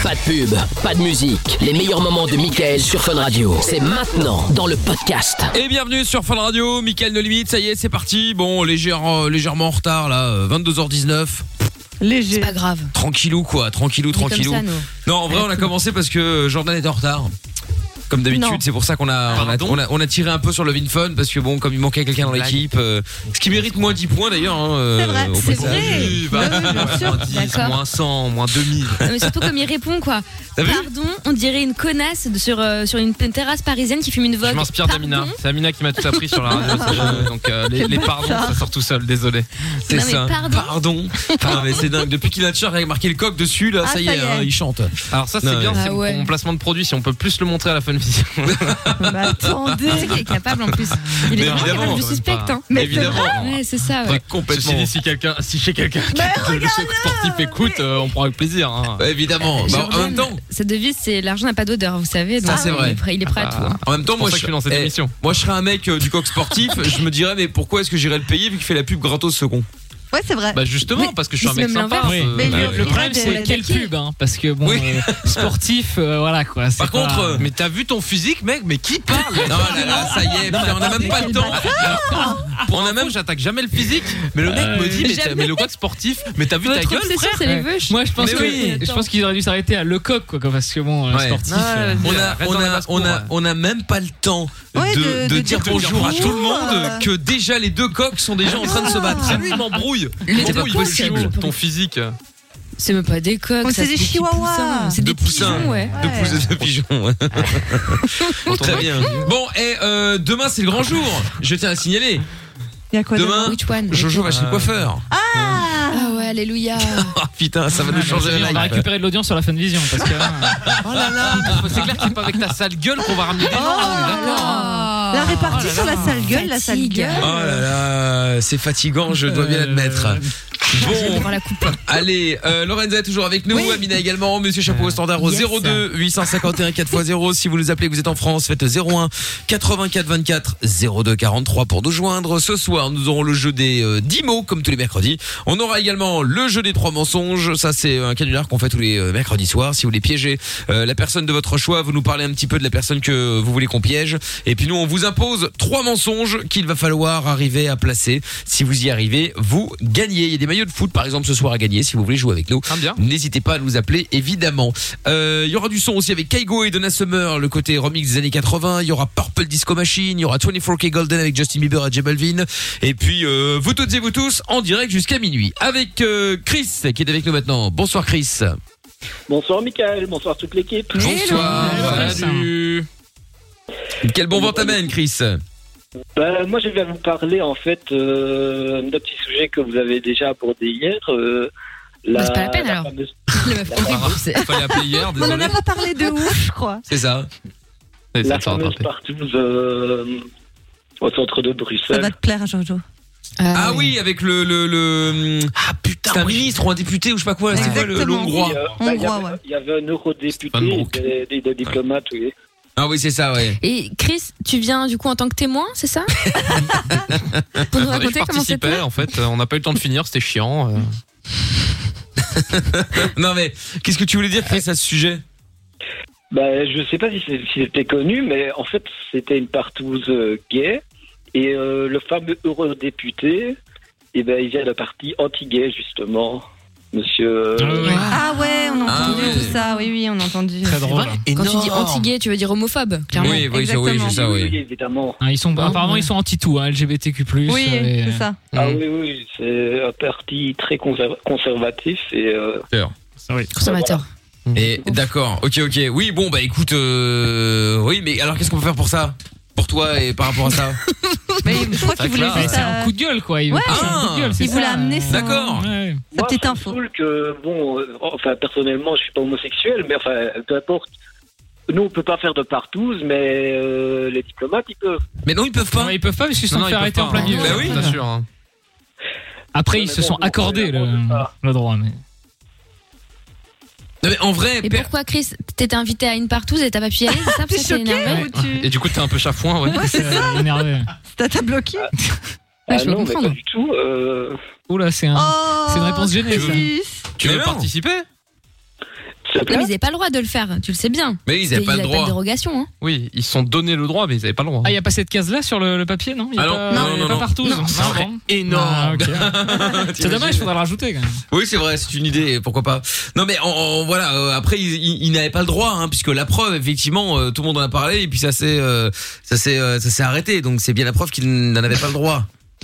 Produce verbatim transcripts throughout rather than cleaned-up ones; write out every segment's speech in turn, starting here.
Pas de pub, pas de musique. Les meilleurs moments de Mickaël sur Fun Radio. C'est maintenant dans le podcast. Et bienvenue sur Fun Radio, Mickaël No Limite, ça y est, c'est parti. Bon, légère, euh, légèrement en retard là, euh, vingt-deux heures dix-neuf. Léger. C'est pas grave. Tranquillou quoi, tranquillou, tranquillou. Comme ça, nous. Non, en vrai, on a commencé parce que Jordan était en retard. Comme d'habitude, Non. c'est pour ça qu'on a on, a on a on a tiré un peu sur le Vin Fun parce que bon, comme il manquait quelqu'un dans l'équipe, euh, ce qui mérite moins dix points d'ailleurs. Hein, euh, C'est vrai, au c'est passage. vrai. Oui, bah, Oui, oui, bien sûr. moins dix, D'accord. moins cent, moins deux mille. Non, mais surtout comme il répond quoi. T'as vu ? Pardon, on dirait une connasse de- sur, euh, sur une, une terrasse parisienne qui fume une vogue. Je m'inspire d'Amina. Pardon. C'est Amina qui m'a tout appris sur la radio. sachez-le. Donc euh, les, les pardons, ça sort tout seul. Désolé. C'est Non, mais ça. pardon. Pardon. Ah, mais c'est dingue. Depuis qu'il a déjà marqué le coq dessus, là, Ah, ça y ça est, y est. hein, il chante. Alors ça c'est Non, bien, ouais. c'est Ah ouais. mon placement de produit. Si on peut plus le montrer à la Fun Vision. Bah, attendez. Tu sais qu'il est capable en plus. Il Mais est vraiment évidemment, capable, je quand même suspecte. pas. Hein. Mais Évidemment. Ouais, c'est ça. Ouais. Ouais, complètement. Ceci dit, si quelqu'un, si chez quelqu'un qui le choc sportif écoute, euh, on prend avec plaisir. Hein. Ouais, évidemment. Bah, en Jordan, même temps, sa devise c'est l'argent n'a pas d'odeur, vous savez. Ça, donc c'est il vrai. est prêt- Il est prêt à tout. hein. en même temps, C'est pour moi, ça que je suis dans cette eh, émission. moi, je serais un mec euh, du coq sportif. Je me dirais, mais pourquoi est-ce que j'irais le payer vu qu'il fait la pub gratos ce con ? Ouais, c'est vrai. Bah justement, Mais parce que je suis un c'est mec même sympa. l'inverse. Oui. euh, Mais bah, lui, Le il problème, a c'est des- quelle attaquer. pub, hein, parce que bon, Oui. euh, sportif, euh, voilà quoi. c'est Par pas- contre, euh, Mais t'as vu ton physique, mec? Mais qui parle? Non, là, là, ça y est, putain, on a même pas le temps. Pour un même, j'attaque jamais le physique. Mais le mec Euh, me dit, mais, jamais. t'as- mais le coq sportif, mais t'as vu ta Votre gueule, obsession, frère? c'est les Ouais. veuches. Moi, je pense Mais que oui. je pense qu'ils auraient dû s'arrêter à le coq, quoi, parce que bon, euh, Ouais. sportif. Ouais, euh, On vas-y, a, reste on dans la a, basse-cour, on a, ouais. on a même pas le temps Ouais, de, de- de de dire dire bonjour à bonjour, tout le monde euh. que déjà les deux coqs sont déjà en train de se battre. Ah, lui, il m'embrouille. Le Il m'embrouille, coq, il c'est veut bon. ton physique. C'est même pas des coqs. Oh, ça, c'est des petits chihuahuas. poussins. C'est Deux des poussins. pigeons, ouais. Deux Ouais. pouces de pigeons. ouais. Très bien. Bon, et euh, demain c'est le grand jour. Je tiens à signaler. Il y a quoi Demain, Which one? Jojo va chez le Euh, coiffeur. Ah ouais, alléluia. Oh putain, ça va nous changer on la va life. récupérer de l'audience sur la Fun Vision parce que là, Oh là là, c'est clair que c'est pas avec ta sale gueule qu'on va ramener des gens. Oh on est d'accord. Ah. La répartie Oh là sur la là. sale gueule, la sale Fatigue. gueule. Oh là là, c'est fatigant, je dois bien Euh, l'admettre. Je vais Bon, devoir la couper. allez, euh, Lorenza est toujours avec nous, Amina également, Monsieur Chapeau au standard au Yes. zéro deux huit cent cinquante et un quatre fois zéro. Si vous nous appelez, vous êtes en France, faites zéro un quatre-vingt-quatre vingt-quatre zéro deux quarante-trois pour nous joindre. Ce soir, nous aurons le jeu des euh, dix mots, comme tous les mercredis. On aura également le jeu des trois mensonges. Ça, c'est un canular qu'on fait tous les euh, mercredis soirs. Si vous voulez piéger euh, la personne de votre choix, vous nous parlez un petit peu de la personne que vous voulez qu'on piège. Et puis nous, on vous impose trois mensonges qu'il va falloir arriver à placer. Si vous y arrivez, vous gagnez. Il y a des maillots de foot, par exemple, ce soir à gagner. Si vous voulez jouer avec nous, Ah, bien. n'hésitez pas à nous appeler, évidemment. Euh, Il y aura du son aussi avec Kaigo et Donna Summer, le côté remix des années quatre-vingts. Il y aura Purple Disco Machine. Il y aura vingt-quatre K Golden avec Justin Bieber et J Balvin. Et puis, euh, vous toutes et vous tous, en direct jusqu'à minuit. Avec euh, Chris, qui est avec nous maintenant. Bonsoir Chris. Bonsoir Mickaël, bonsoir toute l'équipe. Bonsoir. Hello. Salut. Quel bon vent t'amène, Chris? Ben, moi je vais vous parler en fait euh, d'un petit sujet que vous avez déjà abordé hier. Euh, la, Bah, c'est pas la peine, alors. fameuse- Le meuf horrible, c'est- Fallait appeler hier, On n'en désolé. a pas parlé de ouf, je crois. C'est ça. Allez, la ça va fameuse rattraper. partouze euh, au centre de Ça Bruxelles. va te plaire, Jojo. Ah ouais. oui, avec le le, le... ah putain, c'est un ministre ou un député ou je sais pas quoi. C'est quoi le, le Exactement. hongrois? Et, euh, ben, il y Hongrois, avait- ouais. Il y avait un eurodéputé, Van Broek. des, des, des diplomates, oui. Ah oui, c'est ça, ouais. Et Chris, tu viens du coup en tant que témoin, c'est ça? Pour nous Ouais, raconter je comment c'était? participais, en fait, euh, on n'a pas eu le temps de finir, c'était chiant. euh. Non mais qu'est-ce que tu voulais dire, Chris, à ce sujet? Ben, je sais pas si c'est- si c'était connu, mais en fait c'était une partouze euh, gay. Et euh, le fameux eurodéputé, eh ben, il vient de parti anti-gay justement. Monsieur. Ah oui. Ah ouais, on a Ah entendu ouais. tout ça. Oui, oui, on a entendu. très drôle. Quand tu dis anti-gay, tu veux dire homophobe, clairement. Oui, oui, ça, oui, Exactement. c'est ça, oui. évidemment. Ah, ils sont Ah, apparemment ouais. ils sont anti tout, hein, L G B T Q plus. Oui, et- c'est ça. Ah Mm. oui, oui, c'est un parti très conserv- conservatif et euh, Ça, oui. Consommateur. Et d'accord, ok, ok. Oui, bon, bah écoute, euh... oui, mais alors qu'est-ce qu'on peut faire pour ça? Pour toi et par rapport à ça? Mais je crois qu'il voulait clair. Mais juste. c'est un euh, coup de gueule quoi. Il veut Ouais. passer un coup de gueule, c'est Il voulait ça. amener son- D'accord. Ouais. Sa moi, petite ça me info. saoule que, bon, euh, enfin, personnellement, je suis pas homosexuel, mais enfin, peu importe. Nous, on peut pas faire de partouze, mais euh, les diplomates, ils peuvent. Mais non, ils peuvent pas. Non, ils peuvent pas parce qu'ils se Non, sont non, fait ils arrêter peuvent en plein pas, milieu. hein. Bah oui. Je t'assure, hein. Après Ouais, ils mais se bon, sont bon, accordés le, on va- le droit. Mais... Non, mais en vrai, Et per- pourquoi, Chris, t'étais invité à une partouze et t'as pas pu y aller, c'est ça? Pour T'es ça que t'es choqué énervé? ou tu. Et du coup, t'es un peu chafouin, ouais. Ouais, c'est ça. Euh, énervé. T'as t'as bloqué. Ouais, ah je peux non, mais comprendre. pas du tout. Euh... Oula, c'est un. Oh, C'est une réponse gênée, ça. Chris. Tu Mais veux non. participer? C'est Non, mais ils n'avaient pas le droit de le faire, tu le sais bien. Mais ils avaient pas le Pas droit. de dérogation. Hein. Oui, ils se sont donné le droit, mais ils n'avaient pas le droit. Ah, il n'y a pas cette case-là sur le, le papier, non Il y a Ah non, pas, non, il y a non, pas non. partout. Non, ça serait bon. énorme. Ah, ok. C'est dommage, il faudrait le rajouter quand même. Oui, c'est vrai, c'est une idée, pourquoi pas. Non, mais en, en- voilà, euh, après ils, ils, ils n'avaient pas le droit, hein, puisque la preuve, effectivement, euh, tout le monde en a parlé, et puis ça s'est, euh, ça s'est, euh, ça s'est arrêté. Donc c'est bien la preuve qu'ils n'en avaient pas le droit.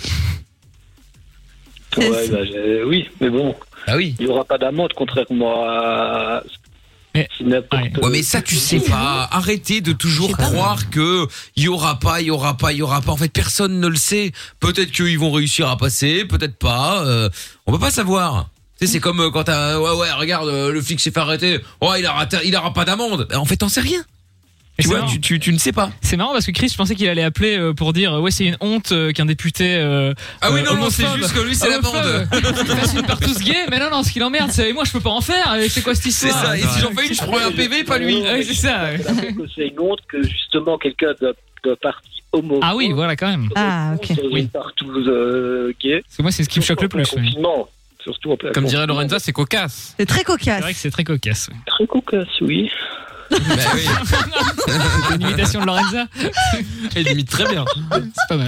Ouais, bah, j'ai- oui, mais bon. Ah oui. Il n'y aura pas d'amende, contrairement à. Mais- C'est n'importe- Ouais, mais ça, tu sais pas. Arrêtez de toujours croire que il y aura pas, il y aura pas, il y aura pas. En fait, personne ne le sait. Peut-être qu'ils vont réussir à passer, peut-être pas. Euh, on peut pas savoir. Tu sais, c'est comme euh, quand t'as, ouais, ouais, regarde, euh, le flic s'est fait arrêter. Ouais, il aura, il aura pas d'amende. Ben, en fait, t'en sais rien. Et Tu c'est vois, marrant. tu, tu, tu ne sais pas. C'est marrant parce que Chris, je pensais qu'il allait appeler euh, pour dire euh, ouais, c'est une honte euh, qu'un député. Euh, Ah oui, euh, non, non, c'est homophobe- juste que lui, c'est l'amende. homophobe, Il fasse une partouze gay, mais non, non, ce qui l'emmerde, c'est moi, je peux pas en faire. et C'est quoi cette C'est histoire ça. Et si j'en fais une, je prends un P V, pas lui. Ouais, c'est ça. ouais. que c'est une honte que justement quelqu'un de, de parti homophobe. Ah oui, voilà, quand même. Ah, ok. Dans Oui. une partouze euh, gay. Parce que moi, c'est ce qui me choque le plus. Surtout en plein ouais. confinement. Surtout en plein Comme dirait confinement. Lorenza, c'est cocasse. C'est très C'est cocasse. vrai que c'est très cocasse. ouais. Très cocasse, oui. Ben oui. C'est une imitation de Lorenza. Elle imite très bien. C'est pas mal.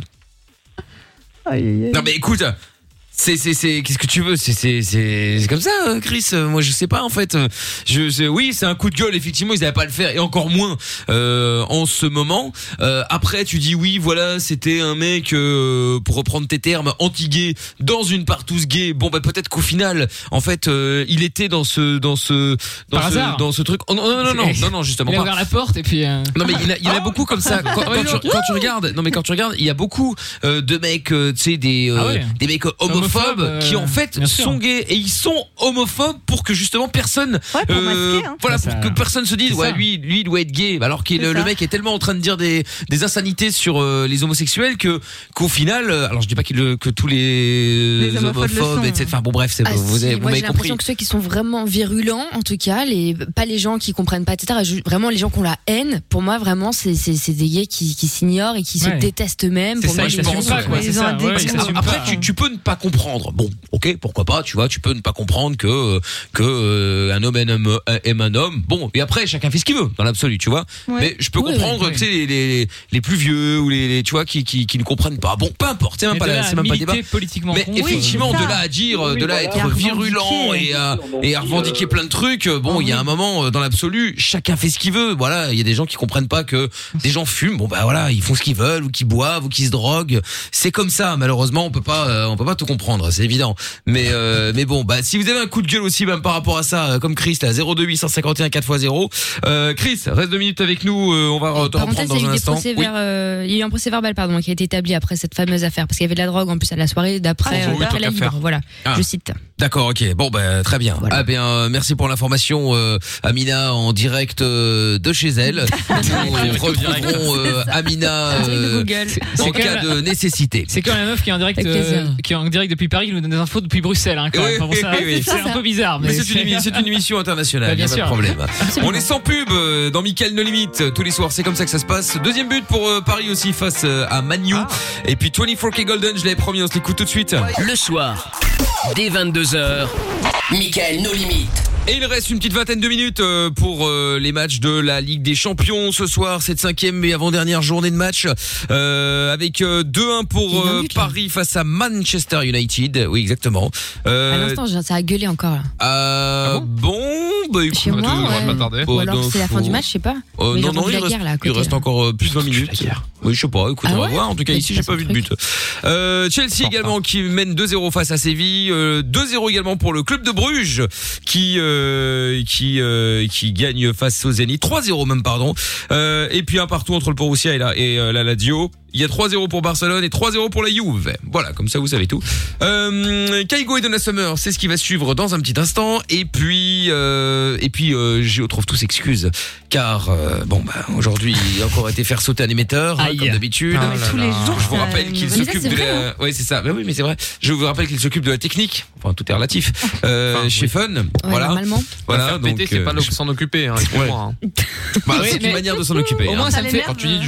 Aïe, aïe, aïe. Non, mais écoute. C'est c'est c'est qu'est-ce que tu veux, c'est c'est c'est c'est comme ça, euh, Chris. Euh, moi je sais pas en fait. Euh, Je c'est- oui, c'est un coup de gueule, effectivement, ils avaient pas à le faire, et encore moins euh, en ce moment. Euh, après tu dis oui, voilà, c'était un mec euh, pour reprendre tes termes, anti-gay dans une partouze gay. Bon bah peut-être qu'au final en fait euh, il était dans ce dans ce dans Par ce hasard. dans ce truc. Oh, non non non non non, non justement Il a pas. ouvert la porte et puis. euh, Non mais il y en a, il y en a beaucoup comme ça. Quand, quand tu, quand tu regardes, non mais quand tu regardes, il y a beaucoup euh, de mecs, euh, tu sais, des euh, Ah ouais. des mecs homophobes Homophobes, euh, qui en fait bien sûr. sont gays, et ils sont homophobes pour que justement personne, Ouais, pour masquer, hein. voilà, Ça, pour ça- que personne se dise c'est ouais ça. lui lui il doit être gay, alors que C'est le, le ça. mec est tellement en train de dire des des insanités sur euh, les homosexuels que qu'au final, euh, alors je dis pas qu'il le- que tous les, Les homophobes le sont, et cetera. Enfin bon bref, c'est Ah, vous si, avez vous moi m'avez j'ai compris. l'impression que ceux qui sont vraiment virulents, en tout cas, les, pas les gens qui comprennent pas, et cetera. ju- Vraiment les gens qui ont la haine, pour moi vraiment c'est c'est c'est des gays qui, qui s'ignorent et qui se Ouais. détestent eux-mêmes. C'est Pour ça, moi, ils je les pense, s'assument pas, ouais. quoi. Ils C'est ont ça. un ouais, dégoût. ils s'assument Après, pas. tu, tu peux ne pas comprendre. Bon, ok, pourquoi pas, tu vois, tu peux ne pas comprendre que que euh, un homme aime, un- aime un homme. Bon, et après, chacun fait ce qu'il veut, dans l'absolu, tu vois. Ouais. Mais je peux Oui, comprendre, oui, tu sais, les, les, les plus vieux ou les, les- tu vois, qui, qui, qui ne comprennent pas. Bon, peu importe, c'est même Mais pas, de la- là c'est même pas le débat. militer politiquement Mais contre, effectivement, c'est de ça. là à dire, Oui, de là à voilà. être Et à virulent revendiquer. et à, On et à dit, revendiquer euh, plein de trucs, bon, il y a un moment, euh, dans l'absolu, chacun fait ce qu'il veut. Voilà, il y a des gens qui comprennent pas que des gens fument. Bon, bah voilà, ils font ce qu'ils veulent, ou qu'ils boivent, ou qu'ils se droguent. C'est comme ça, malheureusement, on peut pas, euh, on peut pas tout comprendre, c'est évident. Mais, euh, mais bon, bah, si vous avez un coup de gueule aussi, même par rapport à ça, euh, comme Chris, là, zéro deux huit cent cinquante et un quatre fois zéro. Euh, Chris, reste deux minutes avec nous, euh, on va re- te Parenthèse, reprendre il y dans a eu un des instant. procès Oui. vers, euh, il y a eu un procès verbal pardon qui a été établi après cette fameuse affaire parce qu'il y avait de la drogue en plus à la soirée d'après Ah, euh, oui, d'après tant la qu'à Libre. faire. Voilà, Ah. je cite. D'accord, ok. Bon, bah, très bien. Voilà. Ah bien, euh, merci pour l'information, euh, Amina, en direct euh, de chez elle. Nous retrouverons euh, Amina euh, Google. en C'est cas quand de nécessité. C'est quand même la meuf qui est en direct, Avec plaisir. euh, qui est en direct depuis Paris, qui nous donne des infos depuis Bruxelles. Hein, quand Oui, même. Enfin, bon, ça, oui, oui. c'est un peu bizarre, mais, Mais c'est une, émi- c'est une émission internationale, Bah, bien y a pas de sûr. problème. On est sans pub euh, dans Mickaël No Limite tous les soirs, c'est comme ça que ça se passe. Deuxième but pour euh, Paris aussi face euh, à Man U. Et puis vingt-quatre K Golden, je l'avais promis, on se l'écoute tout de suite. Le soir, dès vingt-deux heures, Mickaël No Limite. Et il reste une petite vingtaine de minutes euh, pour euh, les matchs de la Ligue des Champions ce soir, cette cinquième et avant-dernière journée de match, euh, avec euh, deux un pour Il y a un euh, but, là. Paris face à Manchester United. Oui, exactement. À Euh, l'instant, je- ça a gueulé encore là. euh, bon, bah écoute, Chez on va moi, tous le droit de ouais. pas tarder. Ou alors Pas c'est la fin d'infos. du match, je sais pas. Euh, Mais non, ils ont non, rendu il la reste, guerre, là, à il côté, reste là. encore euh, plus de vingt minutes. Oui, je sais pas, écoute, Ah on va ouais voir. En tout cas, Mais ici, c'est j'ai pas pas vu son de but. truc. Euh, Chelsea également qui mène deux zéro face à Séville, euh, deux zéro également pour le club de Bruges qui euh, qui euh, qui gagne face au Zénith, trois zéro même pardon. Euh, et puis un partout entre le Borussia et la et euh, la Lazio. Il y a trois zéro pour Barcelone et trois zéro pour la Juve. Voilà, comme ça vous savez tout. Euh, Kaigo et Donna Summer, c'est ce qui va suivre dans un petit instant. Et puis, euh, et puis, euh, Géo trouve tous excuses, car euh, bon bah aujourd'hui il a encore été faire sauter un émetteur, hein, Aïe. comme d'habitude. Ah là Tous les là. jours. Je vous ça- rappelle qu'il Mais ça, s'occupe c'est de vrai, la. Oui, c'est ça. Mais oui, mais c'est vrai. Je vous rappelle qu'il s'occupe de la technique. Enfin, tout est relatif. Euh, Enfin, chez oui. Fun. Ouais, voilà. normalement. Voilà. Faire Donc, péter, c'est euh, pas l'op- s'en occuper, hein, excuse-moi, hein. bah, Oui, c'est une mais- manière de s'en occuper. Au hein. moins, Ça ça me fait. l'énerve. Quand tu dis, je me-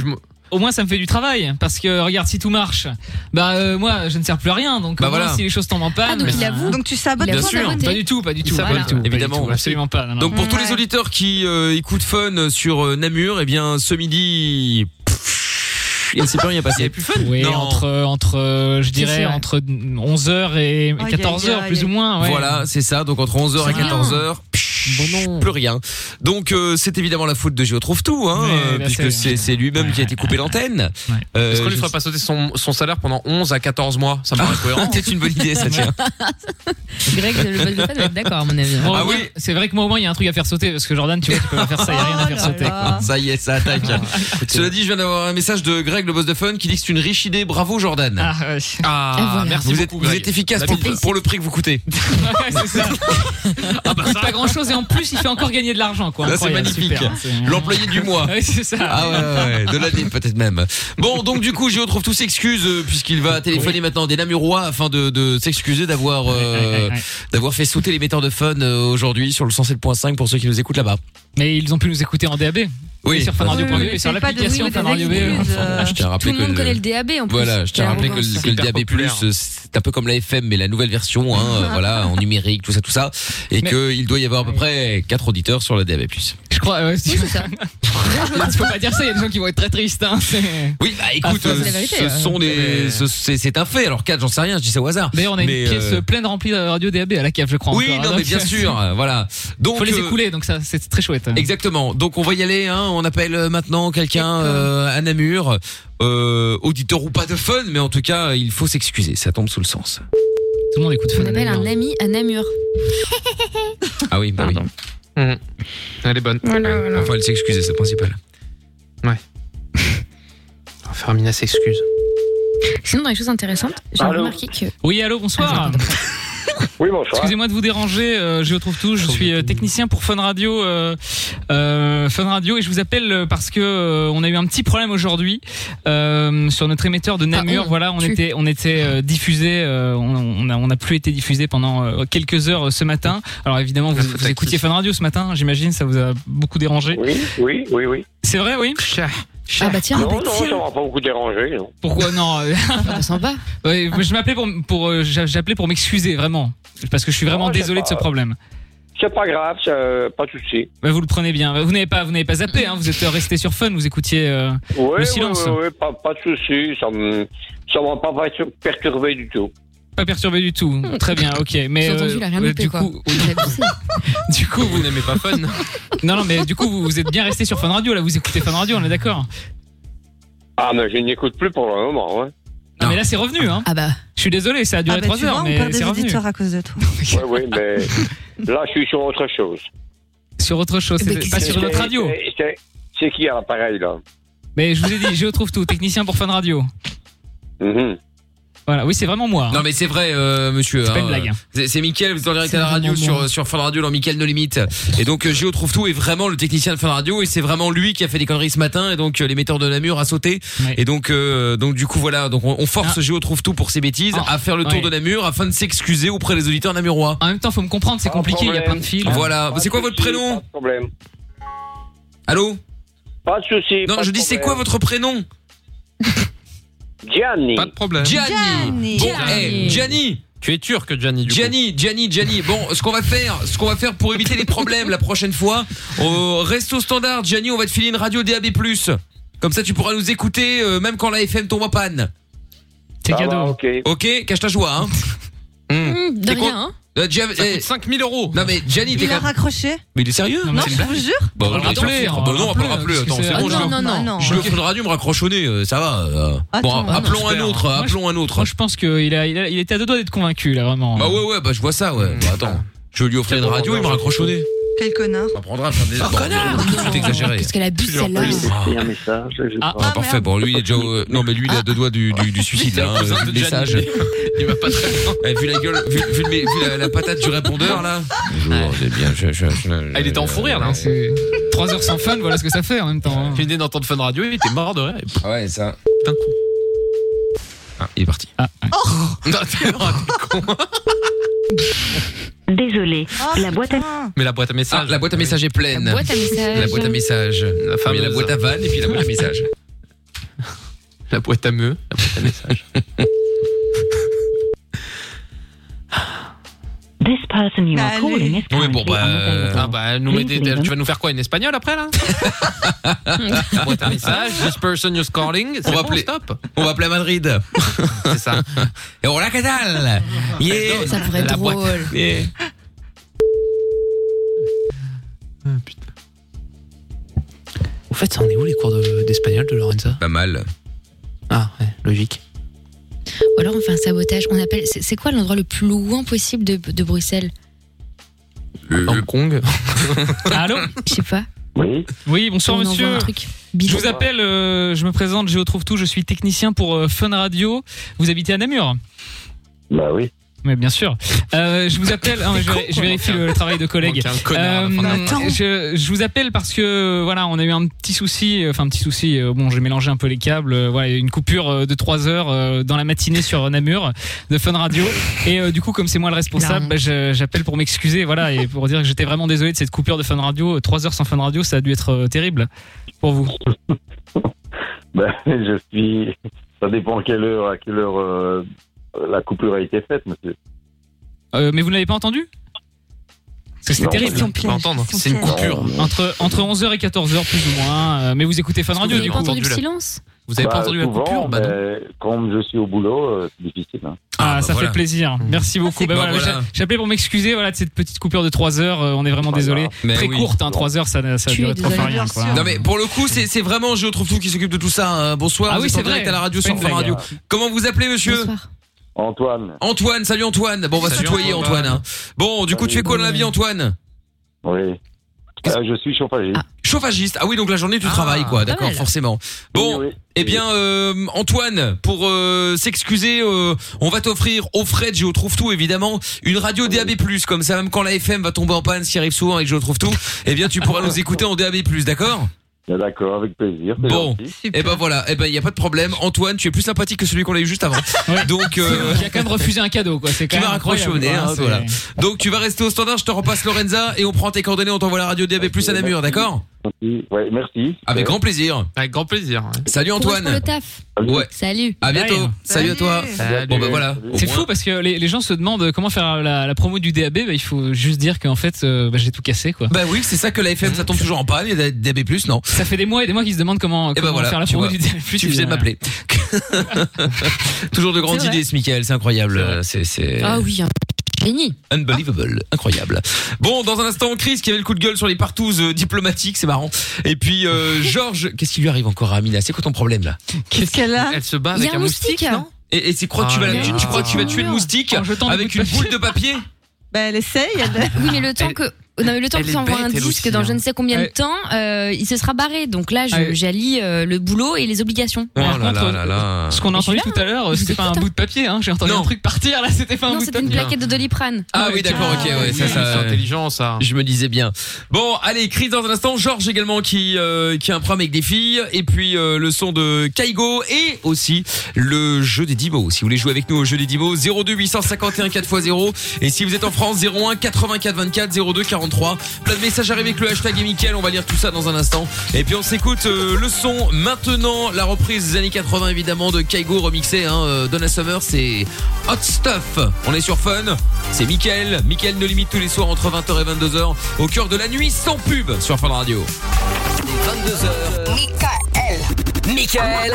au moins ça me fait du travail parce que regarde si tout marche, bah euh, moi je ne sers plus à rien donc Bah au moins, voilà. si les choses tombent en panne. Ah, donc il avoue. Donc tu sabotes Il Bien avoue sûr. saboter. Pas du tout, pas du tout. Ça pas va, du tout, évidemment. pas du tout, absolument pas. Non, non. Donc pour tous Ouais. les auditeurs qui euh, écoutent Fun sur euh, Namur, eh bien ce midi, pff, il ne s'est plus rien passé. plus fun. Oui, Non. entre entre euh, je Si, dirais si, ouais. entre onze heures et Aïe, quatorze heures aïe, plus aïe. ou moins. Ouais. Voilà, c'est ça. Donc entre onze heures et C'est rien. quatorze heures, plus rien. Donc euh, c'est évidemment la faute de Géo trouve tout, hein, Ouais, euh, là, puisque c'est- c'est c'est lui-même Ouais, qui a été coupé ouais, l'antenne. Ouais. Euh, Est-ce qu'on lui je- ferait pas sauter son, son salaire pendant onze à quatorze mois? Ça me paraît cohérent. C'est une bonne idée, ça tient. Greg, le boss de fan va être d'accord à mon avis. Bon, Ah au moins, oui. C'est vrai que moi au moins il y a un truc à faire sauter parce que Jordan, tu vois, tu peux pas faire ça, il y a rien à faire Oh là sauter. là. Ça y est, ça attaque. Cela dit, je viens d'avoir un message de Greg, le boss de Fun, qui dit que c'est une riche idée. Bravo, Jordan. Ah, ouais. Ah, Ah, voilà. merci vous êtes, beaucoup. vous Greg. êtes efficace La pour, bise. pour le prix que vous coûtez. Ouais, c'est ça. Ah bah, coûte pas grand chose et en plus il fait encore gagner de l'argent quoi. Là, c'est Incroyable, magnifique. super. C'est- L'employé du mois. Ouais, c'est ça. Ah ouais, ouais, ouais, de l'année peut-être même. Bon, donc du coup, Géo trouve tous excuses euh, puisqu'il va téléphoner maintenant des Namurois afin de, de s'excuser d'avoir euh, Ouais, ouais, ouais. d'avoir fait sauter l'émetteur de Fun euh, aujourd'hui sur le cent sept point cinq pour ceux qui nous écoutent là-bas. Mais ils ont pu nous écouter en D A B. Oui. Et sur funradio point b Oui, et sur oui, pas de l'application oui ou des funradio B. excuses, euh. Je tiens à Tout rappeler le que monde le- connaît le D A B en plus. Voilà, je tiens à C'est rappeler que, arrogant, le- ça. que le Hyper D A B plus, populaire. euh, c'est un peu comme la F M, mais la nouvelle version, hein, euh, voilà, en numérique, tout ça, tout ça, et Mais- qu'il doit y avoir à peu près quatre auditeurs sur le D A B plus. Je crois, ouais, Oui, c'est ça. Il faut pas dire ça, il y a des gens qui vont être très tristes. Hein. c'est- Oui, bah écoute, Ah, ça, euh, c'est la vérité, ce ouais. sont des, Mais- ce- c'est c'est un fait. Alors quatre, j'en sais rien, je dis ça au hasard. D'ailleurs, on a Mais, une pièce euh, pleine remplie de radio D A B à la cave, je crois. Oui, encore, non, hein, mais donc, bien c'est- sûr, euh, voilà. Donc, Faut les euh, écouler, donc ça, c'est très chouette. exactement. Donc on va y aller. Hein. On appelle euh, maintenant quelqu'un euh, à Namur, euh, auditeur ou pas de Fun, mais en tout cas, il faut s'excuser. Ça tombe sous le sens. Tout le monde écoute On Fun. appelle un ami à Namur. Ah oui, bah oui. Pardon. Mmh. Elle est bonne. Enfin, il s'excuser, c'est le principal. On va faire Mina s'excuse. Sinon, dans les choses intéressantes, j'ai Allô remarqué que. Oui, allô, bonsoir. Oui, bonsoir. Excusez-moi de vous déranger, euh, je trouve tout. Je suis euh, technicien pour Fun Radio, euh, euh, Fun Radio, et je vous appelle euh, parce que euh, on a eu un petit problème aujourd'hui euh, sur notre émetteur de Namur. on, voilà, on tu. était, on était euh, diffusé, euh, on, on a, on a plus été diffusé pendant euh, quelques heures euh, ce matin. Alors évidemment, vous, vous écoutiez Fun Radio ce matin, j'imagine, ça vous a beaucoup dérangé. Oui, oui, oui, oui. C'est vrai, oui. Ah bah tiens, Non, bah non, ça tiens. m'a pas beaucoup dérangé, non. Pourquoi non euh, Ah, sympa. ouais, je m'appelais pour, pour euh, j'a- j'appelais pour m'excuser vraiment, parce que je suis vraiment Non, c'est désolé de ce pas- problème. C'est pas grave, c'est pas de souci. Bah, vous le prenez bien. Vous n'avez pas, vous n'avez pas zappé, hein. Vous êtes resté sur Fun, vous écoutiez. Euh... Oui, Le silence. oui, oui, pas, pas de souci. Ça me, ça m'a pas perturbé du tout. Pas perturbé du tout. Très bien, ok. Mais J'ai entendu, il a rien euh, loupé, du quoi. coup, Il a abusé. du coup, Vous vous n'aimez pas Fun? non, non, mais du coup, vous, vous êtes bien resté sur Fun Radio. Là, vous écoutez Fun Radio, on est d'accord. Ah, mais je n'écoute plus pour le moment, ouais. Non, mais là, c'est revenu, hein. Ah bah. Je suis désolé, ça a duré Ah bah, trois tu vois, heures, on mais perd des c'est revenu. auditeurs à cause de toi. Oui, oui, mais là, je suis sur autre chose. Sur autre chose, Mais c'est qu'est-ce pas que sur c'est notre radio. C'est- c'est- C'est qui à l'appareil, là? Mais je vous ai dit, je trouve tout, technicien pour Fun Radio. Mhm. Voilà, oui, c'est vraiment moi. hein. Non mais c'est vrai, euh, monsieur. C'est pas hein, une blague. C'est, c'est Mickaël, vous êtes en direct C'est à la radio vraiment sur moi. sur Fun Radio dans Mickaël No Limite. Et donc euh, Géo trouve tout est vraiment le technicien de Fun Radio et c'est vraiment lui qui a fait des conneries ce matin et donc euh, l'émetteur de Namur a sauté Ouais. et donc euh, donc du coup voilà donc on, on force Ah. Géo trouve tout pour ses bêtises Ah. à faire le tour Ouais. de Namur afin de s'excuser auprès des auditeurs namurois. En même temps, faut me comprendre, c'est Pas de compliqué, il y a problème. plein de fils. Voilà, Pas c'est de quoi votre souci, prénom? Pas de problème. Allô? Pas de souci. Non, pas je de dis c'est quoi problème. votre prénom? Gianni. Pas de problème. Gianni. Gianni. Bon, Gianni. eh, Gianni. Tu es turc, Gianni, du coup. Gianni, Gianni, Gianni. Bon, ce qu'on va faire, ce qu'on va faire pour éviter les problèmes la prochaine fois, on reste au standard. Gianni, on va te filer une radio D A B plus. Comme ça, tu pourras nous écouter euh, même quand la F M tombe en panne. C'est Ça va, cadeau. ok. Ok, cache ta joie, hein. Hum, de C'est quoi rien, hein. Euh, Gia- Ça eh, coûte cinq mille euros. non mais Gianni, t'es Il a quand... raccroché. Mais il est sérieux? Non, mais Non, c'est je une vous blague. jure. Bon, On va le bien sûr. rappeler, on va Bah le non, on va pas le rappeler, rappeler. Attends, parce que c'est c'est- bon, Ah, je non, lui- non, non. non. je lui offre une radio, il me raccroche au nez, euh, ça va. euh. Attends, Bon, non, appelons un j'espère. autre, Moi, je- appelons un autre. Moi, je pense qu'il a, il a, il était à deux doigts d'être convaincu, là, vraiment. Bah ouais, ouais, bah je vois ça, ouais. Bah attends, je lui offre une radio, il me raccroche au nez. Quel connard. Ça prendra, ça me... Oh, Bon, connard. tout est exagéré. Parce qu'elle abuse celle-là. Ah. un message. je Ah. sais pas. Ah, parfait, bon lui il est déjà au... non mais lui il a deux doigts du, du, du suicide là, hein, Cousin vu de le Gianni. message. Il va pas très loin. Eh, vu la gueule, vu, vu, le- vu la, la patate du répondeur là. Bonjour, c'est bien. Je, je, je- Ah, il était en fou rire, là. C'est trois heures sans fun, voilà ce que ça fait en même temps. hein. Il venait d'entendre Fun Radio, il était mort de rire. et Ah ouais ça. D'un coup. Ah, il est parti. Ah, ah. Non, t'es non, t'es con. Désolé, Oh, la boîte à... putain. Mais la boîte à Ah, messages. la boîte à messages est pleine. La boîte à messages. La boîte à messages. La Il y a la fameuse. boîte à vannes et puis la boîte à messages. La boîte à meux, la boîte à messages. This person you are Allez. calling is Oui, bon, currently bah, unavailable. Ah bah, elle nous met des, Please leave tu vas nous faire quoi, une espagnole après là? La boîte à messages, this person you're calling, c'est On va bon, appeler- stop. On va appeler à Madrid. C'est ça. Et hola, ¿qué tal? Yeah. Ça pourrait être La boîte. drôle. Yeah. Ah, putain. Au fait, ça en est où les cours de- d'espagnol de Lorenza? Pas mal. Ah, ouais, logique. Ou alors on fait un sabotage. On appelle. C'est c'est quoi l'endroit le plus loin possible de, de Bruxelles? Hong Kong. Allô? Je sais pas. Oui. Oui, bonsoir On envoie monsieur. un truc Je bidon. vous appelle, euh, je me présente, Géo trouve tout, je suis technicien pour euh, Fun Radio. Vous habitez à Namur? Bah oui. Mais bien sûr. Euh, je vous appelle, hein, je, je vérifie le, le travail de collègues. Manquer un connard à la fin de la- Euh, Attends. je, je vous appelle parce que voilà, on a eu un petit souci, euh, enfin un petit souci. euh, Bon, j'ai mélangé un peu les câbles. euh, Voilà, il y a eu une coupure euh, de trois heures euh, dans la matinée sur Namur de Fun Radio. Et euh, du coup, comme c'est moi le responsable, Non. bah, je- j'appelle pour m'excuser, voilà, et pour dire que j'étais vraiment désolé de cette coupure de Fun Radio. Trois heures sans Fun Radio, ça a dû être euh, terrible pour vous. Ben, je suis. Ça dépend à quelle heure, à quelle heure euh, la coupure a été faite, monsieur. Euh, mais vous ne l'avez pas entendu? Parce que c'était Non, terrible. pas du Tu peux entendre. C'est une coupure. Non, Entre, entre onze heures et quatorze heures plus ou moins. euh, mais vous écoutez Fun Est-ce que Radio vous du Vous coup. avez pas entendu le la- silence? Vous avez pas bah, entendu la souvent, coupure? Bah non. ben, comme je suis au boulot, euh, c'est difficile. Hein. Ah, bah ça voilà. fait plaisir. Merci beaucoup. c'est Bah cool. voilà, Bah voilà. j'ai- J'ai appelé pour m'excuser voilà, de cette petite coupure de trois heures. euh, on est vraiment Pas désolé. grave. Mais Très oui. courte, hein, trois heures, ça, ça a Tu duré es trop désolé, rien. bien Quoi. sûr. Non mais pour le coup c'est c'est vraiment Je trouve tout qui s'occupe de tout ça. hein. Bonsoir. Ah vous oui, êtes c'est en direct vrai. à la radio C'est sur pas Fun une Radio. blague. Comment vous appelez monsieur? Bonsoir. Antoine, Antoine. Salut Antoine. Bon on va se Salut, tutoyer Antoine. Antoine. hein. Bon du coup tu fais quoi dans la vie Antoine? oui. Euh, je suis chauffagiste. Ah. Chauffagiste. Ah oui donc la journée tu Ah, travailles quoi. pas D'accord mal. forcément. Bon. Oui, oui. Eh bien, euh, Antoine, pour euh, s'excuser, euh, on va t'offrir au frais de Géo Trouve Tout, évidemment, une radio D A B plus, comme ça, même quand la F M va tomber en panne, ce qui arrive souvent avec Géo Trouve Tout, eh bien, tu pourras nous écouter en D A B plus, d'accord? Bien, d'accord, avec plaisir. c'est Bon. gentil. Eh ben voilà, eh ben il y a pas de problème. Antoine, tu es plus sympathique que celui qu'on a eu juste avant. Ouais. Donc, euh, Il a quand même refusé un cadeau. Quoi. C'est quand tu même vas raccrocher au incroyable, nez, quoi, hein, c'est- voilà. Donc tu vas rester au standard, je te repasse Lorenza et on prend tes coordonnées, on t'envoie la radio D A B plus à Namur, d'accord? Merci. Ouais, merci. Avec grand plaisir. Avec grand plaisir. ouais. Salut Courage pour le Antoine. taf. Ouais. Salut. À bientôt. Bye. Salut à toi. Salut. Bon ben voilà. Au C'est moins- fou parce que les, les gens se demandent comment faire la, la promo du D A B. Bah, il faut juste dire qu'en fait, euh, bah, j'ai tout cassé. Quoi. Bah oui, c'est ça que la F M ça tombe toujours en panne et D A B plus non. Ça fait des mois et des mois qu'ils se demandent comment, Et ben comment voilà, faire la tu promo vois. du D A B. Tu faisais de m'appeler. Toujours de grandes C'est vrai. idées, ce Mickaël, c'est incroyable. C'est vrai. C'est c'est Ah oui, un génie. unbelievable, incroyable. Bon, dans un instant, Chris qui avait le coup de gueule sur les partouzes euh, diplomatiques, c'est marrant. Et puis euh, Georges, qu'est-ce qui lui arrive encore à Amina? C'est quoi ton problème là? Qu'est-ce qu'elle a? Elle se bat Il y avec a un un moustique, moustique. non? Et, et c'est crois que tu Ah, vas la- mais tu, tu crois que tu vas non. tuer le moustique En jetant des avec bouts une de boule de papier? Bah, elle essaye. Elle... Oui, mais le temps Elle- que. Non, mais le temps elle que est ça envoie bête, un elle disque aussi, dans hein. je ne sais combien de Ouais. temps, euh, il se sera barré. Donc là, je- Ouais. j'allie euh, le boulot et les obligations. Oh Par là contre, là là là. Ce qu'on a Je suis entendu là, tout à l'heure, je c'était vous pas un écoute, bout de papier. Hein. J'ai entendu Non. un truc partir là, c'était pas un Non, bout de c'était papier. une plaquette de Doliprane. Ah oui, d'accord, ok, ouais, ça, Oui, ça. c'est intelligent ça. Je me disais bien. Bon, allez, Chris dans un instant, Georges également qui euh, qui a un problème avec des filles, et puis euh, le son de Kaigo et aussi le jeu des dix mots. Si vous voulez jouer avec nous au jeu des dix mots, zéro deux huit cent cinquante et un quatre fois zéro, et si vous êtes en France, zéro un quatre-vingt-quatre vingt-quatre zéro deux quarante-trois. Plein de messages arrivés avec le hashtag et Mickaël, on va lire tout ça dans un instant. Et puis on s'écoute euh, le son maintenant, la reprise des années quatre-vingts évidemment de Kaigo remixé, hein, euh, Donna Summer, c'est Hot Stuff. On est sur Fun, c'est Mickaël, Mickaël No Limite tous les soirs entre vingt heures et vingt-deux heures, au cœur de la nuit sans pub sur Fun Radio. vingt-deux heures. Mickaël. Mickaël.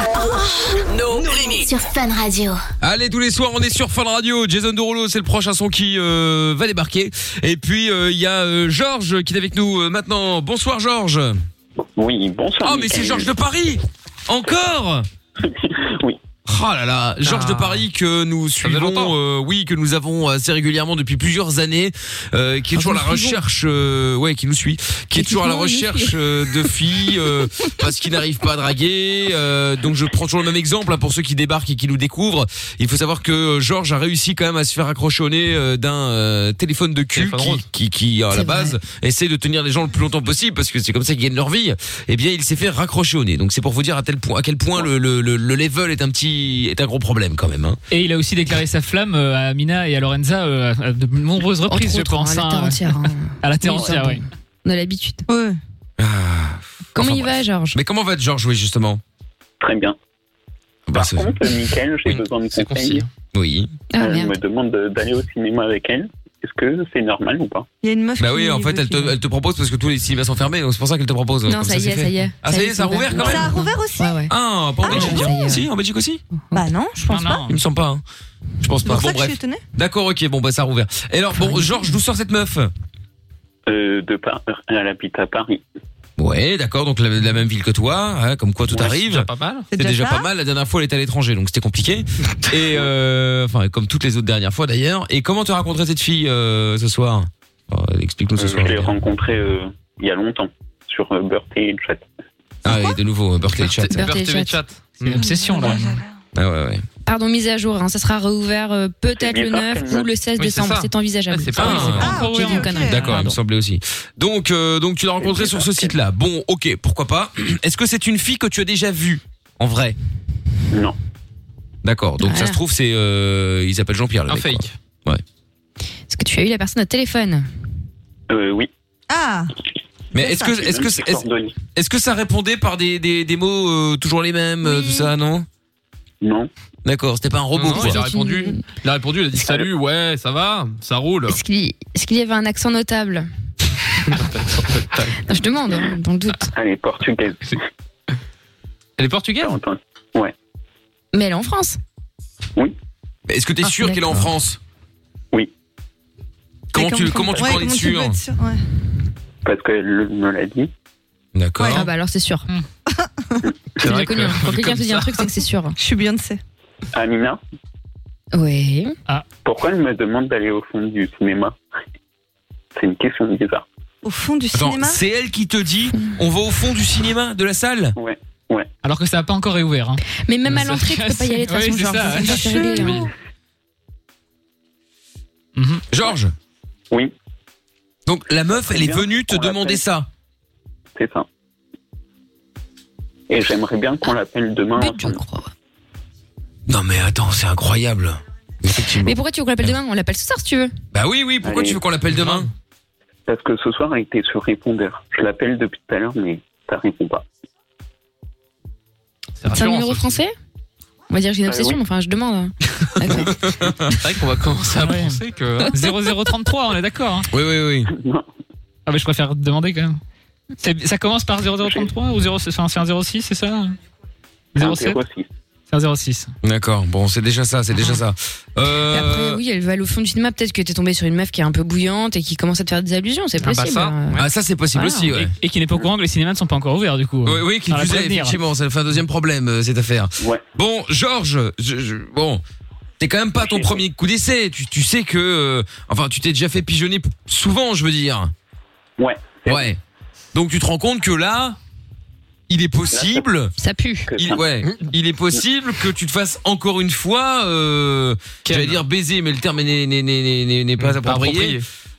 No Limite. Sur Fun Radio. Allez, tous les soirs, on est sur Fun Radio. Jason Derulo, c'est le prochain son qui euh, va débarquer. Et puis, il euh, y a euh, Georges qui est avec nous euh, maintenant. Bonsoir, Georges. Oui, bonsoir. Oh, mais c'est Georges de Paris. Encore. Oui. Oh là là, Georges Ah. de Paris que nous fait suivons, longtemps. euh, oui, que nous avons assez régulièrement depuis plusieurs années, euh, qui est toujours à la vous suivons. recherche, euh, ouais, qui nous suit, qui est toujours à la Effectivement, il nous recherche suit. euh, de filles euh, parce qu'il n'arrive pas à draguer. Euh, donc je prends toujours le même exemple hein, pour ceux qui débarquent et qui nous découvrent. Il faut savoir que euh, Georges a réussi quand même à se faire accrocher au nez euh, d'un euh, téléphone de cul Téléphone qui, rose. qui, qui, à la C'est base essaie de tenir les gens le plus longtemps possible parce que c'est comme ça qu'ils gagnent leur vie. Eh bien, il s'est fait raccrocher au nez. Donc c'est pour vous dire à tel point, à quel point le, le, le, le level est un petit, est un gros problème quand même. Hein. Et il a aussi déclaré sa flamme euh, à Amina et à Lorenza euh, à de nombreuses reprises, Entre je autres, pense. hein, à la terre hein. entière. hein. À la terre Oui, entière, ça, oui. On a l'habitude. Ouais. Ah. Comment Enfin, il bref. va, Georges? Mais comment va Georges, oui, justement? Très bien. Bah, Par c'est- contre, euh, Mickaël, j'ai Oui, besoin de c'est conseils. concis. Oui. Ah, Euh, elle merde. me demande de- d'aller au cinéma avec elle. Est-ce que c'est normal ou pas? Il y a une meuf Bah qui oui, en fait, veut elle te, qu'il- elle te propose parce que tous les cinémas sont fermés, donc c'est pour ça qu'elle te propose. Non, Comme ça y c'est est, fait. ça y est. Ah, ça y est, ça a rouvert quand même. Ça a rouvert aussi? Ouais, ouais. Ah, pas en Ah, Belgique. ça y est. Si, en Belgique aussi. Bah non, je pense Non, pas. non. Il me semble pas. Hein. Je pense C'est pas. pour Bon, ça que je suis bref. étonnée. D'accord, ok, bon, bah ça a rouvert. Et alors, bon, Georges, d'où sort cette meuf? Euh, de par... Elle habite à Paris. Ouais, d'accord, donc la, la même ville que toi, hein, comme quoi tout Ouais, arrive. C'est déjà pas mal. C'est déjà pas mal. La dernière fois, elle était à l'étranger, donc c'était compliqué. Et euh, enfin, comme toutes les autres dernières fois d'ailleurs. Et comment te rencontrer cette fille euh, ce soir? Oh, explique-nous ce Euh, soir. je l'ai rencontrée euh, il y a longtemps sur euh, Birthday Chat. Ah oui, de nouveau, Birthday Chat. Birthday Birthday Chat. Chat. C'est une obsession là. Ah ouais, ouais. Pardon, mise à jour, hein, ça sera réouvert euh, peut-être C'est le bien neuf ça, ou le seize Oui, c'est décembre, ça. c'est envisageable. Ouais, c'est pas- Ah, c'est pas Ah, encore ok, ouvert. J'ai dit une ok. connerie. D'accord, il me Pardon. semblait aussi. Donc, euh, donc tu l'as rencontré sur ce site-là. Bon, ok, pourquoi pas. Est-ce que c'est une fille que tu as déjà vue en vrai? Non. D'accord. Donc ça Voilà. se trouve c'est euh, il s'appelle Jean-Pierre le Un mec, quoi. fake. Est-ce que tu as eu la personne au téléphone? Euh, oui. Ah, Mais C'est est-ce ça. que est-ce que Même est-ce, coordonnées. est-ce que ça répondait par des des, des mots euh, toujours les mêmes euh, Oui. tout ça, non? Non. D'accord, c'était pas un robot Non, quoi. il a C'est répondu. une- Il a répondu, il a dit salut, ouais, ça va, ça roule. Est-ce qu'il y... est-ce qu'il y avait un accent notable? Non, je demande, hein, dans le doute. Elle est portugaise. Elle est portugaise? T'as entendu? Mais elle est en France. Mais est-ce que t'es Ah, sûr qu'elle est en d'accord. France? Oui. Comment Mais tu comment tu ouais, peux en être comment tu sûr? peux être sûr, ouais. Parce qu'elle me l'a dit. D'accord. Ah bah alors c'est sûr. C'est Je vrai l'ai connu. que- hein. Quand quelqu'un comme te dit un ça. truc, c'est que c'est sûr. Je suis Beyoncé. Amina, Oui. pourquoi elle me demande d'aller au fond du cinéma? C'est une question bizarre. Au fond du Attends, cinéma. c'est elle qui te dit on va au fond du cinéma, de la salle? Ouais. Alors que ça n'a pas encore réouvert. Hein. Mais même à Ça- l'entrée, tu peux pas y aller de toute Oui, façon, c'est genre. ça, faut ouais. pas se régler, Oui. hein. Mhm. Georges. Oui, Donc la meuf, elle est Bien, venue te on demander l'appelle. ça. c'est ça. Et j'aimerais bien qu'on l'appelle demain. But, je ensemble. crois. Non mais attends, c'est incroyable. Effectivement. Mais pourquoi tu veux qu'on l'appelle demain? On l'appelle ce soir si tu veux. Bah oui, oui, pourquoi Allez. tu veux qu'on l'appelle demain? Parce que ce soir, elle était sur répondeur. Je l'appelle depuis tout à l'heure, mais ça répond pas. C'est un rassurant, numéro ça. français? On va dire que j'ai une Euh, obsession, oui. mais enfin je demande. hein. D'accord. C'est vrai qu'on va commencer à Ouais. penser que. zéro zéro trente-trois, on est d'accord. Hein. Oui, oui, oui. Non, Ah mais je préfère demander quand même. C'est- Ça commence par zéro zéro trente-trois ou zéro, enfin, c'est un zéro six, c'est ça? zéro sept? zéro six. C'est un zéro six. D'accord. Bon, c'est déjà ça, c'est déjà ça. Et Euh... après, oui, elle va aller au fond du cinéma. Peut-être que t'es tombé sur une meuf qui est un peu bouillante et qui commence à te faire des allusions. C'est Ah bah possible. ça, hein. ouais. Ah, ça c'est possible Voilà. aussi, ouais. Et, et qui n'est pas au courant que les cinémas ne sont pas encore ouverts du coup. Oui, oui, qui On va plus est, prévenir. effectivement, ça fait un deuxième problème, euh, cette affaire. Ouais. Bon, Georges, je, je- bon, t'es quand même pas ton premier coup d'essai. Tu, tu sais que, euh, enfin, tu t'es déjà fait pigeonner p- souvent, je veux dire. Ouais. Ouais. Donc tu te rends compte que là, il est possible, Ça pue. Que il, ça. ouais, il est possible que tu te fasses encore une fois, euh, Ken. j'allais dire baiser, mais le terme n'est n'est n'est n'est n'est pas Pas approprié. approprié.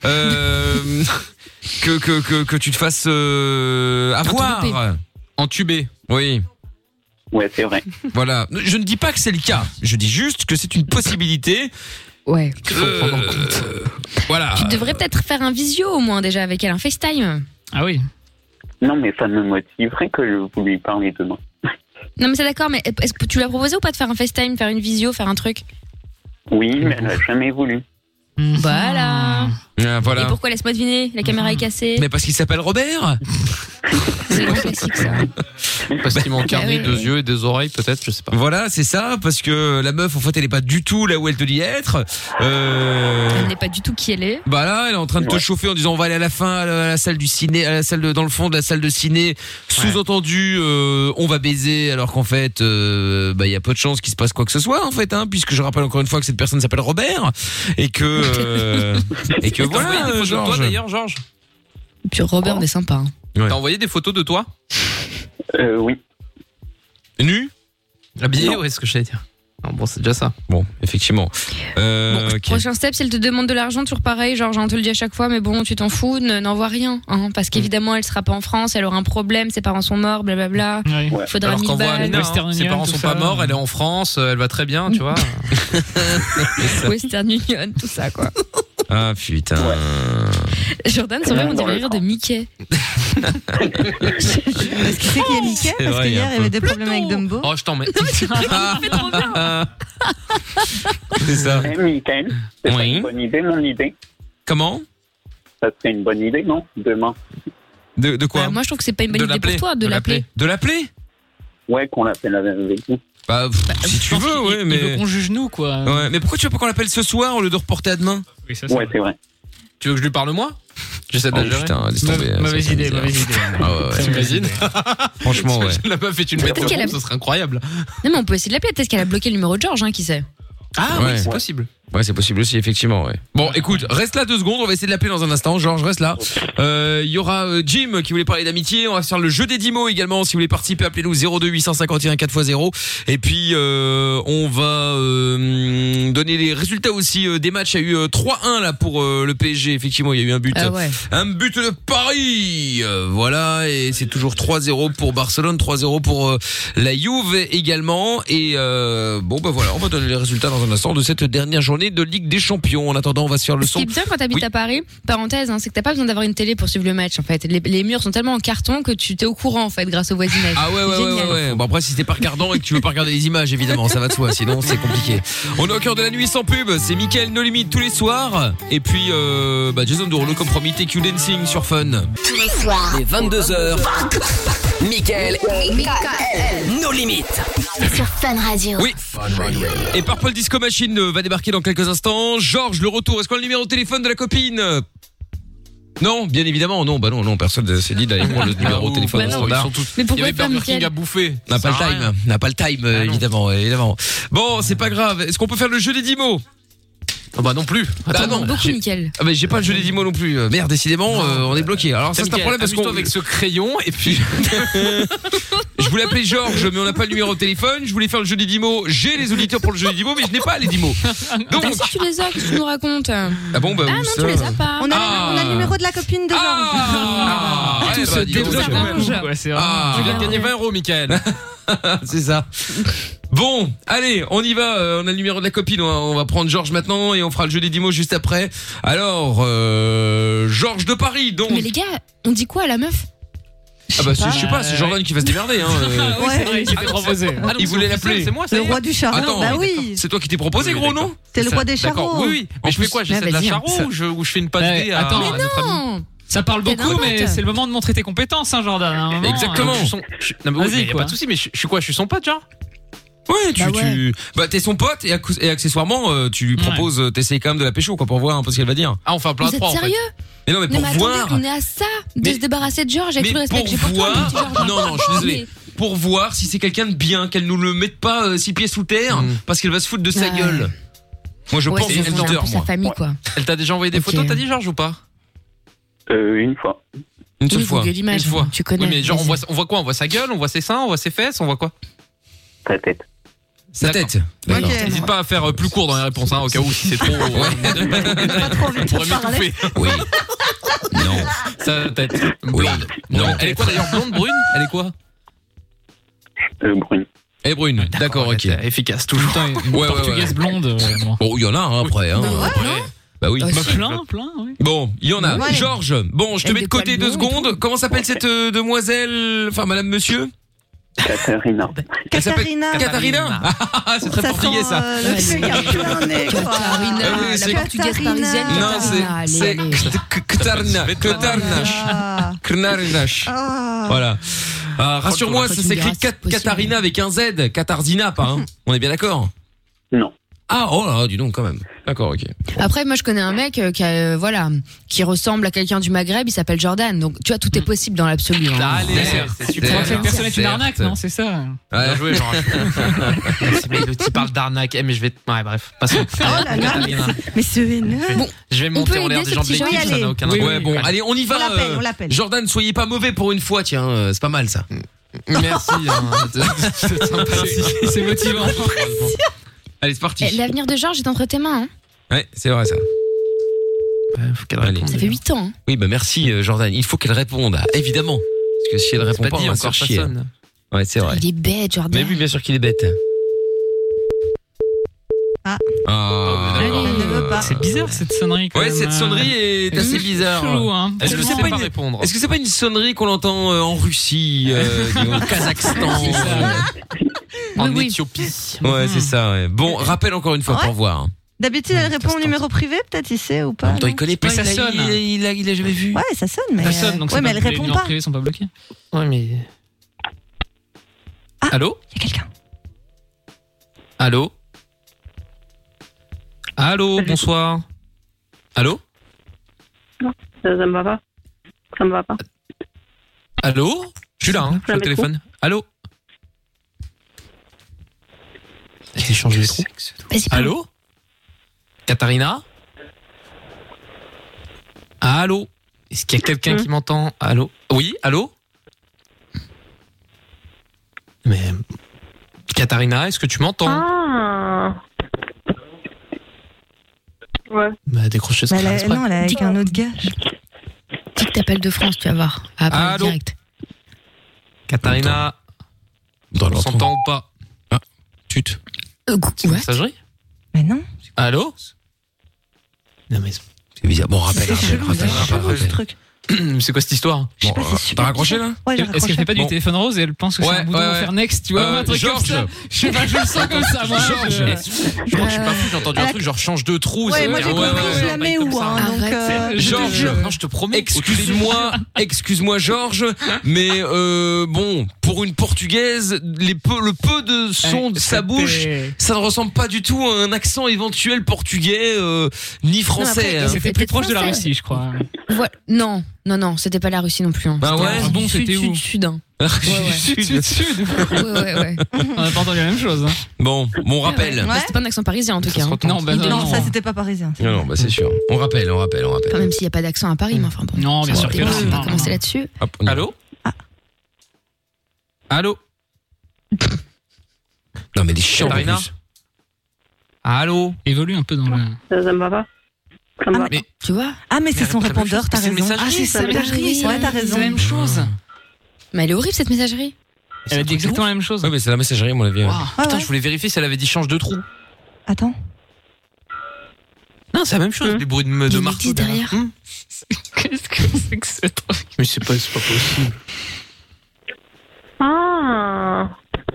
Euh, que que que que tu te fasses euh, avoir. Entourlouper. Entubé. Oui. Ouais, c'est vrai. Voilà. Je ne dis pas que c'est le cas. Je dis juste que c'est une possibilité. Ouais. Euh, voilà. Tu devrais peut-être faire un visio au moins déjà avec elle, un FaceTime. Ah oui. Non, mais ça me motiverait que vous lui parliez demain. Non mais c'est d'accord, mais est-ce que tu l'as proposé ou pas de faire un FaceTime, faire une visio, faire un truc? Oui, mais elle n'a jamais voulu. Voilà. Ah, voilà. Et pourquoi, laisse-moi deviner, la caméra est cassée? Mais parce qu'il s'appelle Robert. C'est le classique ça. Parce qu'il manque un Bah nez, oui. deux yeux et des oreilles, peut-être, je sais pas. Voilà, c'est ça, parce que la meuf, en fait, elle est pas du tout là où elle te dit être. Euh... Elle n'est pas du tout qui elle est. Bah là, elle est en train de te Ouais. chauffer en disant on va aller à la fin à la, à la salle du ciné, à la salle de, dans le fond de la salle de ciné. Sous-entendu, euh, on va baiser, alors qu'en fait, euh, bah il y a peu de chances qu'il se passe quoi que ce soit en fait, hein, puisque je rappelle encore une fois que cette personne s'appelle Robert et que euh, et que T'as envoyé voilà, des photos de toi Georges. d'ailleurs, Georges? Et puis Robert, on est sympa. hein. Ouais. T'as envoyé des photos de toi? Euh, oui. Nu. Habillé, Non. ouais, c'est ce que j'allais dire. Non, bon, c'est déjà ça. Bon, effectivement. Euh, Bon, ok. prochain step, si elle te demande de l'argent, toujours pareil, genre, on te le dit à chaque fois, mais bon, tu t'en fous, ne- n'envoie rien, hein, parce qu'évidemment, elle sera pas en France, elle aura un problème, ses parents sont morts, blablabla. Oui. Ouais. Faudra Alors mille qu'envoie balles. Amina, Western hein, ses Union, parents tout sont ça. pas morts, elle est en France, euh, elle va très bien, tu vois. Western Union, tout ça, quoi. Ah putain. Jordan, c'est vrai, on Dans dirait le rire de train. Mickey. Est-ce que c'est qui est Mickaël? C'est Parce vrai, il y a qu'hier, un il y peu. avait des problèmes avec Dumbo. Oh, je t'en mets. C'est ça. Eh, Mickaël, c'est pas Oui. une bonne idée, mon idée. Comment? Ça serait une bonne idée, non? Demain. De, de quoi? Bah, moi, je trouve que c'est pas une bonne De idée l'appeler. pour toi de l'appeler. De l'appeler? Ouais, qu'on l'appelle avec vous. Bah, pff, si Je tu pense veux, qu'il- ouais, il mais. veut qu'on juge nous, quoi. Ouais, mais pourquoi tu veux pas qu'on l'appelle ce soir au lieu de reporter à demain? Oui, ça, Ouais, c'est vrai. Tu veux que je lui parle moi? J'essaie de Oh la gérer. putain, laisse tomber. Mauvaise- Mauvaise ça fait idée, plaisir. mauvaise idée. Ah ouais, ouais. T'imagines? Franchement, ouais. Je l'ai pas fait une Peut-être météo, qu'elle a- ce serait incroyable. Non, mais on peut essayer de l'appeler. Peut-être qu'elle a bloqué le numéro de Georges, hein, qui sait. Ah Ouais. oui, c'est possible. Ouais, c'est possible aussi, effectivement, ouais. Bon, écoute, reste là deux secondes, on va essayer de l'appeler dans un instant. Georges, reste là. Euh, il y aura euh, Jim qui voulait parler d'amitié. On va faire le jeu des dix mots également. Si vous voulez participer, appelez-nous zéro deux huit cent cinquante et un quatre fois zéro. Et puis, euh, on va euh, donner les résultats aussi euh, des matchs. Il y a eu euh, trois un là pour euh, le P S G. Effectivement, il y a eu un but. Ah ouais. Un but de Paris. Euh, voilà, et c'est toujours trois zéro pour Barcelone, trois zéro pour euh, la Juve également. Et euh, bon, bah voilà, on va donner les résultats dans un instant de cette dernière journée de Ligue des Champions. En attendant, on va se faire le Ce son. qui est bien quand t'habites Oui. à Paris, parenthèse, hein, c'est que t'as pas besoin d'avoir une télé pour suivre le match en fait. Les, les murs sont tellement en carton que tu t'es au courant en fait grâce au voisinage. Ah ouais ouais ouais, Génial. ouais ouais. Bon après si t'es pas regardant et que tu veux pas regarder les images évidemment ça va de soi sinon c'est compliqué. On est au cœur de la nuit sans pub, c'est Mickaël No Limit tous les soirs et puis euh, bah Jason Derulo comme promis T Q Dancing sur Fun. Tous les soirs, les vingt-deux heures. Mickaël, nos limites. C'est sur Fun Radio. Oui. Et Purple Disco Machine euh, va débarquer dans quelques instants. Georges le retour, est-ce qu'on a le numéro de téléphone de la copine? Non, bien évidemment, non, bah non, non, personne ne s'est dit d'aller prendre le numéro de téléphone Bah au non. standard. Ils sont tous- Mais Il y pourquoi avait pas Burger King Mickaël à bouffer. On n'a pas le Ça sert à time, rien. on n'a pas le time, euh, Ah non. évidemment, évidemment. Bon, c'est pas grave. Est-ce qu'on peut faire le jeu des dix mots? Ah bah non plus. Ah Ça non, demande beaucoup, j'ai- Mickaël. Ah bah j'ai pas le jeu des dix mots non plus. Euh, Merde, décidément, euh, on est bloqué. Alors ça c'est un problème parce qu'on avec ce crayon et puis je voulais appeler Georges, mais on n'a pas le numéro de téléphone. Je voulais faire le jeu des dix mots. J'ai les auditeurs pour le jeu des dix mots, mais je n'ai pas les dix mots. Donc Ah, si tu les as, qu'est-ce que tu nous racontes? Ah ah bon bah où non, ça tu les as pas. On a, Ah. on a le numéro de la copine de Georges. Ah, Tout ouais, se bah, dis donc, débloque c'est- d'un coup, s'arrange. quoi, c'est vraiment- Ah. tu viens de gagner vingt euros, Mickaël. c'est ça. Bon, allez, on y va. euh, On a le numéro de la copine. On va, on va prendre Georges maintenant et on fera le jeu des dix mots juste après. Alors, euh, Georges de Paris, donc. Mais les gars, on dit quoi à la meuf? Ah bah c'est- je sais pas, c'est Jordan qui va se démerder. Hein. euh. Ah oui, c'est vrai, il s'était Ah non, proposé. Ah, donc Il c'est voulait officiel, l'appeler. C'est moi, ça Le y est. roi du charron. Attends, Bah oui, oui. C'est toi qui t'es proposé, Oui, gros, d'accord. non? C'est le Ça, roi des D'accord, charros. oui, oui. En Mais je fais plus- quoi? J'essaie Ah, de la vas-y, charo ça- ou je, ou je fais une passe Ouais, D à attends, à mais notre ami? Non. Ça parle T'es beaucoup, n'importe. mais c'est le moment de montrer tes compétences, hein, Jordan. à un moment. Exactement. Je suis son- je- Non mais oui, Vas-y, mais y a quoi. pas de souci, mais je je suis quoi? Je suis son pote, genre? Ouais, tu, Bah ouais. tu, bah t'es son pote et, accou- et accessoirement euh, tu lui Ouais. proposes, euh, t'essayes quand même de la pécho quoi pour voir un peu ce qu'elle va dire. Ah, on fait un plein Vous à êtes trois en fait. sérieux? Mais non mais Non pour mais attendez, voir, on est à ça de Mais- se débarrasser de Georges avec mais tout le respect pour que j'ai pour toi, voir, mon petit Georges. non non, je suis désolé. Mais- Pour voir si c'est quelqu'un de bien, qu'elle nous le mette pas euh, six pieds sous terre Mm. parce qu'elle va se foutre de sa Ouais. gueule. Moi je Ouais, pense c'est qu'elle c'est un leader peu sa moi. famille quoi. Elle t'a déjà envoyé des Ok. photos, t'as dit, Georges, ou pas? Euh, une fois. Une seule Oui, fois. Google Images, Une fois. tu connais. Oui, mais genre, on vas-y. voit, on voit quoi? On voit sa gueule, on voit ses seins, on voit ses fesses, on voit quoi? Ta tête. Sa D'accord. tête. D'accord. Ok. N'hésite pas à faire euh, plus court dans les réponses, hein, au cas où si c'est trop. Pas trop envie On de pourrait te parler. m'étouffer. Oui. Non. Sa tête. Oui. Blonde. Non. Non. Elle est quoi d'ailleurs? Blonde, brune? Elle est quoi? Euh, brune. Et brune. D'accord, ok. elle est Efficace, toujours. Putain, une Ouais, ouais, portugaise ouais. blonde. euh, bon. Bon, il y en a hein, après hein. Bah ouais, Ouais. non Bah oui. Bah, Bah, si. plein, plein, oui. Bon, il y en a. Ouais. Georges, bon, je te Elle mets de côté deux décolle blond et secondes. tout. Comment s'appelle cette euh, demoiselle, enfin madame, monsieur? Katharina. Elle s'appelle Katharina. Katharina. Ah, c'est très Ça portugais sent, ça. euh, le truc un peu un nez, quoi. Katarina, Ah oui, c'est- la portugaise Katarina. parisienne. Non, Katarina, c'est allez, c'est allez. Katarina, Katarina, Ah. Katarina. Ah. Voilà. Ah, rassure-moi, ça Tu me s'écrit diras si c'est Kat- possible. Katarina avec un Z, Katarzina pas hein. On est bien d'accord? Non. Ah, oh là, dis donc quand même. D'accord, ok. Après, moi, je connais un mec euh, qui, a, euh, voilà, qui ressemble à quelqu'un du Maghreb. Il s'appelle Jordan. Donc, tu vois, tout est possible dans l'absolu. hein. Allez, Certes, c'est super. Pour que personne est une certes. arnaque, non, c'est ça. Ouais. Bien joué, Georges. Mais le type parle d'arnaque. Eh, mais je vais. Ouais, bref. Passons. Oh là là. Katarina. Mais ce énerve. Bon, Je vais On monter peut en l'air aider des ce gens de petit l'équipe, Jean. ça n'a aucun Oui, intérêt. Ouais, bon, allez, on y va. On l'appelle, euh, on l'appelle. Jordan, soyez pas mauvais pour une fois, tiens, euh, c'est pas mal ça. Merci. hein, C'est sympathique. C'est motivant. Allez, c'est parti. eh, l'avenir de Georges est entre tes mains. hein. Ouais, c'est vrai ça. Ouais, faut qu'elle Allez. réponde. Ça fait huit ans. hein. Oui, bah merci euh, Jordan. Il faut qu'elle réponde, ah, évidemment. Parce que si elle C'est répond pas pas, dit on va se encore, faire ça chier. hein. sonne. Ouais, c'est vrai. Il est bête, Jordan. Mais oui, bien sûr qu'il est bête. Ah. Ah, d'accord. Elle ne veut pas. C'est bizarre cette sonnerie. Quand Ouais, même, cette euh. sonnerie est assez bizarre. Chelou, hein. Est-ce que Je c'est sais pas pas une répondre. Est-ce que c'est pas une sonnerie qu'on entend euh, en Russie, euh, au Kazakhstan C'est ça. euh, En Oui, oui. Éthiopie. Ouais, c'est ça. Ouais. Bon, rappelle encore une fois Ouais. pour voir. D'habitude, elle répond au numéro privé, peut-être, il sait ou En pas. même temps, il non connaît pas. Mais ça il, a, sonne. il, a, il, a, il a jamais vu. Ouais, ça sonne, mais. Ça sonne, donc ouais, c'est mais pas- elle les répond numéros pas. privés sont pas bloqués. Ouais, mais. Ah. Allô Il y a quelqu'un. Allô Allô, bonsoir. Allô Ça, ça me va pas. Ça me va pas. Allô Je suis là, hein, je suis au téléphone. Allô J'ai changé de trou. Vas-y, parle. Allô Katharina Allô Est-ce qu'il y a quelqu'un Hmm. qui m'entend Allô Oui, allô Mais... Katharina, est-ce que tu m'entends Ah. Ouais. Bah, décrochez ce Mais elle crâne, est- c'est pas- non, elle est avec un autre gars. Dis que t'appelles de France, tu vas voir. Ah, pas Allô direct. Katharina, Dans on s'entend ou pas Tut. Euh, C'est une ouais. messagerie Mais non. Allô Non mais... C'est bizarre. Bon, rappelle, C'est rappelle, chelou, rappelle, c'est rappelle, chelou, ce rappelle. truc. C'est quoi cette histoire Je sais Bon, pas, euh, c'est super t'as raccroché, bizarre. là Ouais, j'ai Est-ce qu'elle raccroché. fait pas du Bon. téléphone rose et elle pense que Ouais, c'est un boudin ouais, à ouais. faire next, tu vois, Euh, un truc Georges. comme ça. Je sais pas, je le sens comme ça, moi. Georges. je- Je crois que je suis pas fou, j'ai entendu un Elle a- truc genre change de trou. Ouais, c'est- moi j'ai ouais, compris, ouais, je ouais, la un mets bail comme où, ça. hein, donc. Arrête. euh, Je te Georges. jure. Non, je te promets. Excuse-moi, excuse-moi Georges, mais euh, bon, pour une portugaise, les peu, le peu de son de sa C'était- bouche, ça ne ressemble pas du tout à un accent éventuel portugais euh, ni français. après, hein. c'est- C'était plus proche de la français. Russie, je crois. Voilà. Non, non, non, c'était pas la Russie non plus. Hein. Ah C'était ouais un- Bon, du c'était sud, où sud, sud, hein. Sud, Sud, sud, sud. Ouais, ouais, ouais. On n'a pas entendu la même chose. Hein. Bon, mon rappel. Ouais. Bah, c'était pas un accent parisien en tout cas. hein. Non, bah non, Non, non. ça c'était pas parisien. Non, non, bah c'est sûr. On rappelle, on rappelle, on Enfin, rappelle. même s'il n'y a pas d'accent à Paris, mais enfin bon. Non, bien Ça, sûr on que va non, pas non, commencer non. là-dessus. Hop, on y va. Allô Allô Non, mais des chiants. en Katharina plus. Allô Évolue un peu dans le. Ça, ça me va pas. Ça me Ah, va mais- pas. Tu vois? Ah, mais c'est Mais son la même répondeur, chose, t'as c'est une raison. messagerie, Ah, c'est ça, sa messagerie, messagerie, ouais, t'as C'est raison. la même chose. Mais elle est horrible cette messagerie. Elle a dit exactement la même chose. Ouais, mais c'est la messagerie, à mon avis. Waouh, Ouais, Putain, ouais. je voulais vérifier si elle avait dit change de trou. Attends. Non, c'est la même chose, Hum. les bruits de, de Il y a une marteau église derrière. Hum. Qu'est-ce que c'est que ce truc? Mais c'est pas, c'est pas possible. Ah.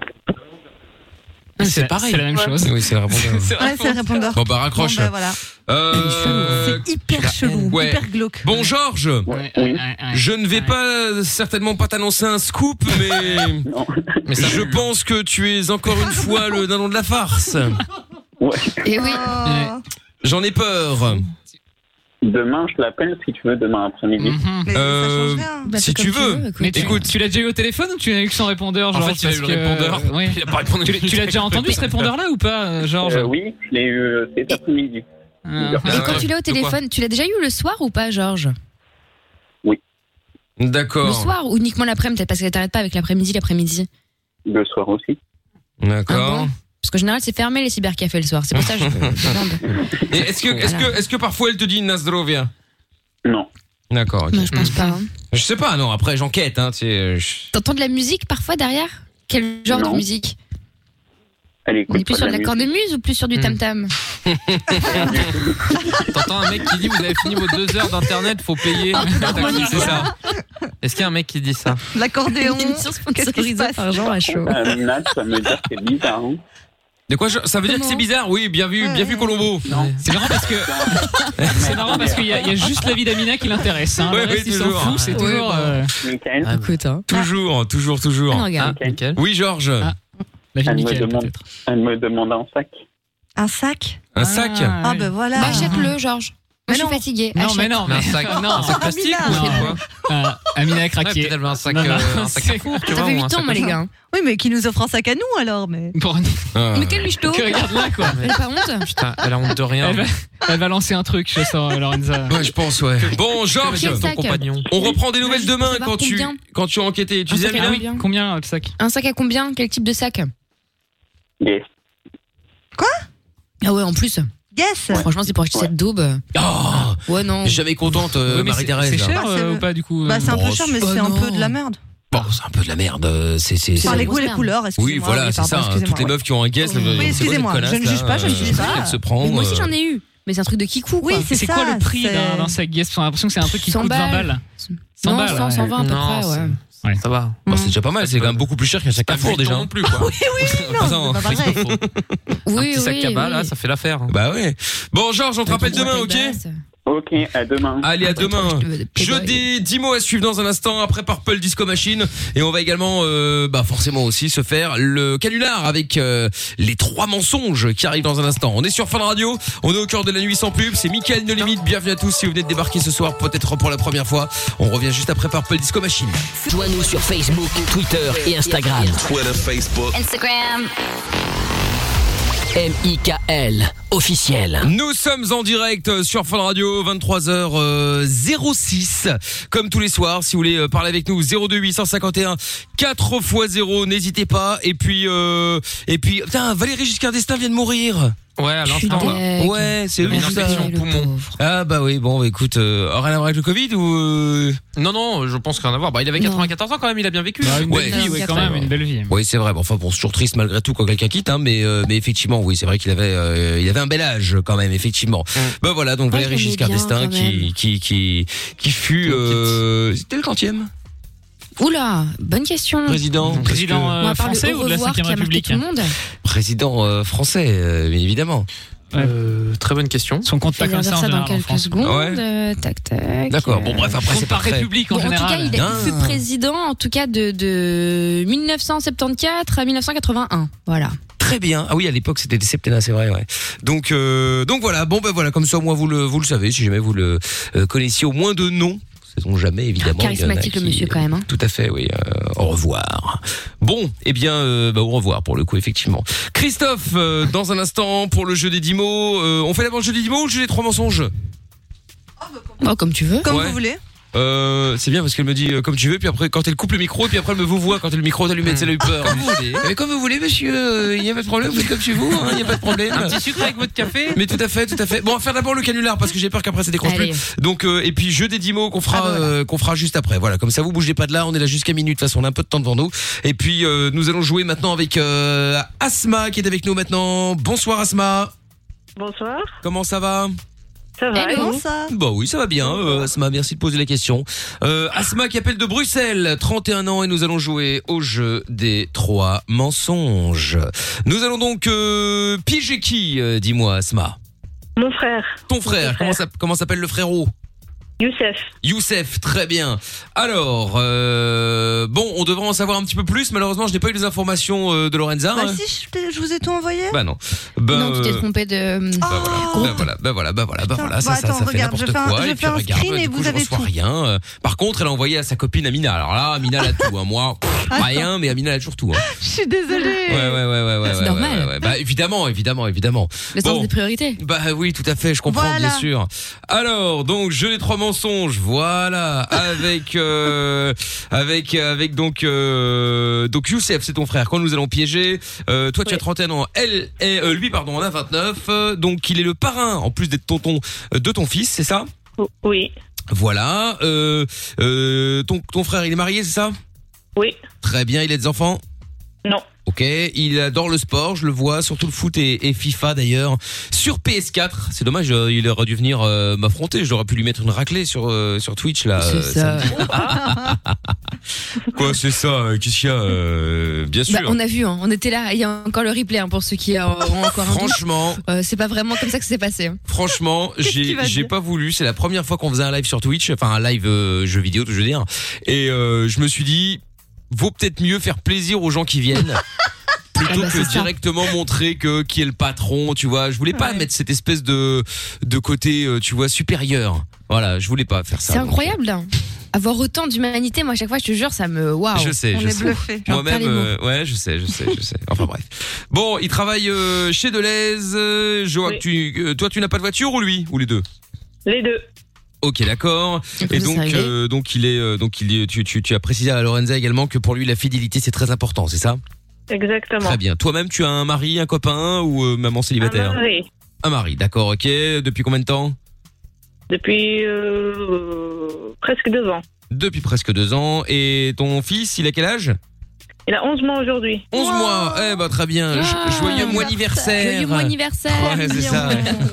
C'est pareil. C'est la même Ouais. chose. Oui, c'est le répondeur. C'est Ouais, c'est le répondeur. Bon, bah raccroche. Bon, bah, voilà. Euh, C'est hyper chelou, ouais. hyper glauque. Bon, Georges, Ouais, ouais, ouais, ouais. je ne vais Ouais. pas, certainement pas t'annoncer un scoop, mais Non. Mais ça, je pense que tu es encore une fois le dindon de la farce. Ouais. Et oui. Oh. J'en ai peur. Demain, je l'appelle si tu veux, demain après-midi. Mhm. Mais Euh, ça change rien. Bah, Si fais tu comme veux. écoute. Mais tu, Écoute. tu l'as déjà eu au téléphone ou tu l'as eu que son répondeur, En Georges fait, il a eu parce le que- répondeur. Ouais. Il a pas répondu. Tu, l'as- tu l'as déjà entendu ce répondeur-là ou pas, euh, Georges? Euh, oui, je l'ai eu euh, cet après-midi. Ah. Et quand ouais. tu l'as au De quoi téléphone, tu l'as déjà eu le soir ou pas, Georges? Le D'accord. soir ou uniquement l'après-midi? Peut-être parce que t'arrêtes pas avec l'après-midi, l'après-midi. Le soir aussi. D'accord. Ah bon Parce qu'en général, c'est fermé les cybercafés le soir. C'est pour ça que je, je demande. Et est-ce que, est-ce que, est-ce que parfois elle te dit Nazdrovia? Non. D'accord. ok. Non, je pense pas. hein. Je sais pas, non. Après, j'enquête, hein. Tu sais, je- T'entends de la musique parfois derrière? Quel genre Non. de musique? Elle On écoute est plus pas sur de de la la cornemuse ou plus sur du Hmm. tam-tam? T'entends un mec qui dit vous avez fini vos deux heures d'internet, faut payer. C'est ça. Est-ce qu'il y a un mec qui dit ça? L'accordéon. Une émission Qu'est-ce qui se sponsorisée passe par Jean Rachaud. Euh, Nat, ça me dit que c'est bizarre. Hein. De quoi je- Ça veut dire que Comment c'est bizarre? Oui, bien vu, bien vu Colombo. Non. C'est marrant parce que c'est marrant parce qu'il y, a- il y a juste la vie d'Amina qui l'intéresse. Hein. Ouais, Le reste, oui, il s'en toujours. fout. C'est Ouais, toujours. bah. euh, Michael, Ah, Écoute, hein. Toujours, toujours, toujours. Ah, non, regarde. Ah, nickel. Oui, Georges. Ah. La vie de elle, me Mickaël, demande, peut-être. elle me demande un sac. Un sac? Un sac. Ah, ouais. ben voilà. Bah, achète-le, Georges. Mais Moi, je suis non. fatiguée. Non, Achète. mais non, Mais un mais sac, non, un sac plastique ou non. c'est quoi? Ah, Amina a Ouais, craqué. peut-être elle veut un sac, Non, non, euh, un sac c'est- à four, tu Ça vois. fait ou un huit ans, sac moi, les à gars. Oui, mais qui nous offre un sac à nous alors, mais. Pour- Ah. Mais quel michto. Que regarde là, quoi. Elle a pas honte? Putain, elle a honte de rien. Elle va, elle va lancer un truc, je sens, Lorenza. Ouais, je pense, ouais. Bon, Georges, Quel Ton sac? compagnon. on reprend des nouvelles Juste pour demain savoir quand tu, combien. quand tu as enquêté. Tu Un disais, sac à Amina? oui. Combien, combien le sac? Un sac à combien? Quel type de sac? Yes. Ah ouais, en plus. Yes! Franchement, c'est pour acheter Ouais. cette daube. Oh, Ouais, non. jamais contente, euh, Ouais, mais c'est- Marie-Thérèse. C'est là. cher Bah, c'est- euh, ou pas du coup? Bah, c'est un Bon, peu cher, mais oh c'est un non. peu de la merde. Bon, c'est un peu de la merde. euh, C'est, c'est, Enfin, c'est- les goûts et les couleurs, excusez-moi. Oui, voilà, Oui, c'est pardon, ça. hein. excusez-moi, Toutes les ouais. meufs qui ont un guest. euh, Oui, c'est quoi, excusez-moi, cette je ne connasse, juge pas, là, je ne juge euh, pas. Elle se prend. Mais moi aussi euh, j'en ai eu. Mais c'est un truc de kikou, quoi. Oui, c'est C'est ça. quoi le prix c'est- d'un, d'un sac guest? J'ai l'impression que c'est un truc qui cent coûte vingt balles. balles. cent Non, balles, cent, ouais. cent vingt à peu Non, près, ouais. Ouais. Ça va. Bon, c'est déjà pas mal. C'est quand même beaucoup plus cher qu'un sac à four déjà. Non plus, quoi. Oui, oui, non, Attends, c'est pas pareil. Un Oui, petit sac oui, à balles, oui. là, ça fait l'affaire. Bah ouais. Bon, Georges, on te rappelle Avec demain, une ok? taille basse. Ok, à demain. Allez, à Ah, bah, demain. toi, je te veux de Playboy. Jeudi, dix mots à suivre dans un instant après Purple Disco Machine. Et on va également, euh, bah, forcément aussi se faire le canular avec euh, les trois mensonges qui arrivent dans un instant. On est sur Fun Radio. On est au cœur de la nuit sans pub. C'est Mickaël No Limite. Bienvenue à tous si vous venez de débarquer ce soir, peut-être pour la première fois. On revient juste après Purple Disco Machine. Joins-nous sur Facebook, Twitter et Instagram. Twitter, Facebook. Instagram. M I K L, officiel. Nous sommes en direct sur Fun Radio, vingt-trois heures zéro six. Comme tous les soirs, si vous voulez parler avec nous, zéro deux huit cent cinquante et un quatre fois zéro, n'hésitez pas. Et puis, euh, et puis, putain, Valérie Giscard d'Estaing vient de mourir. Ouais, à Je suis l'instant, là. deg. Ouais, c'est Il y a ouf une ça. infection Le poumon. pauvre. Ah bah oui, bon, écoute, euh, rien à voir avec le Covid ou euh... Non, non, je pense qu'il y en a à voir. Bah, il avait Non. quatre-vingt-quatorze ans quand même, il a bien vécu. Bah, une Ouais. belle vie, ouais, quand même, une belle vie. Oui, c'est vrai. Bon, enfin, bon, c'est toujours triste malgré tout quand quelqu'un quitte, hein, mais euh, mais effectivement, oui, c'est vrai qu'il avait euh, il avait un bel âge quand même, effectivement. Mm. Bah voilà, donc Moi, Valéry je l'aimais Giscard bien, d'Estaing quand qui même. qui qui qui fut euh, c'était le quantième Oula, bonne question. président Président On euh, va parler français au ou de la revoir cinquième qui a marqué République? tout le monde. président euh, français, euh, bien évidemment. Ouais. Euh, très bonne question. Son compte Je vais pas comme dire ça en ça dans général en quelques France. secondes. Ouais. euh, tac, tac. D'accord. Bon, euh, bref, après Compte c'est pas par très. République en Bon, en tout général. cas, il, a, il fut Ah. président, en tout cas, de, de mille neuf cent soixante-quatorze à mille neuf cent quatre-vingt-un. Voilà. Très bien. Ah oui, à l'époque c'était des septennats, c'est vrai, ouais. Donc euh, donc voilà. Bon ben voilà, comme ça au moins vous le vous le savez, si jamais vous le euh, connaissiez au moins de nom. Sait-on jamais, évidemment. Charismatique, il y en a le monsieur, quand même, hein. Tout à fait, oui. Euh, au revoir. Bon, eh bien, euh, bah, au revoir pour le coup, effectivement. Christophe, euh, dans un instant, pour le jeu des dix mots. Euh, on fait d'abord le jeu des dix mots ou le jeu des trois mensonges? Oh, comme tu veux. Comme Ouais. vous voulez. Euh, c'est bien parce qu'elle me dit euh, comme tu veux, puis après quand elle coupe le micro, et puis après elle me vous voit quand le micro est allumé, elle a eu peur. Comme vous voulez. Mais comme vous voulez, monsieur, il n'y a pas de problème, vous faites comme chez vous, il n'y a pas de problème. Un petit sucre avec votre café. Mais tout à fait, tout à fait. Bon, on va faire d'abord le canular parce que j'ai peur qu'après ça décroche Allez. plus. Donc euh, et puis jeu des dix mots qu'on fera Ah bah voilà. euh, qu'on fera juste après. Voilà, comme ça vous bougez pas de là, on est là jusqu'à minuit. De toute façon, on a un peu de temps devant nous. Et puis euh, nous allons jouer maintenant avec euh, Asma qui est avec nous maintenant. Bonsoir Asma. Bonsoir. Comment ça va? Ça va, Hello. et vous Comment ça? Bah oui, ça va bien, euh, Asma, merci de poser la question. Euh, Asma qui appelle de Bruxelles, trente et un ans, et nous allons jouer au jeu des trois mensonges. Nous allons donc euh, piéger qui, euh, dis-moi Asma? Mon frère, Ton frère, Mon comment frère. ça- comment s'appelle le frérot? Youssef. Youssef, très bien. Alors, euh, bon, on devrait en savoir un petit peu plus. Malheureusement, je n'ai pas eu les informations euh, de Lorenza. Bah hein. si, je, t'ai- je vous ai tout envoyé. Bah non. Bah, non, tu t'es euh, trompé de. Bah voilà, Oh. bah voilà, bah voilà, bah voilà, bah Putain. voilà, ça, Bah ça, attends, ça fait regarde, n'importe je fais un- quoi. je et fais puis un regarde, screen du et coup, vous je avez reçois tout. rien. Euh, Par contre, elle a envoyé à sa copine Amina. Alors là, Amina elle a tout. Hein. Moi, pff, rien, mais Amina elle a toujours tout. Hein. Je suis désolée. Ouais, ouais, ouais, ouais, ouais. C'est ouais, normal. ouais, ouais. Bah évidemment, évidemment, évidemment. Le sens Bon. des priorités. Bah oui, tout à fait, je comprends Voilà. bien sûr. Alors, donc jeu des trois mensonges, voilà, avec euh, avec avec donc euh, donc Youssef, c'est ton frère. Quand nous allons piéger, euh, toi tu Oui. as trente et un ans, elle est euh, lui pardon, en a vingt-neuf, euh, donc il est le parrain en plus d'être tonton euh, de ton fils, c'est ça? O- Oui. Voilà, euh, euh, ton ton frère, il est marié, c'est ça? Oui. Très bien, il a des enfants? Non. Ok, il adore le sport, je le vois, surtout le foot et, et FIFA d'ailleurs. Sur P S quatre, c'est dommage, euh, il aurait dû venir euh, m'affronter, j'aurais pu lui mettre une raclée sur euh, sur Twitch là. C'est euh, ça. samedi. Quoi, c'est ça euh, Qu'est-ce qu'il y a euh, Bien sûr. Bah, on a vu, hein, on était là. Il y a encore le replay hein, pour ceux qui euh, ont encore un doute. Franchement, Euh, c'est pas vraiment comme ça que ça s'est passé. hein. franchement, Qu'est-ce j'ai qu'il va j'ai dire pas voulu. C'est la première fois qu'on faisait un live sur Twitch, enfin un live euh, jeu vidéo, je veux dire. Et euh, je me suis dit, vaut peut-être mieux faire plaisir aux gens qui viennent. Plutôt Ah bah, que c'est ça. directement montrer que qui est le patron, tu vois. Je voulais pas Ouais. mettre cette espèce de de côté, euh, tu vois, supérieur. Voilà, je voulais pas faire ça. C'est donc. incroyable. hein. Avoir autant d'humanité, moi, à chaque fois, je te jure, ça me. Waouh. Je sais, On je est sais. bluffés. J'en Moi-même, perds les mots. euh, ouais, je sais, je sais, je sais. Enfin bref. Bon, il travaille euh, chez Deleuze. Euh, je vois Oui. que tu, euh, toi, tu n'as pas de voiture ou lui, ou les deux? Les deux. Ok, d'accord. Et Et vous, donc, c'est arrivé euh, donc il est, euh, donc il est, tu, tu, tu as précisé à Lorenza également que pour lui la fidélité c'est très important, c'est ça? Exactement. Très bien. Toi-même, tu as un mari, un copain ou euh, maman célibataire? Un mari. Un mari, d'accord, ok. Depuis combien de temps? Depuis euh, presque deux ans. Depuis presque deux ans. Et ton fils, il a quel âge? Il a onze mois aujourd'hui. onze mois. Eh ben très bien. Ah, Joyeux mois anniversaire. Joyeux mois anniversaire. Ouais, c'est ça.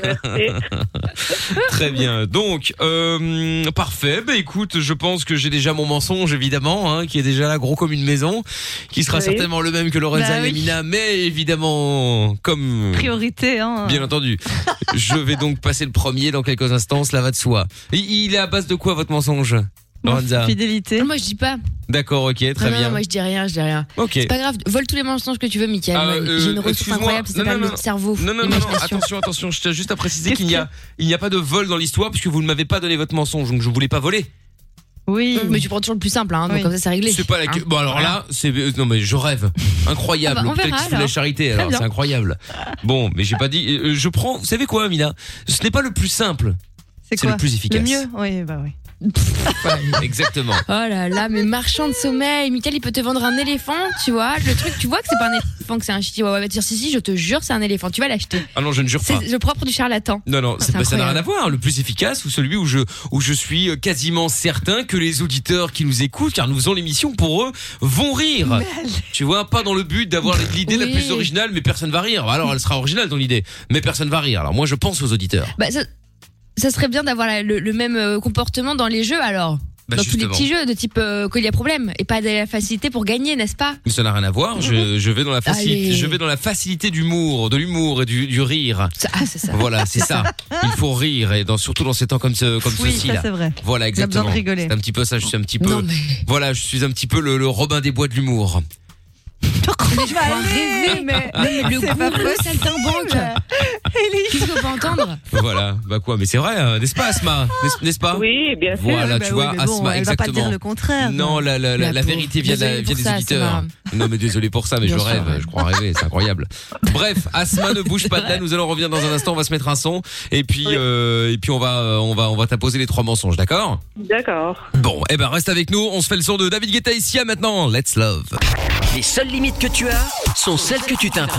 Très bien. Donc, euh, parfait. Bah écoute, je pense que j'ai déjà mon mensonge, évidemment, hein, qui est déjà là gros comme une maison, qui sera Oui. certainement le même que Lorenza Bah et oui. Amina, mais évidemment, comme... Priorité, hein. Bien entendu. Je vais donc passer le premier dans quelques instants, cela va de soi. Il, il est à base de quoi votre mensonge, Lorenza? Fidélité. Moi, je dis pas. D'accord, ok, très non, bien. non, moi, je dis rien, je dis rien. Ok. C'est pas grave. Vole tous les mensonges que tu veux, Mickaël. Ah, Moi, euh, J'ai une ressource excuse-moi. incroyable, ça Non, s'appelle non, le non. cerveau. Non, non, non, non, l'imagination. attention, attention, je tiens juste à préciser qu'il n'y a, il n'y a pas de vol dans l'histoire puisque vous ne m'avez pas donné votre mensonge, donc je voulais pas voler. Oui. Mais tu prends toujours le plus simple, hein, donc Oui. comme ça, c'est réglé. C'est pas la, Hein. bon alors là, c'est, euh, non mais je rêve. Incroyable. Ah bah, on L'hôpital verra, qui fout de la alors. charité, Très alors bien. c'est incroyable. Bon, mais j'ai pas dit, euh, je prends, vous savez quoi, Amina? Ce n'est pas le plus simple. C'est C'est quoi le plus efficace. Le mieux. Oui, bah oui. Exactement. Oh là là, mais marchand de sommeil, Mickaël, il peut te vendre un éléphant, tu vois. Le truc, tu vois que c'est pas un éléphant, que c'est un chihuahua. Il va te dire, si, si, je te jure, c'est un éléphant, tu vas l'acheter. Ah non, je ne jure pas. C'est le propre du charlatan. Non, non, Ah, c'est c'est pas, ça n'a rien incroyable. à voir. Le plus efficace ou celui où je, où je suis euh, quasiment certain que les auditeurs qui nous écoutent, car nous faisons l'émission pour eux, vont rire. Tu vois, pas dans le but d'avoir l'idée la Oui. plus originale, mais personne va rire. Alors elle sera originale ton idée, mais personne va rire. Alors moi je pense aux auditeurs. Bah, ça, ça serait bien d'avoir la- le, le même euh, comportement dans les jeux, alors. Bah, dans tous les justement. petits jeux de type euh, qu'il y a problème. Et pas de la facilité pour gagner, n'est-ce pas? Mais ça n'a rien à voir. Je, je vais dans la facilité, Allez. je vais dans la facilité d'humour, de l'humour et du, du rire. Ça- Ah, c'est ça. Voilà, c'est ça. Il faut rire et dans, surtout dans ces temps comme ce, comme Oui, ceci ça là. c'est vrai. Voilà, On a besoin exactement. de rigoler. C'est un petit peu ça. Je suis un petit peu. Non, mais. Voilà, je suis un petit peu le, le Robin des Bois de l'humour. Mais je crois rêver. mais, Non, mais le c'est pas goût, le possible. saltimbanque. Qu'est-ce qu'on peut entendre? Voilà, bah quoi, mais c'est vrai, hein, n'est-ce pas, Asma, n'est-ce, n'est-ce pas? Oui, bien sûr. Voilà, Bah tu oui, vois, mais bon, Asma, elle va pas exactement. dire le contraire. Non, la, la, la, La la pauvre. vérité vient, de la- Désolée vient pour des ça, auditeurs. Asma. Non, mais désolé pour ça, mais Bien je sûr, rêve, ouais. je crois rêver, c'est incroyable. Bref, Asma, ne bouge pas de là, nous allons revenir dans un instant, on va se mettre un son, et puis, Oui. euh, et puis on va, euh, on va, on va t'apposer les trois mensonges, d'accord? D'accord. Bon, eh ben, reste avec nous, on se fait le son de David Guetta et Sia maintenant, Let's Love. Les seules limites que tu as sont celles que tu t'imposes.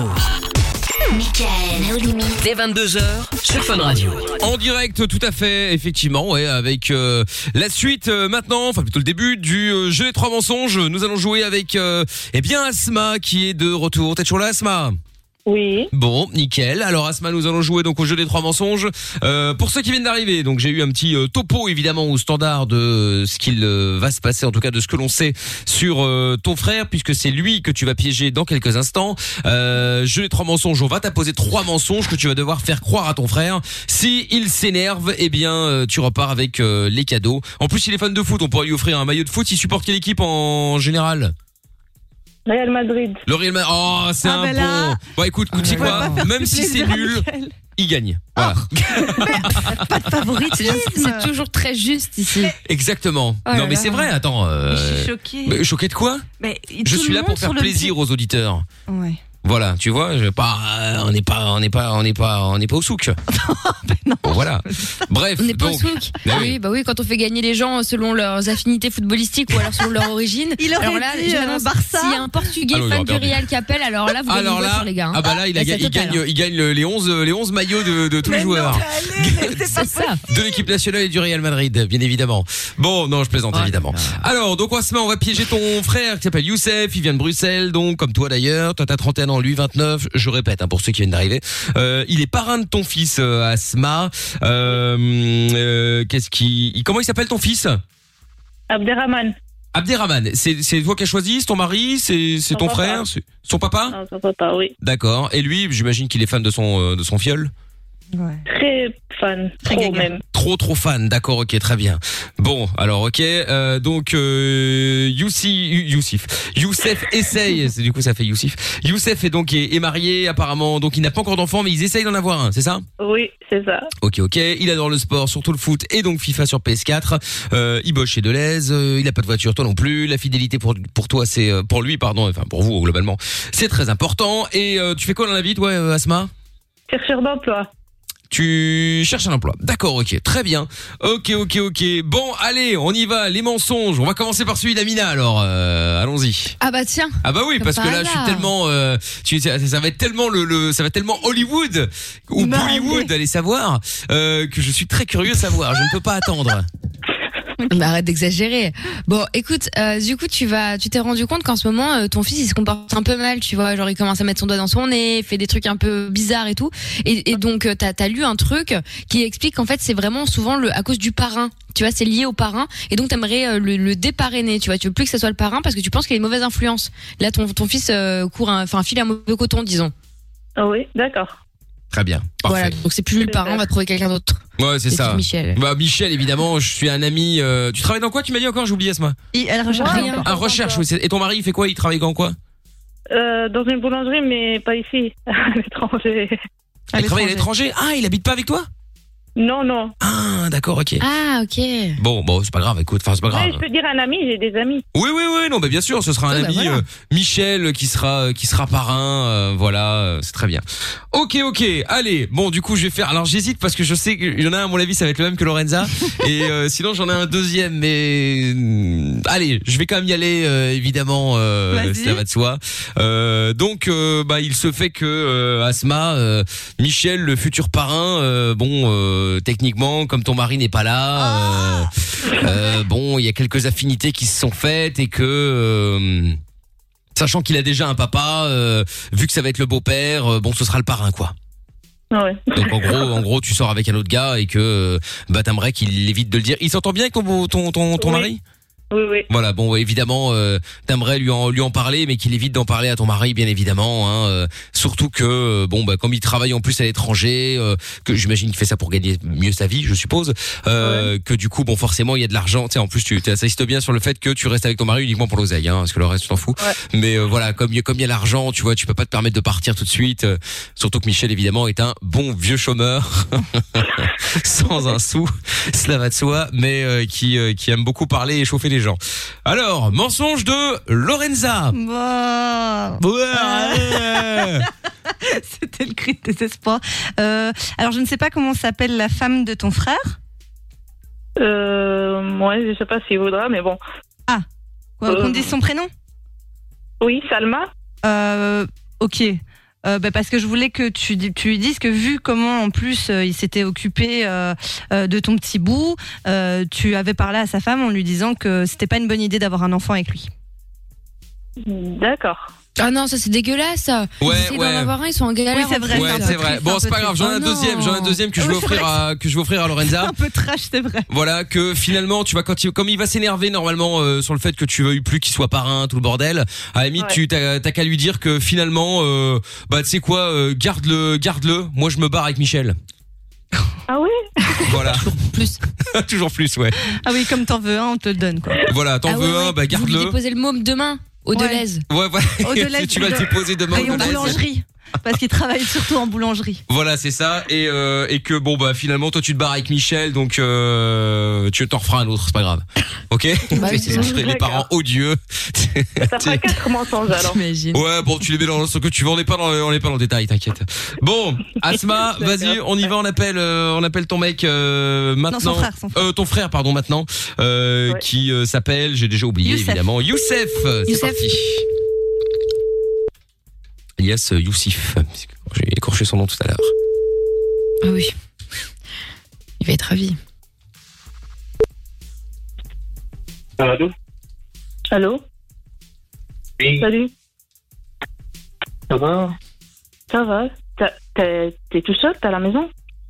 Mickaël, nos limites. Dès vingt-deux heures sur Fun Radio. En direct, tout à fait, effectivement, ouais, avec euh, la suite euh, maintenant, enfin plutôt le début du euh, jeu des trois mensonges. Nous allons jouer avec, euh, eh bien, Asma qui est de retour. T'es toujours là, Asma? Oui. Bon, nickel. Alors Asma, nous allons jouer donc au jeu des trois mensonges. Euh, pour ceux qui viennent d'arriver, donc j'ai eu un petit euh, topo évidemment au standard de ce qu'il euh, va se passer, en tout cas de ce que l'on sait sur euh, ton frère, puisque c'est lui que tu vas piéger dans quelques instants. Euh, jeu des trois mensonges, on va t'apposer trois mensonges que tu vas devoir faire croire à ton frère. Si il s'énerve, eh bien euh, tu repars avec euh, les cadeaux. En plus, il est fan de foot, on pourrait lui offrir un maillot de foot. Il supporte quelle équipe en général? Real Madrid. Le Real Madrid. Oh, c'est Ah, un ben bon. là. Bon, écoute, tu sais On va quoi? pas faire Même plus si c'est plaisir à nul, Mickaël. il gagne. Voilà. Pas de favoritisme. C'est toujours très juste ici. Exactement. Oh non, là mais là. c'est vrai. Attends. euh, Je suis choquée. mais choqué de quoi? Mais Je tout suis le là monde pour faire sur le plaisir aux auditeurs. petit- Ouais. Voilà, tu vois, je pas, euh, on n'est pas, on n'est pas, on n'est pas, on n'est pas au souk. Bon, voilà. Bref, On n'est pas au donc. souk. Bah oui. Oui, bah oui, quand on fait gagner les gens selon leurs affinités footballistiques ou alors selon leur origine. Il aurait alors là, dit, euh, j'annonce, Barça. s'il y a un Portugais Ah non, il fan aurait du perdu. Real qui appelle, alors là, vous gagnez Alors une là, voiture, les gars. hein. ah bah là, il, a, Là, c'est il total, gagne, hein. il gagne le- les onze, les onze maillots de, de tous les Mais joueurs. non, mais allez, mais c'est pas C'est ça. De l'équipe nationale et du Real Madrid, bien évidemment. Bon, non, je plaisante Oh évidemment. Alors, donc Asma, on va piéger ton frère qui s'appelle Youssef, il vient de Bruxelles, donc comme toi d'ailleurs. Toi, t'as trente et un ans, lui vingt-neuf. Je répète, hein, pour ceux qui viennent d'arriver. Euh, il est parrain de ton fils, euh, Asma. Euh, euh, qu'est-ce qui, il- comment il s'appelle ton fils? Abderrahman. Abderrahman. C'est, c'est toi qui as choisi, c'est ton mari, c'est, c'est Son ton papa. frère, c'est son papa? Non, son papa, oui. D'accord. Et lui, j'imagine qu'il est fan de son, euh, de son fiole. Ouais. Très fan. Très Trop gaga. même. Trop trop fan, d'accord, ok, très bien. Bon, alors ok, euh, donc euh, Youssi, Youssef, Youssef essaye, c'est du coup ça fait Youssef. Youssef est donc est, est marié apparemment, donc il n'a pas encore d'enfant, mais ils essayent d'en avoir un, c'est ça? Oui, c'est ça. Ok, ok, il adore le sport, surtout le foot et donc FIFA sur P S quatre. Euh, il bosse chez Deleuze, euh, il a pas de voiture, toi non plus. La fidélité pour pour toi, c'est euh, pour lui, pardon, enfin pour vous globalement, c'est très important. Et euh, tu fais quoi dans la vie, toi, euh, Asma? Chercheur d'emploi. Tu cherches un emploi. D'accord, ok, très bien. Ok, ok, ok. Bon, allez, on y va. Les mensonges. On va commencer par celui d'Amina. Alors, euh, allons-y. Ah bah tiens. Ah bah oui, Comme parce que par là, je suis hasard. tellement, euh, tu, ça, ça va être tellement le, le, ça va être tellement Hollywood ou Bah, Bollywood, allez. allez savoir, euh, que je suis très curieux de savoir. Je ne peux pas attendre. Bah, arrête d'exagérer. Bon, écoute, euh, du coup, tu vas, tu t'es rendu compte qu'en ce moment, euh, ton fils, il se comporte un peu mal, tu vois, genre il commence à mettre son doigt dans son nez, fait des trucs un peu bizarres et tout. Et, et donc, euh, t'as, t'as lu un truc qui explique qu'en fait, c'est vraiment souvent le, à cause du parrain. Tu vois, c'est lié au parrain. Et donc, t'aimerais euh, le, le déparrainer. Tu vois, tu veux plus que ça soit le parrain parce que tu penses qu'il a une mauvaise influence. Là, ton, ton fils euh, court, un, enfin, file un mauvais coton, disons. Ah oui, d'accord. Très bien. Parfait. Voilà. Donc, c'est plus lui le parrain, on va trouver quelqu'un d'autre. Ouais, c'est Et ça. puis Michel. Bah, Michel, évidemment, je suis un ami. Euh... Tu travailles dans quoi? Tu m'as dit encore, j'ai oublié Asma. Et elle recherche Rien. Ah, recherche, oui. c'est- Et ton mari, il fait quoi? Il travaille dans quoi? Euh, dans une boulangerie, mais pas ici, à l'étranger. Il travaille à l'étranger. Ah, il habite pas avec toi? Non, non. Ah, d'accord, ok. Ah, ok. Bon, bon, c'est pas grave, écoute, enfin, c'est pas grave. Ouais, je peux dire un ami, j'ai des amis. Oui, oui, oui, non, mais bien sûr, ce sera un Ouais, bah ami, voilà. euh, Michel, qui sera, qui sera parrain, euh, voilà, euh, c'est très bien. Ok, ok, allez, bon, du coup, je vais faire, alors j'hésite parce que je sais qu'il y en a un, à mon avis, ça va être le même que Lorenza, et euh, sinon j'en ai un deuxième, mais euh, allez, je vais quand même y aller, euh, évidemment, euh, Vas-y. ça va de soi. Euh, donc, euh, bah, il se fait que euh, Asma, euh, Michel, le futur parrain, euh, bon, euh, techniquement, comme ton mari n'est pas là, euh, euh, bon, il y a quelques affinités qui se sont faites et que, euh, sachant qu'il a déjà un papa, euh, vu que ça va être le beau-père, euh, bon, ce sera le parrain, quoi. Ouais. Donc en gros, en gros, tu sors avec un autre gars et que, euh, bah, t'aimerais qu'il évite de le dire. Il s'entend bien avec ton ton ton, ton Oui. mari? Oui, oui. Voilà, bon, évidemment, euh, t'aimerais lui en lui en parler, mais qu'il évite d'en parler à ton mari, bien évidemment. Hein, euh, surtout que, euh, bon, bah, comme il travaille en plus à l'étranger, euh, que j'imagine qu'il fait ça pour gagner mieux sa vie, je suppose, euh, que du coup, bon, forcément, il y a de l'argent. Tu sais, en plus, tu insistes bien sur le fait que tu restes avec ton mari uniquement pour l'oseille, hein, parce que le reste, tu t'en fous. Ouais. Mais euh, voilà, comme il y a comme il y a l'argent, tu vois, tu peux pas te permettre de partir tout de suite. euh, surtout que Michel, évidemment, est un bon vieux chômeur, sans un sou, cela va de soi, mais euh, qui euh, qui aime beaucoup parler et chauffer les gens. Alors, mensonge de Lorenza. Bon. Ouais. C'était le cri de désespoir. Euh, alors, je ne sais pas comment s'appelle la femme de ton frère. Euh, ouais, je sais pas s'il voudra, mais bon. Quoi, Euh. Qu'on dise son prénom. Oui, Salma. Euh, ok. Euh, bah, parce que je voulais que tu, tu lui dises que vu comment en plus euh, il s'était occupé euh, euh, de ton petit bout, euh, tu avais parlé à sa femme en lui disant que c'était pas une bonne idée d'avoir un enfant avec lui. D'accord. Ah non, ça c'est dégueulasse, ça. Ouais, Ils essaient ouais. d'en avoir un, ils sont en galère. Oui, c'est en vrai. plus. Ouais, un c'est peu vrai. triste, Bon, un c'est peu pas grave. triste. J'en ai un Oh deuxième. non. J'en ai un deuxième que je Oui, vais c'est offrir vrai à que je vais offrir à Lorenza. Un peu trash, c'est vrai. Voilà, que finalement, tu vas quand il, comme il va s'énerver normalement euh, sur le fait que tu veuilles plus qu'il soit parrain, tout le bordel. À la limite, Ouais. tu t'as, t'as qu'à lui dire que finalement, euh, bah tu sais quoi, euh, garde-le, garde-le. Moi, je me barre avec Michel. Ah oui. Voilà, Plus. toujours plus, ouais. Ah oui, comme t'en veux un, on te le donne, quoi. Voilà, t'en Ah veux ouais, un, ouais. bah Vous lui garde-le. déposez le môme demain, au Ouais. Deleuze. Ouais, voilà. Au Deleuze, tu vas le de- déposer demain au Rayon Deleuze. boulangerie. Parce qu'il travaille surtout en boulangerie. Voilà, c'est ça. Et euh, et que bon bah finalement toi tu te barres avec Michel, donc euh, tu t'en referas un autre, c'est pas grave. Ok. Bah oui, C'est c'est les ça. parents odieux. Ça fera quatre mensonges alors. J'imagine. Ouais, bon, tu les mets dans ce que tu veux, on n'est pas dans, le- on n'est pas dans le détail, t'inquiète. Bon, Asma, D'accord. vas-y, on y va, on appelle, euh, on appelle ton mec euh, maintenant. Non, son frère, son frère. Euh, ton frère, pardon, maintenant, euh, Ouais. qui euh, s'appelle, j'ai déjà oublié Youssef. évidemment, Youssef. C'est Youssef. parti. Alias euh, Youssif. J'ai écorché son nom tout à l'heure. Ah oui. Il va être ravi. Allô? Allô. Oui. Salut. Ça va? Ça va. T'as- T'es t'es tout seul? T'es à la maison?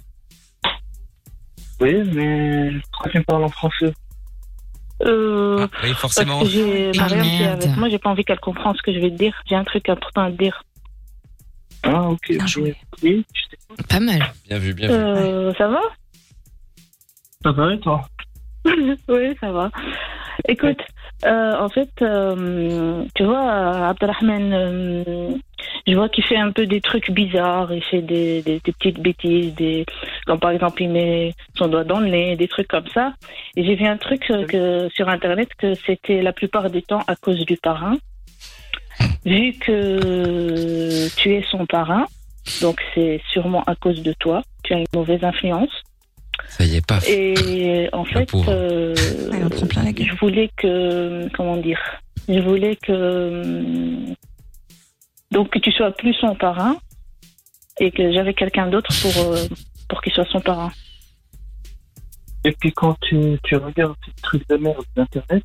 Oui, mais je crois que tu me parles en français. Euh. Ah, oui, Parce forcément. que j'ai Ah, Mariam qui est merde. avec moi, j'ai pas envie qu'elle comprenne ce que je vais te dire. J'ai un truc important à te dire. Ah, ok. Bien joué. Oui, je t'écoute. Pas mal. Bien vu, bien vu. Euh, ça va? Ça va et toi? Oui, ça va. Écoute, euh, en fait, euh, tu vois, Abdelrahman, euh, je vois qu'il fait un peu des trucs bizarres, il fait des, des, des petites bêtises, des, comme par exemple, il met son doigt dans le nez, des trucs comme ça. Et j'ai vu un truc euh, que, sur Internet que c'était la plupart du temps à cause du parrain. Vu que tu es son parrain, donc c'est sûrement à cause de toi, tu as une mauvaise influence. Ça y est, paf. Et en La fait, pauvre. euh, Elle en prend plein la gueule. je voulais que, comment dire, je voulais que, donc que tu sois plus son parrain et que j'avais quelqu'un d'autre pour, euh, pour qu'il soit son parrain. depuis quand tu, tu regardes ces trucs de merde d'Internet?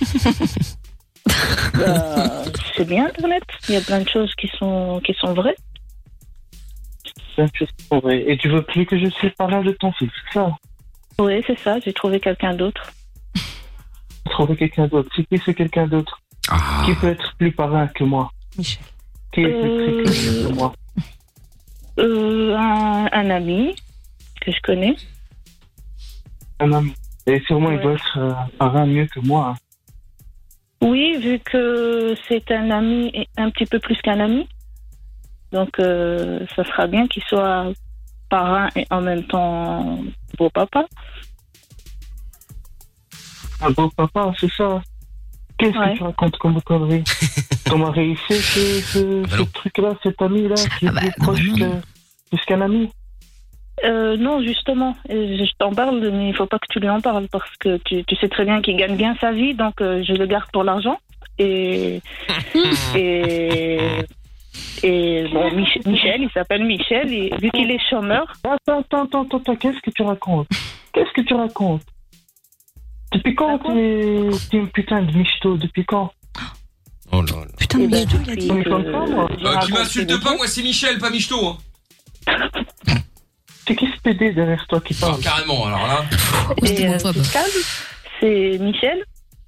Bah, c'est bien Internet. Il y a plein de choses qui sont, qui sont vraies. Plein de choses qui sont vraies. Et tu veux plus que je sois le parrain de ton fils, c'est ça? Oui, c'est ça. J'ai trouvé quelqu'un d'autre. Trouver quelqu'un d'autre. C'est qui c'est quelqu'un d'autre? Ah. Qui peut être plus parrain que moi? Michel. Qui est Euh, plus plus que moi? Euh, un, un ami que je connais. Un ami. Et sûrement, il Ouais. doit être euh, un parrain mieux que moi. Oui, vu que c'est un ami et un petit peu plus qu'un ami. Donc, euh, ça sera bien qu'il soit parrain et en même temps beau papa. Un beau papa, c'est ça. Qu'est-ce Ouais. que tu racontes comme connerie? Comment réussit ce, ce, bah ce truc-là, cet ami-là, qui est plus proche que, plus qu'un ami? Euh, non, justement, Et je je t'en parle, mais il faut pas que tu lui en parles parce que tu, tu sais très bien qu'il gagne bien sa vie, donc euh, je le garde pour l'argent. Et, et, et bon, Mich- Michel, il s'appelle Michel, et vu qu'il est chômeur. Attends, attends, attends, attends, qu'est-ce que tu racontes? Qu'est-ce que tu racontes? Depuis quand t'es t'es une putain de michto? Depuis quand? Oh là là. Putain de Eh ben, michto, il a depuis dit. On est comme que ça, moi. j'ai Euh, qui raconté m'insulte les pas, trucs. moi c'est Michel, pas Michto. Hein. C'est qui ce P D derrière toi qui Oh, parle? carrément, alors là. Et, euh, homophobe. c'est calme. C'est Michel.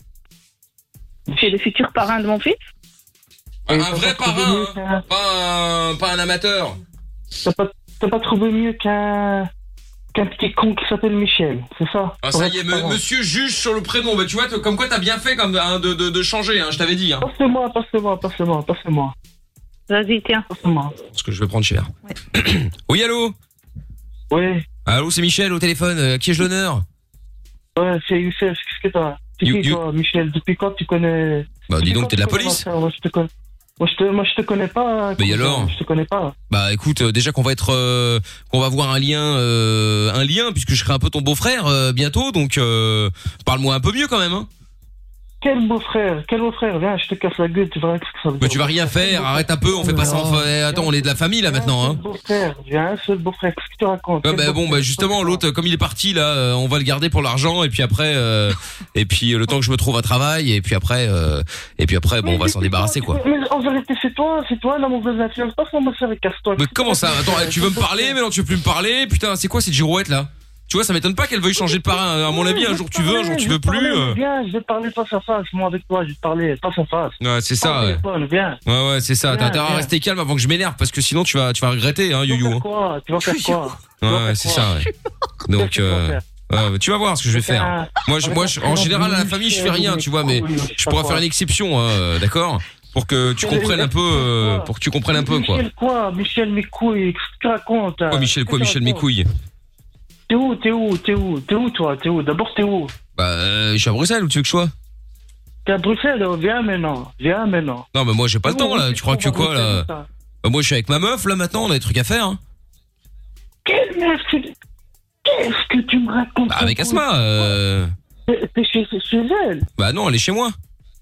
C'est le futur parrain de mon fils. Un, Et un t'as vrai pas trouvé parrain, mieux hein. qu'un- pas, un, pas un amateur. T'as pas, t'as pas trouvé mieux qu'un qu'un petit con qui s'appelle Michel, c'est ça? Ah, Pour ça être y est, me- parrain. monsieur juge sur le prénom. Bah, tu vois, t- comme quoi t'as bien fait comme, hein, de, de, de changer, hein, je t'avais dit. Hein. Passe-moi, passe-moi, passe-moi, passe-moi. Vas-y, tiens. Passe-moi. Parce que je vais prendre cher. Oui, allô? Ouais, Allô, c'est Michel au téléphone. Euh, à qui ai-je l'honneur? ouais, c'est Youssef, qu'est-ce que t'as? C'est You- qui you- toi, Michel? Depuis quand tu connais? Bah, dis Depuis donc, quand t'es de tu la connais police. ma sœur? Moi, je te connais. Moi, je te, moi, je te connais pas. Mais cousin, alors? Je te connais pas. Bah, écoute, euh, déjà qu'on va être, euh, qu'on va avoir un lien, euh, un lien, puisque je serai un peu ton beau-frère euh, bientôt. Donc, euh, parle-moi un peu mieux quand même. Hein. Quel beau-frère, quel beau-frère, viens, je te casse la gueule, tu verras ce que ça veut dire. Mais tu vas rien faire. Arrête un peu. On fait pas ça. En... eh, Attends, on est de la famille là maintenant. Hein. Beau-frère, j'ai un seul beau-frère, qu'est-ce que tu racontes? Ouais, Quel bah, bon, beau-frère? bah justement, l'autre, comme il est parti là, euh, on va le garder pour l'argent et puis après, euh, et puis euh, le temps que je me trouve un travail et puis après, euh, et puis après, bon, on va s'en débarrasser quoi. Mais en vérité, c'est toi, c'est toi la mauvaise influence. Passe-moi ma soeur et casse-toi. Mais comment ça? Attends, tu veux me parler, mais non, tu veux plus me parler? Putain, c'est quoi cette girouette là? Tu vois, ça m'étonne pas qu'elle veuille changer de parrain. À mon avis, un jour tu veux, un jour tu veux plus. euh. Viens, je vais te parler face à face, moi avec toi, je vais te parler face à face. Ouais, c'est ça. Ouais, Téléphone, viens. ouais, ouais, c'est ça. T'as Viens, intérêt à viens. rester calme avant que je m'énerve parce que sinon tu vas, tu vas regretter, hein, Tu vas Youyou. faire hein. quoi? Tu vas faire quoi? Tu vas Ouais, faire ouais, c'est quoi? ça. Ouais. Donc, euh, ouais, tu vas voir ce que je vais faire. Moi, je, moi, je- en général, à la famille, je fais rien, tu vois, mais je pourrais faire une exception, hein, d'accord? Pour que tu comprennes un peu, euh, pour que tu comprennes un peu, quoi. Michel quoi? Michel mes couilles, qu'est-ce que tu racontes? Quoi, Michel, quoi, Michel, mes couilles? T'es où? T'es où? T'es où? T'es où toi? T'es où? D'abord t'es où? Bah, euh, je suis à Bruxelles, où tu veux que je sois? T'es à Bruxelles, oh, viens maintenant. Viens maintenant. Non, mais moi, j'ai pas le T'es où? temps, là. Où Tu crois te que trouves à quoi, là? Bruxelles, ça? Bah, moi, je suis avec ma meuf, là, maintenant, on a des trucs à faire, hein. Quelle meuf tu... Qu'est-ce que tu me racontes? Bah, avec Asma, euh... T'es t'es chez, chez elle? Bah, non, elle est chez moi.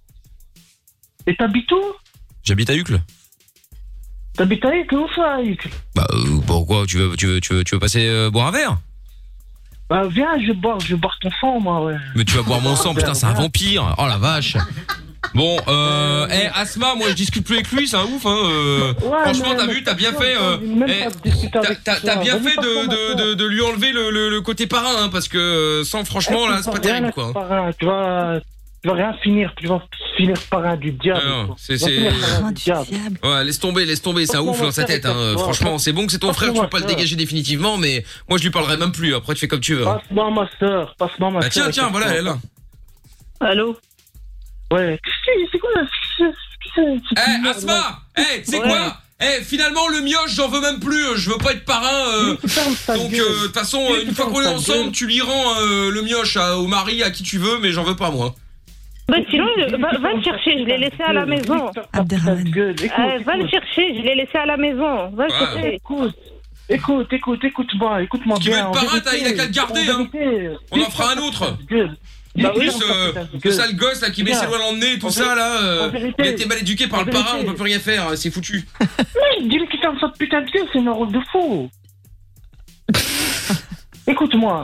Et t'habites où? J'habite à Uccle. T'habites à Uccle? Où ça, à Uccle? Bah, euh, pourquoi? Tu veux, tu veux, tu veux, tu veux passer euh, boire un verre? Bah viens, je vais boire, je vais boire ton sang, moi, ouais. Mais tu vas boire mon sang, putain, c'est un Viens. vampire. Oh la vache. Bon, euh, eh, Asma, moi je discute plus avec lui, c'est un ouf, hein. euh, Ouais, franchement, mais- t'as mais vu, t'as bien non, fait. j'ai Euh, même eh, pas discuté t'as- avec t'as toi. t'as bien Vas-y, fait passe-moi de, ma de, soeur. de, de lui enlever le, le, le côté parrain, hein, parce que euh, sans franchement là, c'est pas terrible, quoi. Parrain, tu vas, tu vas rien finir, tu vas finir parrain du diable. Ah non, quoi. c'est- Tu vas c'est- finir parrain du diable. Ouais, laisse tomber, laisse tomber, c'est un Passe-moi ouf ma dans sa soeur tête, et hein. casse-toi. Franchement, c'est bon que c'est ton frère, tu Passe-moi peux pas le ma soeur. dégager définitivement, mais moi je lui parlerai même plus. Après, tu fais comme tu veux. hein. Passe-moi ma soeur, passe-moi ma Bah soeur. tiens, et tiens, voilà, elle est casse-toi. là. Allô? Ouais, qu'est-ce que c'est quoi? Qu'est-ce que c'est- c'est- Eh, Asma, eh, tu sais Ouais. quoi? Eh, finalement, le mioche, j'en veux même plus. Je veux pas être parrain. euh, donc, euh, de toute façon, Oui, une fois ferme qu'on est ta ensemble, gueule. tu lui rends euh, le mioche à- au mari, à qui tu veux, mais j'en veux pas, moi. Bah sinon, je- va, va le chercher, je l'ai laissé à la maison. Abderrahmane. Gueule, écoute, Euh, va le écoute. chercher, je l'ai laissé à la maison. Va le Ouais. chercher. Écoute, écoute, écoute, écoute-moi, écoute-moi Qui veut bien. être en parrain, vérité, t'as- il a qu'à le garder, en hein. vérité, On en fera un autre. Gueule. Bah Dis- plus, dis- euh, dis- ce sale gosse là qui met Bien. ses doigts dans le nez, tout En ça vé- là, euh, en vérité. il a été mal éduqué par En le parrain, vérité. on peut plus rien faire, c'est foutu. Mais dis-lui qu'il ferme sa putain de gueule, c'est un rôle de fou. Écoute-moi,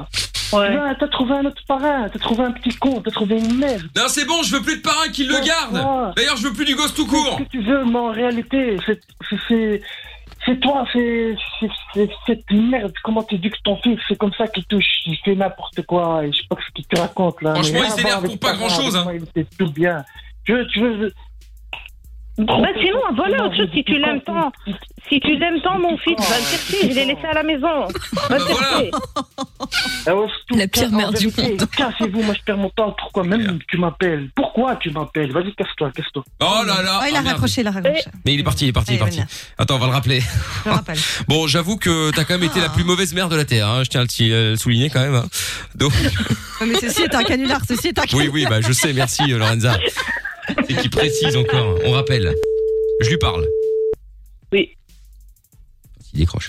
Ouais. Là, t'as trouvé un autre parrain, t'as trouvé un petit con, t'as trouvé une merde. Non, c'est bon, je veux plus de parrain qui le Ouais, garde. ouais. D'ailleurs, je veux plus du gosse tout court. Ce que tu veux, mais en réalité, c'est, c'est, c'est, c'est toi, c'est, c'est, c'est cette merde. Comment tu dis que ton fils, c'est comme ça qu'il touche, il fait n'importe quoi, et je sais pas ce que tu racontes là. Franchement, Mais il rien à s'énerve voir avec pour pas ta grand mère, chose, avec hein. moi, il était tout bien. Tu veux, tu veux. Bah sinon, voilà autre chose, si tu l'aimes tant, si tu l'aimes tant, mon fils, va le chercher, je l'ai laissé à la maison. Va le chercher. Ah ouais, c'est tout. La pire En merde du vérité, monde. Cassez-vous, moi je perds mon temps. Pourquoi même tu m'appelles? Pourquoi tu m'appelles? Vas-y, casse-toi, casse-toi. Oh là là. Oh, il a ah, merde. raccroché, il a raccroché. Mais il est parti, il est parti, il est Allez, parti. Vania. Attends, on va le rappeler. Je le rappelle. Bon, j'avoue que t'as quand même été la plus mauvaise mère de la Terre, hein. Je tiens à le ti- à le souligner quand même, hein. Donc, Non, mais ceci est un canular, ceci est un canular. oui, oui, bah, je sais, merci, euh, Lorenza. Et qui précise encore, on rappelle. Je lui parle. Oui. Il décroche.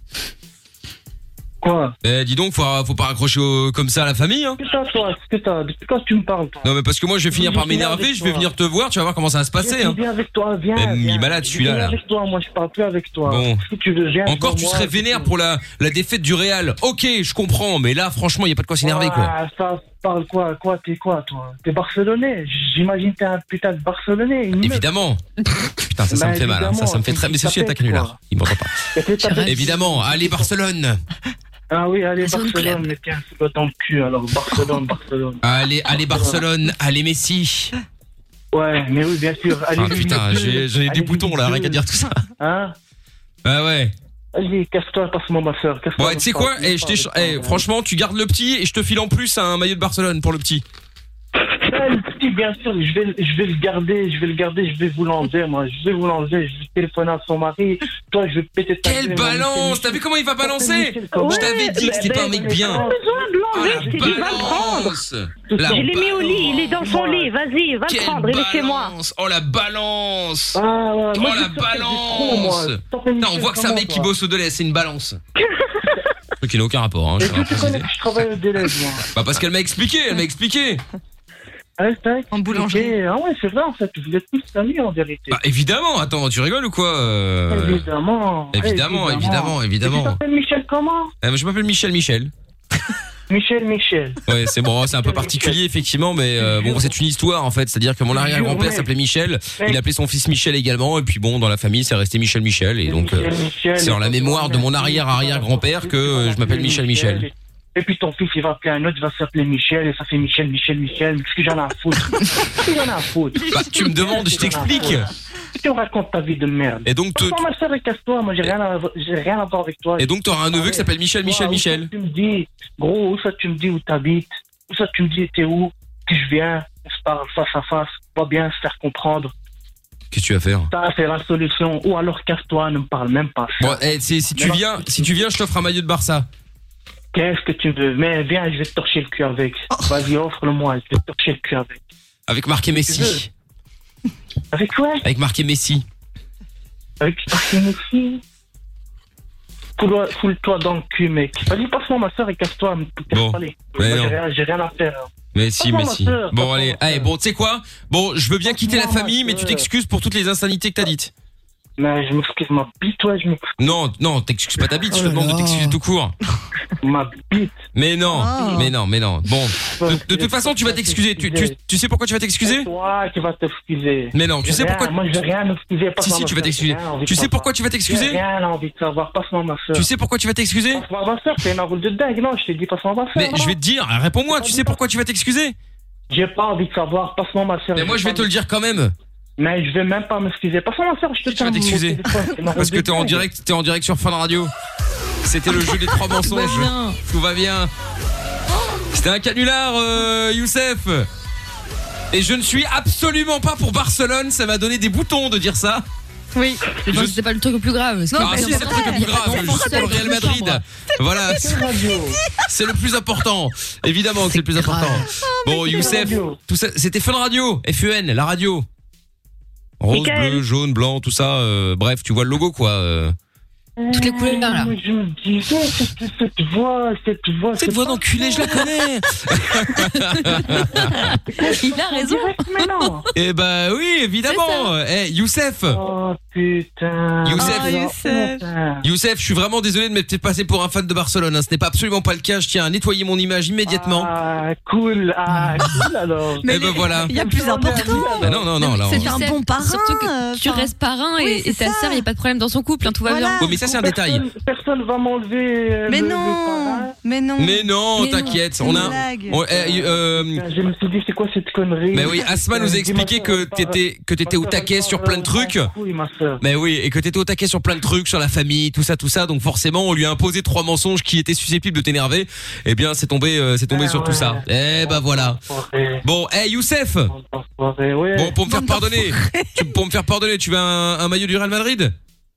Quoi? Eh, dis donc, faut, faut pas raccrocher au- comme ça à la famille, hein. Qu'est-ce que t'as, toi? Qu'est-ce que t'as? Depuis quand tu me parles, toi? Non, mais parce que moi, je vais finir par Je viens m'énerver, avec je vais toi. venir te voir, tu vas voir comment ça va se passer, Viens, hein. viens avec toi, viens. Même viens. mis malade, Je celui-là, viens là. avec toi, moi je parle plus avec toi. Bon. Qu'est-ce que tu veux? Viens Encore, devant tu moi, serais c'est vénère tout. pour la, la défaite du Real. Ok, je comprends, mais là, franchement, il y a pas de quoi s'énerver, quoi. Ah, ça parle quoi? Quoi? T'es quoi, toi? T'es Barcelonais? J'imagine que t'es un putain de Barcelonais. une meuf. Évidemment. Putain, ça, ça Bah, me fait mal, hein. Ça, ça me fait très, mais ceci est un canular. Il m'entend pas. Et puis, t'as- Évidemment. Allez, Barcelone. Ah oui, allez, Zone Barcelone, mais tiens, c'est pas dans le cul, alors Barcelone, Barcelone. Allez, allez, Barcelone. Allez, Messi. Ouais, mais oui, bien sûr. Allez, Ah, putain, j'ai, j'ai des boutons, là, rien qu'à dire tout ça. Hein? Ah ouais. Vas-y, casse-toi, passe-moi ma soeur. Bon, tu sais quoi? Eh, je t'ai, eh, franchement, tu gardes le petit et je te file en plus un maillot de Barcelone pour le petit. Ouais, le petit, bien sûr, je vais, je vais le garder, je vais le garder, je vais vous l'enlever, moi. Je vais vous l'enlever, je vais téléphoner à son mari. Toi, je vais péter ta Quelle gueule, moi, balance! Michel, T'as vu comment il va balancer? Michel, comment- Je t'avais dit que c'était pas un mec bien. Pas besoin de Oh, l'enlever, la je t'ai dit, va le prendre. balance! La Je l'ai mis au lit, il est dans son lit, vas-y, va le Quelle prendre, il est chez moi. balance! Oh la balance! Ah, ouais, Oh moi, je la sais que c'est trop, moi. balance! T'appelles Putain, on Michel voit que c'est un comment, mec qui toi? bosse au délai, c'est une balance. Truc qui n'a aucun rapport, hein, je Et tiens à puis, tu connais préciser. que je travaille au délai, moi. Bah parce qu'elle m'a expliqué, elle m'a expliqué. Ah, c'est vrai. En boulangerie. Ah ouais, c'est vrai, en fait, vous êtes tous amis, en vérité. Bah évidemment, attends, tu rigoles ou quoi euh... Évidemment. Évidemment, évidemment, évidemment. Et tu t'appelles Michel comment? Euh, je m'appelle Michel Michel. Michel Michel. Ouais, c'est bon, c'est un peu particulier effectivement, mais euh, bon, c'est une histoire en fait. C'est-à-dire que mon arrière-grand-père s'appelait Michel, il appelait son fils Michel également, et puis bon, dans la famille, c'est resté Michel Michel, et donc euh, c'est dans la mémoire de mon arrière-arrière-grand-père que euh, je m'appelle Michel Michel. Et puis ton fils, il va appeler un autre, il va s'appeler Michel, et ça fait Michel, Michel, Michel. Qu'est-ce que j'en ai à foutre? Qu'est-ce que j'en ai à foutre? Bah, tu me demandes, je t'explique. Tu me racontes ta vie de merde. Et donc, te- Passe-moi ma soeur et casse-toi, moi j'ai rien, à... j'ai rien à voir avec toi. Et donc, t'auras un neveu qui s'appelle Michel, Michel, Toi, où Michel. ça, tu me dis, gros, où ça tu me dis où t'habites? Où ça tu me dis t'es où? Que je viens, on se parle face à face, on va bien se faire comprendre. Qu'est-ce que tu vas faire? Ça, c'est la solution. Ou alors casse-toi, ne me parle même pas. Bon, eh, si, si tu viens, si tu viens, je t'offre un maillot de Barça. Qu'est-ce que tu veux? Mais viens, je vais te torcher le cul avec. Vas-y, offre-le-moi, je vais te torcher le cul avec. Avec marqué Messi. Avec quoi? Avec marqué Messi. Avec marqué Messi? Foule-toi foule-toi dans le cul, mec. Vas-y, passe-moi ma soeur et casse-toi. Me casse Bon. pas les- Mais Moi, non. j'ai rien, j'ai rien à faire. hein. Messi, Passe-moi ma Messi. sœur, Bon, passe-moi allez, ma allez, sœur. bon, tu sais quoi? Bon, je veux bien quitter la Passe-moi ma famille, mais tu sœur. t'excuses pour toutes les insanités que t'as dites. Mais je m'excuse, ma bite, ouais, je m'excuse. Non, non, t'excuses pas ta bite, je te Oh là demande de là. t'excuser tout court. Ma bite. Mais non, Oh. mais non, mais non. Bon, de, de toute façon, tu vas t'excuser. Tu, tu, tu sais pourquoi tu vas t'excuser? C'est toi qui vas t'excuser. Mais non, tu J'ai sais rien, pourquoi- Moi, je vais rien m'excuser. Si, si, tu vas t'excuser. Tu sais pourquoi tu vas t'excuser? J'ai rien envie de savoir. Passe-moi ma soeur. Tu sais pourquoi tu vas t'excuser? Passe-moi ma soeur, c'est une envie de dingue. Non, je t'ai dit passe-moi ma soeur. Mais je vais te dire, réponds-moi, tu sais pourquoi tu vas t'excuser? J'ai pas envie de savoir. Passe-moi ma soeur. Mais moi, je vais te le dire quand même. Mais je vais même pas m'excuser. Passe-moi ma soeur, je te Tu vas t'excuser. Parce que t'es en direct, t'es en direct sur Fun Radio. C'était le jeu des trois mensonges. Tout va bien. C'était un canular, euh, Youssef. Et je ne suis absolument pas pour Barcelone. Ça m'a donné des boutons de dire ça. Oui. Je... C'était pas le truc le plus grave. Ah si, c'est le truc le plus grave. Je suis pour le Real Madrid. Voilà. C'est le plus important. Évidemment que c'est le plus important. Bon, Youssef, tout ça, c'était Fun Radio. F U N, la radio. Rose, Mickaël. bleu, jaune, blanc, tout ça. euh, bref, tu vois le logo, quoi. euh. toutes les couleurs là. Moi, je me disais, cette, cette voix, cette voix. Cette voix d'enculé, je la connais. Il a raison. Mais non. Eh bah oui, évidemment. Eh, Youssef. Oh putain. Youssef. Oh, Youssef. Youssef, je suis vraiment désolé de m'être passé pour un fan de Barcelone. Hein. Ce n'est pas absolument pas le cas. Je tiens à nettoyer mon image immédiatement. Ah, cool. Ah, cool alors. Mais eh ben voilà. Il y a plus important. Bah non, non, non. Là, C'est on... un bon parrain. Surtout que tu restes parrain oui, et, et ta ça. sœur, il n'y a pas de problème dans son couple, hein, tout va Voilà. bien. Oui, mais ça, c'est un détail. Personne, personne va m'enlever. euh, Mais le- le non, parrain. mais non. Mais non, Mais t'inquiète. C'est On une a. blague. on- eh, euh, Je me suis dit, c'est quoi cette connerie? Mais oui, Asma nous a expliqué que t'étais que t'étais au taquet sur plein de trucs. Oui, ma soeur. Mais oui, et que t'étais au taquet sur plein de trucs, sur la famille, tout ça, tout ça. Donc forcément, on lui a imposé trois mensonges qui étaient susceptibles de t'énerver. Eh bien, c'est tombé, euh, c'est tombé Ah sur tout ouais. ça. Eh ben voilà. Ouais. Bon, hey Youssef. Ouais, ouais. Bon, pour me faire pardonner, tu, pour me faire pardonner, tu veux un, un maillot du Real Madrid?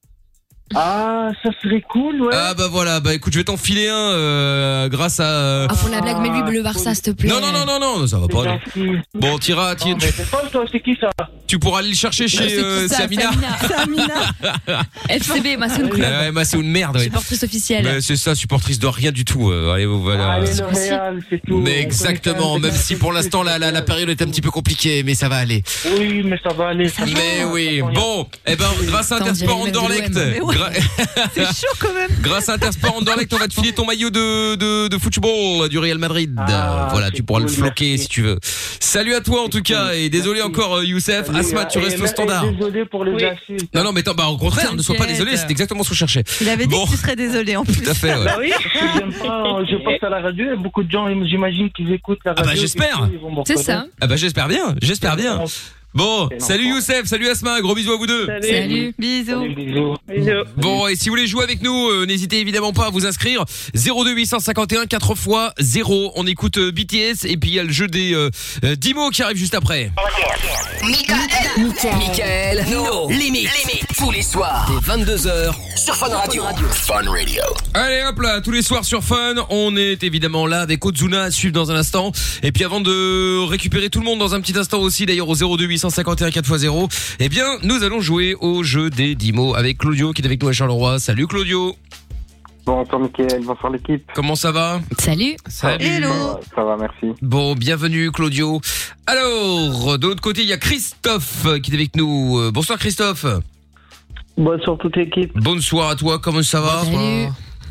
Ah, ça serait cool, ouais. Ah bah voilà, bah écoute, je vais t'en filer un euh, grâce à. euh, Ah, pour la blague, mets-lui le Barça, s'il te plaît. Non non non non non, ça va pas. non. Gentil. Bon, t'iras, Non, tu, mais c'est pas toi, c'est qui ça? tu pourras aller le chercher chez C'est qui euh, ça, c'est Amina. C'est Amina. F C B, Masson Club. Ouais, bah c'est une merde. Ouais. Supportrice officielle. Mais c'est ça, supportrice de rien du tout. euh, allez, voilà. Allez, le Real, c'est tout. Mais exactement, même si pour l'instant la, la, la période est un petit peu compliquée, mais ça va aller. Oui, mais ça va aller. Ça Mais va. oui, bon, eh ben grâce à Attends, on Intersport dirait le mec Anderlecht, de l'O M. gra- C'est chaud quand même. grâce à Intersport Anderlecht, on va te filer ton maillot de de, de football du Real Madrid. Ah, Voilà, c'est tu pourras le cool, floquer merci. si tu veux. Salut à toi en tout cas et désolé Merci. encore euh, Youssef. Salut, Asma, tu et- restes et- au standard. et Désolé pour les Oui. insultes. Non non, mais attends, bah au contraire, ne sois pas T'inquiète. désolé, c'est exactement ce que je cherchais. Il avait dit Bon. que tu serais désolé en plus. Tout à fait. Ouais. Bah oui, parce que j'aime pas, je passe à la radio, et beaucoup de gens, j'imagine qu'ils écoutent la bah, radio. j'espère. ils vont me C'est ça. reconnaître. Ah bah j'espère bien, j'espère bien. Bon, C'est salut normal. Youssef, salut Asma, gros bisous à vous deux. Salut. Bisous. Salut, bisous. Bisous. Bon, et si vous voulez jouer avec nous, euh, n'hésitez évidemment pas à vous inscrire. zéro deux huit cent cinquante et un quatre fois zéro. On écoute euh, B T S et puis il y a le jeu des euh, euh, dix mots qui arrive juste après. Michael, no limite. Tous les soirs, dès vingt-deux heures, sur Fun Radio. Fun Radio. Allez hop là, tous les soirs sur Fun, on est évidemment là avec Ozuna à suivre dans un instant. Et puis avant de récupérer tout le monde dans un petit instant aussi, d'ailleurs au zéro deux huit cent cinquante et un quatre fois zéro, eh bien nous allons jouer au jeu des dix mots avec Claudio qui est avec nous à Charleroi. Salut Claudio. Bonsoir Mickaël, bonsoir l'équipe. Comment ça va? Salut. Salut. Hello. Ça va, ça va, merci. Bon, bienvenue Claudio. Alors, de l'autre côté, il y a Christophe qui est avec nous. Euh, Bonsoir Christophe. Bonsoir toute l'équipe. Bonsoir à toi, comment ça va? Salut.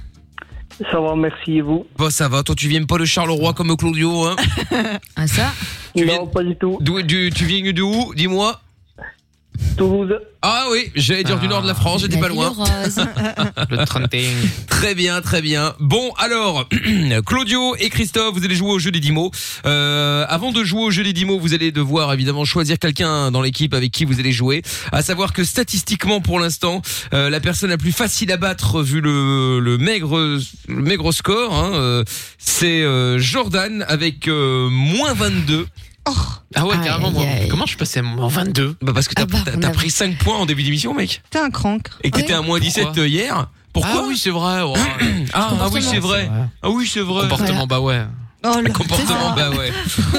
Ça va, merci et vous? Bah ça va, toi tu viens pas de Charleroi comme Claudio, hein? Ah, ça. Tu Non, viens- pas du tout. D'où, du, tu viens de où? Dis-moi. Toulouse. Ah oui, j'allais dire du nord de la France, j'étais La pas ville loin. rose. Le trente-et-un. Très bien, très bien. Bon, alors, Claudio et Christophe, vous allez jouer au jeu des dix mots. Euh, avant de jouer au jeu des dix mots, vous allez devoir évidemment choisir quelqu'un dans l'équipe avec qui vous allez jouer. À savoir que statistiquement, pour l'instant, euh, la personne la plus facile à battre vu le, le maigre, le maigre score, hein, euh, c'est euh, Jordan avec euh, moins vingt-deux. Ah ouais, Aïe, carrément, moi. aïe, aïe. Comment je suis passé à moins vingt-deux? Bah parce que t'as, Ah bah, t'as- on t'as a- pris cinq points en début d'émission, mec. T'es un crank. Et que t'étais Ouais. à moins dix-sept Pourquoi hier. Pourquoi? Ah oui, c'est vrai. ouais. Ah, ah oui, c'est Comportement. vrai. Ah oui, c'est vrai. Comportement, bah ouais. Oh là. Comportement, bah ouais.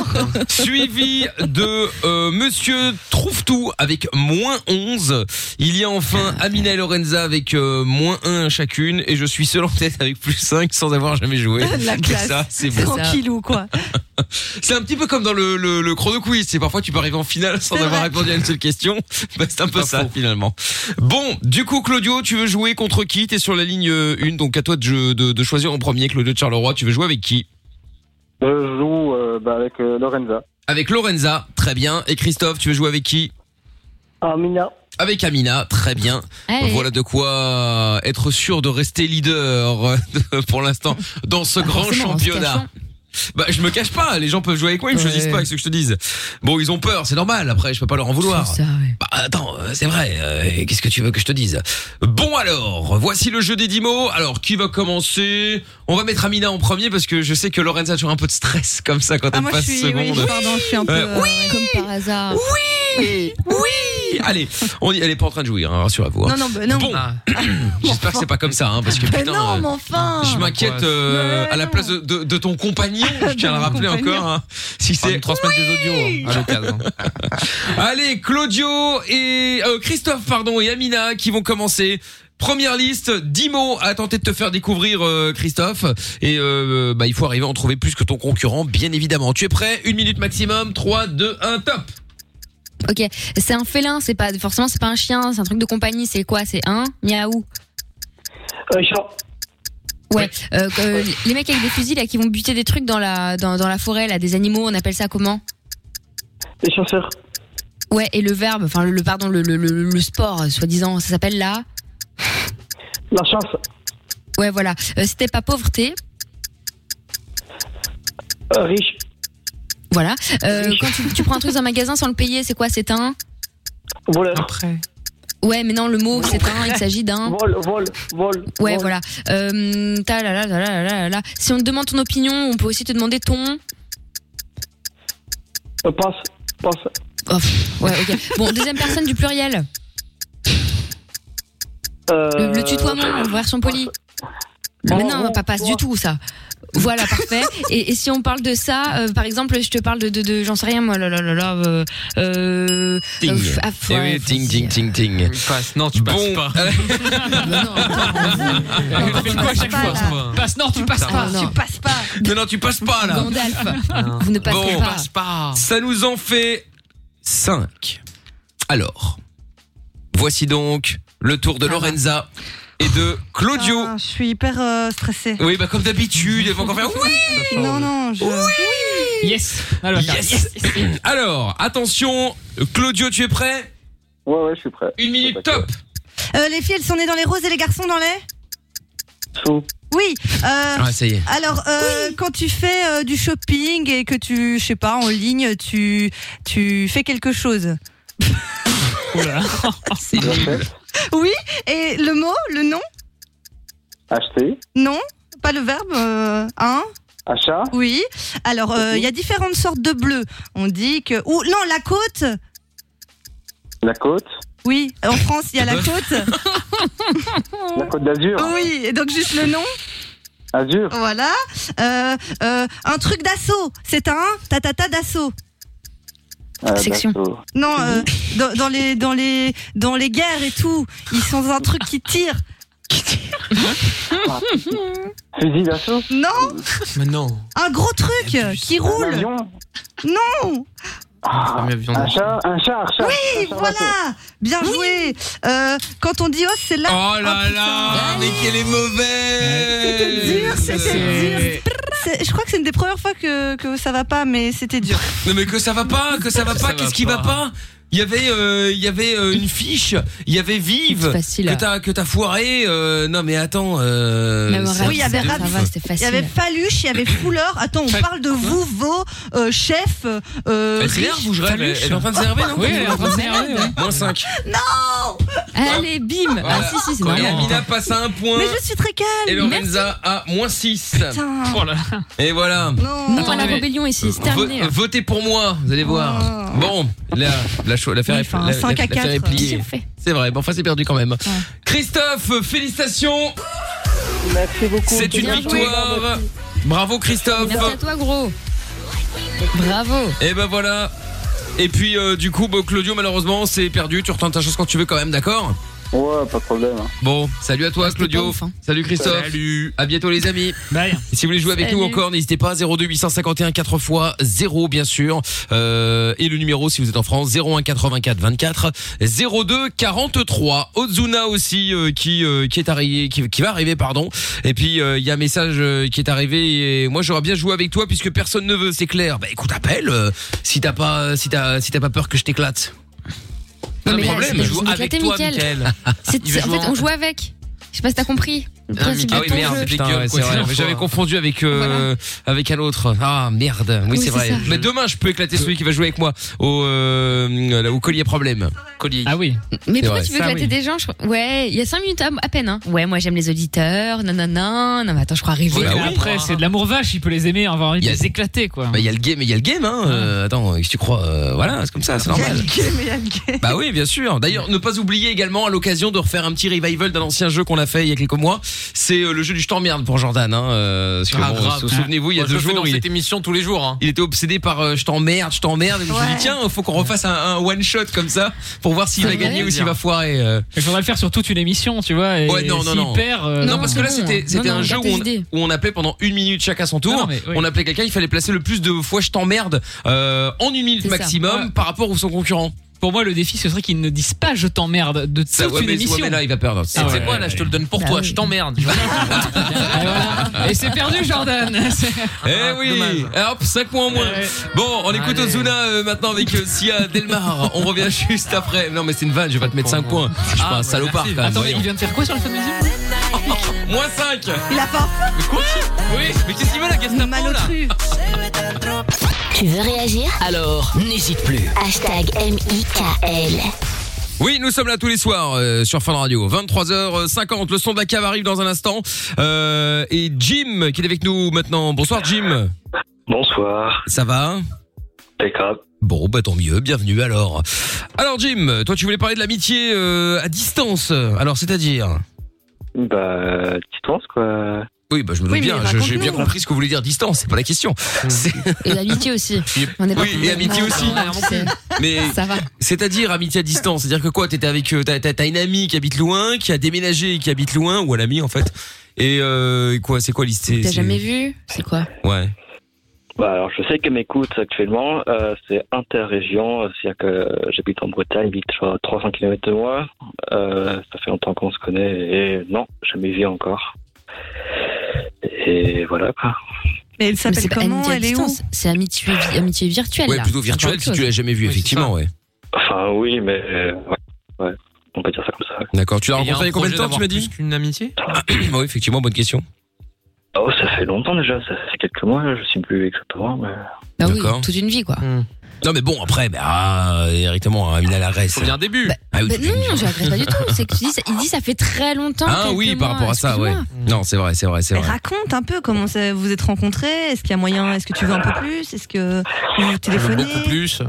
Suivi de euh, Monsieur Trouve-Tout avec moins onze. Il y a enfin Amina et Lorenza avec euh, moins un chacune. Et je suis seul en tête avec plus cinq sans avoir jamais joué. La Et classe. ça, c'est beau. Tranquillou quoi. C'est un petit peu comme dans le, le, le chrono quiz. C'est parfois tu peux arriver en finale sans C'est avoir vrai. répondu à une seule question. Bah, c'est un peu Pas ça faux. finalement. Bon, du coup Claudio, tu veux jouer contre qui? T'es sur la ligne un, donc à toi de, de, de choisir en premier. Claudio de Charleroi, tu veux jouer avec qui? Euh, je joue euh, bah, avec euh, Lorenza. Avec Lorenza, très bien. Et Christophe, tu veux jouer avec qui? Amina. Avec Amina, très bien. Allez. Voilà de quoi être sûr de rester leader euh, pour l'instant dans ce Pas grand forcément, en se championnat. cachant. Bah je me cache pas, les gens peuvent jouer avec moi, ils me Ouais. choisissent pas avec ce que je te dise. Bon, ils ont peur, c'est normal, après je peux pas leur en vouloir. C'est ça, ouais. Bah attends, euh, c'est vrai, euh, qu'est-ce que tu veux que je te dise? Bon alors, voici le jeu des dix mots. Alors, qui va commencer? On va mettre Amina en premier parce que je sais que Lorenza a toujours un peu de stress comme ça quand Ah elle moi je passe suis, seconde. oui, pardon, je suis un peu. Euh, euh, oui. Comme par hasard. Oui, oui. Allez, on y, elle est pas en train de jouir, hein, rassurez-vous. hein. Non non bah non. Bon, Ah. j'espère que c'est pas comme ça, hein, parce que Mais putain. non, euh, mais enfin. Je m'inquiète euh, Mais à la non. place de, de, de ton compagnon, je tiens à le De mon rappeler compagnon. encore, hein, si On va c'est... nous transmettre des audios à l'occasion. Allez, Claudio et... euh, Christophe, pardon, et Amina qui vont commencer. première liste, dix mots à tenter de te faire découvrir, euh, Christophe. Et euh, bah, il faut arriver à en trouver plus que ton concurrent, bien évidemment. Tu es prêt? Une minute maximum. trois, deux, un, top. Ok, c'est un félin, c'est pas forcément c'est pas un chien, c'est un truc de compagnie. C'est quoi? C'est un miaou. Un chat. Ouais, euh, euh, les mecs avec des fusils là qui vont buter des trucs dans la dans, dans la forêt là, des animaux, on appelle ça comment? Les chasseurs. Ouais, et le verbe, enfin le, le pardon, le, le, le, le sport, soi-disant, ça s'appelle la. La chasse. Ouais, voilà. Euh, c'était pas pauvreté. Euh, riche. Voilà. Euh, quand tu, tu prends un truc dans un magasin sans le payer, c'est quoi? C'est un. Voleur. Après. Ouais, mais non, le mot, c'est un, il s'agit d'un. Vol, vol, vol. Ouais, vol. voilà. Euh, ta la la la la la la. Si on te demande ton opinion, on peut aussi te demander ton. Euh, passe, passe. Oh, ouais, ok. Bon, deuxième personne du pluriel. Euh... Le, le tutoiement en version polie. Mais non, pas passe du tout, ça. Voilà, parfait. Et, et si on parle de ça, euh, par exemple, je te parle de, de, de j'en sais rien, moi, là, là, là, là, euh, euh, Ting. euh, ah, Eh ouais, oui, ting, ting, ting, ting. Passe. Non, tu passes Bon. pas. Fais quoi chaque fois? Passe, non, tu passes pas. non. Tu passes pas. Non, non, tu passes pas, là. Gandalf, vous ne passez Bon, pas. Passe pas. Ça nous en fait cinq. Alors, voici donc le tour de Lorenza et de Claudio. Ah, je suis hyper euh, stressée. Oui, bah comme d'habitude, elle va encore faire oui. Non, non, je... Yes. Alors, Yes. Alors, attention, Claudio, tu es prêt? Ouais, ouais, je suis prêt. Une minute top. Euh, les filles, elles sont nées dans les roses et les garçons dans les... Fou. Oui. Euh, Ah, ça y est. alors, euh, quand tu fais euh, du shopping et que tu, je sais pas, en ligne, tu, tu fais quelque chose. Oh là là. J'achète. Oui. Et le mot, le nom? Acheter. Non. Pas le verbe. Euh, hein? Achat. Oui. Alors, il euh, y a différentes sortes de bleu. On dit que... Ou non, la côte. La côte. Oui. En France, il y a la côte. La côte d'Azur. Oui. Et donc, juste le nom. Azur. Voilà. Euh, euh, un truc d'assaut. C'est un tatata d'assaut. Euh, Section. d'assaut. Non, euh, dans, dans les dans les dans les guerres et tout, ils sont dans un truc qui tire. Fusil d'assaut. Non, Mais non. un gros truc qui Un roule. avion. Non. Ah, Un avion un d'assaut. chat. Un chat. Un chat. Oui, Un chat d'assaut. voilà. Bien joué. Euh, quand on dit os, c'est là. Oh là putain. là, mais qu'elle est mauvaise. C'était dur, c'était dur. C'est- Je crois que c'est une des premières fois que, que ça va pas, mais c'était dur. Non mais que ça va pas, que ça va Ça pas, va qu'est-ce qui va pas. pas? Il y avait, euh, il y avait euh, une fiche, il y avait Vive C'est facile. que t'as que t'as foiré. Euh, non mais attends. Euh, Même c'est- Raph, Oui, il y avait ça Raph. va, c'était Il y facile. avait Faluche, il y avait Fouleur. Attends, on parle de vous, vos euh, chefs. Euh, Elle s'énerve riches. ou je rêve? Elle elle est en train de s'énerver, non? Oui, elle est en train de s'énerver, ouais. Moins cinq. Allez, bim. Ah si si, c'est Et normal. Amina passe à un point. Mais je suis très calme. Et Lorenza à moins six. Putain. Oh là là. Et voilà. Non. Non, Attends, la mais- rébellion ici, c'est terminé. Vo- votez pour moi, vous allez voir. Bon, là, la cho- l'affaire Oui, est, enfin, la- cinq à l'affaire est quatre, pliée. c'est fait. C'est vrai, bon, enfin c'est perdu quand même. Christophe, félicitations. Merci beaucoup. C'est une Bien joué. victoire. Bravo Christophe. Merci à toi, gros. Bravo. Et ben voilà. Et puis euh, du coup, bah, Claudio, malheureusement, c'est perdu. Tu retentes ta chance quand tu veux quand même, d'accord? Ouais, pas de problème. hein. Bon, salut à toi C'était pas Claudio. ouf, hein. Salut Christophe. Salut. À bientôt les amis. Bye. Et si vous voulez jouer avec Salut. nous encore, n'hésitez pas, zéro deux huit cent cinquante et un quatre fois zéro bien sûr. Euh, et le numéro si vous êtes en France, zéro un quatre-vingt-quatre vingt-quatre zéro deux quarante-trois. Ozuna aussi euh, qui euh, qui est arrivé qui, qui va arriver pardon. Et puis il euh, y a un message euh, qui est arrivé et moi j'aurais bien joué avec toi puisque personne ne veut, c'est clair. Bah écoute, appelle euh, si t'as pas si t'as si t'as pas peur que je t'éclate. Pas Non, de mais là, problème, c'est- je joue c'est avec éclaté, toi, Mickaël. Mickaël. C'est- Il va En jouer fait, en- on joue avec. Je sais pas si t'as compris. Le Ah, principe Mickaël, de Ah oui ton merde, jeu. putain, Des gueules, ouais, quoi, c'est vrai. c'est la J'avais fois. confondu avec euh, avec un autre. Ah merde, oui, Oui, c'est c'est vrai. ça. Mais demain je peux éclater celui qui va jouer avec moi au euh, là, au collier problème. Collier. Ah oui. Mais pourquoi vrai. tu veux Ça, éclater oui. des gens je crois- Ouais, il y a cinq minutes à, à peine. Hein. Ouais, moi j'aime les auditeurs. Non, non, non. Non, mais attends, je crois arriver. Ouais, bah mais oui. après, c'est de l'amour vache, il peut les aimer, avoir envie Il y de a- les éclater, quoi. Bah il y a le game, mais il y a le game hein. Euh, attends, qu'est-ce que tu crois euh, Voilà, c'est comme ça, c'est Il y a normal. le game, il y a le game. Bah oui, bien sûr. D'ailleurs, ne pas oublier également à l'occasion de refaire un petit revival d'un ancien jeu qu'on a fait il y a quelques mois. C'est euh, le jeu du je t'emmerde pour Jordan. Hein, euh, parce que, Ah, bon, grave. sou- souvenez-vous, il y a Moi, je deux le fais jours, dans il, cette émission tous les jours. Hein. il était obsédé par euh, je t'emmerde, je t'emmerde. Et je me suis Ouais. dit tiens, faut qu'on refasse un, un one shot comme ça pour pour voir s'il va gagner ou s'il va foirer. euh. Il faudrait le faire sur toute une émission, tu vois. Et Ouais, non, non, s'il non. perd, euh, non, parce que là, bon. c'était, c'était Non, non, un jeu où garde on, tes idées. où on appelait pendant une minute chaque à son tour. Non, mais oui. On appelait quelqu'un, il fallait placer le plus de fois je t'emmerde, euh, en une minute C'est ça. maximum Ouais. par rapport à son concurrent. Pour moi, le défi, ce serait qu'ils ne disent pas je t'emmerde de toute Ça, ouais, une mais- émission. ouais, mais là, il va perdre. Ah ouais. C'est quoi là, je te le donne pour Bah toi, oui. je t'emmerde. Et, voilà. Et c'est perdu, Jordan. Eh oui, Eh, hop, cinq points en moins. Bon, on écoute Allez. Ozuna euh, maintenant avec euh, Sia Delmar. On revient juste après. Non, mais c'est une vanne, je vais pas te mettre cinq points. Je suis Ah, pas un bah, salopard merci. quand même. Attends, mais voyons. il vient de faire quoi sur le fun music Moins cinq. Il a pas Mais quoi? Oui, mais qu'est-ce qu'il veut la Gestapo mal là? au Tu veux réagir? Alors, n'hésite plus. Hashtag M I K L. Oui, nous sommes là tous les soirs euh, sur Fun Radio. vingt-trois heures cinquante, le son de la cave arrive dans un instant. Euh, et Jim qui est avec nous maintenant. Bonsoir Jim. Bonsoir. Ça va? Impeccable. Bon, bah tant mieux, bienvenue alors. Alors Jim, toi tu voulais parler de l'amitié euh, à distance. Alors c'est-à-dire? Bah, distance quoi. Oui, bah je me doute Oui, mais bien, je- j'ai bien raconte-nous. compris ce que vous voulez dire distance, c'est pas la question. C'est- Et l'amitié aussi. On est pas Oui, et amitié aussi. C'est- Mais Ça va. c'est-à-dire amitié à distance, c'est-à-dire que quoi, t'étais avec, euh, t'as, t'as, t'as une amie qui habite loin, qui a déménagé et qui habite loin, ou un ami en fait. Et euh, quoi, c'est quoi l'histoire? T'as jamais vu? C'est quoi? Ouais. Bah alors je sais qu'elle m'écoute actuellement, euh, c'est interrégion, c'est-à-dire que j'habite en Bretagne, j'habite à trois cents kilomètres de moi, euh, ça fait longtemps qu'on se connaît et non, jamais vu encore. Et voilà quoi. Mais elle Mais s'appelle c'est pas comment? amitié à Elle est où? distance. C'est amitié, amitié virtuelle. Ouais, là. plutôt C'est virtuel autre si tu chose. l'as jamais vu, Oui, c'est effectivement, ça. ouais. Enfin oui, mais euh, ouais, ouais, on peut dire ça comme ça. D'accord, tu l'as Et il y a rencontré il y a un combien de projet temps, tu m'as d'avoir dit? plus qu'une amitié? Oui, effectivement, bonne question. Oh, ça fait longtemps déjà, ça fait quelques mois, je sais plus exactement, mais... Bah oui, D'accord. toute une vie quoi. Non mais bon, après, bah, ah, directement, Amina Larès. Faut bien un début. Ah oui, Bah tu viens de non, dire. je regrette pas du tout. C'est que tu dis, ça- il dit ça fait très longtemps. Ah quelques oui, par mois, rapport à ça, ouais. excuse-moi. Non, c'est vrai, c'est vrai, c'est Mais vrai. raconte un peu comment ça, vous êtes rencontrés. Est-ce qu'il y a moyen? Est-ce que tu veux un peu plus? Est-ce que vous vous téléphonez? Beaucoup plus.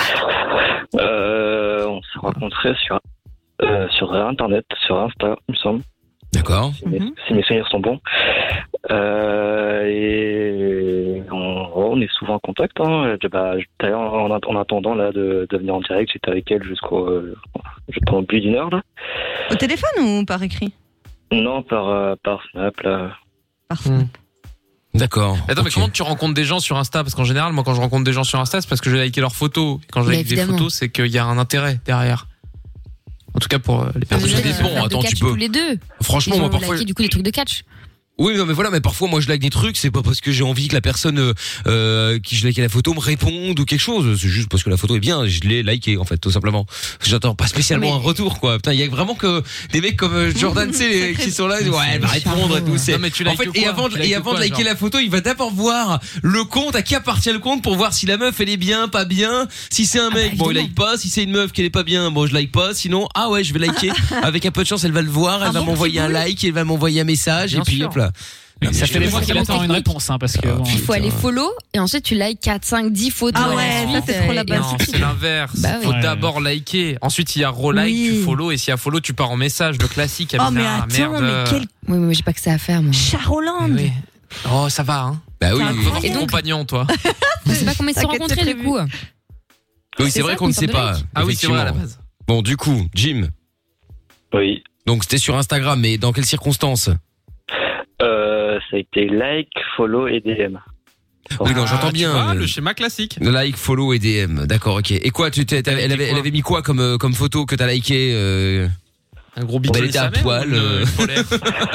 Euh, on s'est rencontrés sur, euh, sur Internet, sur Insta, il me semble. D'accord. Si mes, Mhm. si mes souvenirs sont bons. Euh, et on, on est souvent en contact. Hein. Et bah, d'ailleurs, en, en attendant là, de, de venir en direct, j'étais avec elle jusqu'au euh, pendant plus d'une heure. Là. Au téléphone ou par écrit? Non, par, euh, par Snap. Là. Par Snap. D'accord. Attends, mais Ok. comment tu rencontres des gens sur Insta? Parce qu'en général, moi, quand je rencontre des gens sur Insta, c'est parce que j'ai liké leurs photos. Et quand je Mais like des évidemment. photos, c'est qu'il y a un intérêt derrière. En tout cas, pour euh, les personnes. ça Vous êtes dépend, des fans de attends, catch tu peux- tous les deux. Franchement, Ils moi ont parfois. liké, du coup des trucs de catch. Oui, non, mais voilà, mais parfois, moi, je like des trucs, c'est pas parce que j'ai envie que la personne euh, euh, qui je like la photo me réponde ou quelque chose. C'est juste parce que la photo est bien, je l'ai liké en fait, tout simplement. J'attends pas spécialement Mais- un retour, quoi. Putain, il y a vraiment que des mecs comme euh, Jordan, tu sais, les- qui sont là, ils disent, ouais, elle va répondre et tout. C'est... Non, mais tu en likes fait, et quoi avant, Tu et likes avant quoi, de liker genre la photo, il va d'abord voir le compte, à qui appartient le compte pour voir si la meuf elle est bien, pas bien. Si c'est un bah, mec, bon, il évidemment. like pas. Si c'est une meuf qui est pas bien, bon, je like pas. Sinon, ah ouais, je vais liker. Avec un peu de chance, elle va le voir, elle Ah va bon, m'envoyer un c'est like, elle va m'envoyer un message, Bien et puis sûr. hop là. Non, mais Ça je fait te des jure, mois c'est qu'il vraiment attend une technique. réponse, hein, parce que. bon, Il faut putain. aller follow et ensuite tu likes quatre, cinq, dix photos. Ah ouais, à la ça, suite, c'est trop la et- base. Non, c'est l'inverse. Bah oui. Faut Ouais. d'abord liker. Ensuite, il y a relike, Oui. tu follow. Et s'il y a follow, tu pars en message. Le classique. Oh, mais Amina, attends, merde. mais quel Oui, mais j'ai pas que ça à faire, moi. Charolande! Oui. Oh, ça va, hein. Bah oui. T'as Va voir Et ton donc- compagnon, toi. Je sais pas comment ils se sont T'inquiète, rencontrés, c'est du coup. Oui, c'est C'est vrai ça, qu'on ne qu'on sait s'en pas. direct. Ah oui, c'est vrai à la effectivement. base. Bon, du coup, Jim, Oui. donc c'était sur Instagram, mais dans quelles circonstances? Euh, ça a été like, follow et D M. Oui, non, j'entends Ah, tu bien. vois, euh, le schéma classique. Like, follow et D M. D'accord, ok. Et quoi, tu t'es, t'avais- elle avait, elle avait mis quoi comme, euh, comme photo que t'as liké euh... Un gros Bon, bidon elle de était à sa mère poil, ou une, euh. une polaire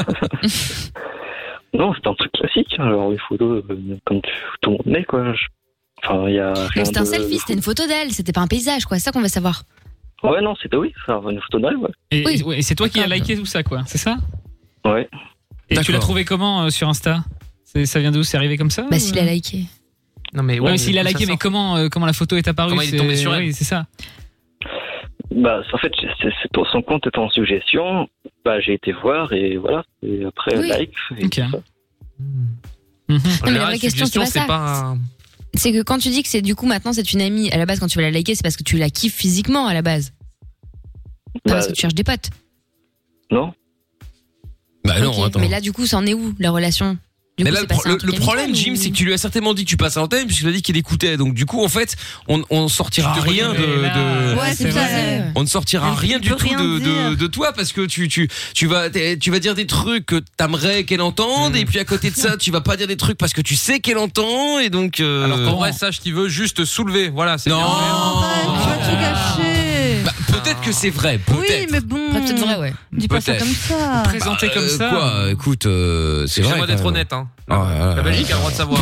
Non, c'est un truc classique. hein. Alors, les photos, euh, comme tu- tout le monde met, quoi. Je- Enfin, il y a rien Donc c'était un de- selfie, de c'était une photo d'elle, c'était pas un paysage, quoi. C'est ça qu'on veut savoir. fou. Ouais, non, c'était oui. Enfin, une photo d'elle, ouais. Et, Oui. et- et c'est toi qui as D'accord. liké tout ça, quoi. C'est ça? Ouais. Et tu l'as D'accord. trouvé comment euh, sur Insta? C'est- Ça vient d'où? C'est arrivé comme ça? Bah, ou- s'il a liké. Non, mais Ouais, ouais. mais s'il a mais liké, ça mais sort. comment, euh, comment la photo est apparue? Comment il est tombé C'est- sur elle? Oui, c'est ça. Bah, en fait, c'est, c'est, pour son compte était en suggestion. Bah, j'ai été voir et voilà. Et après, Oui. like. Et Ok. tout ça. Mhm. En Non, mais la général, vraie question, suggestion, c'est pas ça. un- C'est que quand tu dis que c'est du coup maintenant c'est une amie, à la base quand tu vas la liker, c'est parce que tu la kiffes physiquement à la base. Pas Bah, parce que tu cherches des potes. non. Bah non, Ok. attends. Mais là du coup, c'en est où la relation? Du Mais coup, là, c'est le, passé pro- un le, truc le problème, amical Jim, ou- c'est que tu lui as certainement dit que tu passes à l'antenne puisqu'il a dit qu'il écoutait. Donc du coup, en fait, on, on sortira Tu te rien de, reconnais, là. de- Ouais, c'est vrai. on ne sortira Elle rien peut du tout rien de, de, dire. de toi parce que tu tu tu vas t'es- tu vas dire des trucs que t'aimerais qu'elle entende et puis à côté de ça, tu vas pas dire des trucs parce que tu sais qu'elle entend et donc. Euh... Alors qu'en vrai, sache qu'il veut juste soulever. Voilà, c'est Non. bien. Arrête, tu vas tout gâcher. Bah, peut-être que c'est vrai, peut-être. Oui, mais bon. Ah, peut-être vrai, ouais. Dis pas ça Peut-être. comme ça. Présenté Bah, comme euh, ça. Quoi Écoute, euh, c'est vrai. Excusez-moi quand d'être même. honnête. Hein. Ah, ouais, ouais, La Belgique ouais. a le droit de savoir.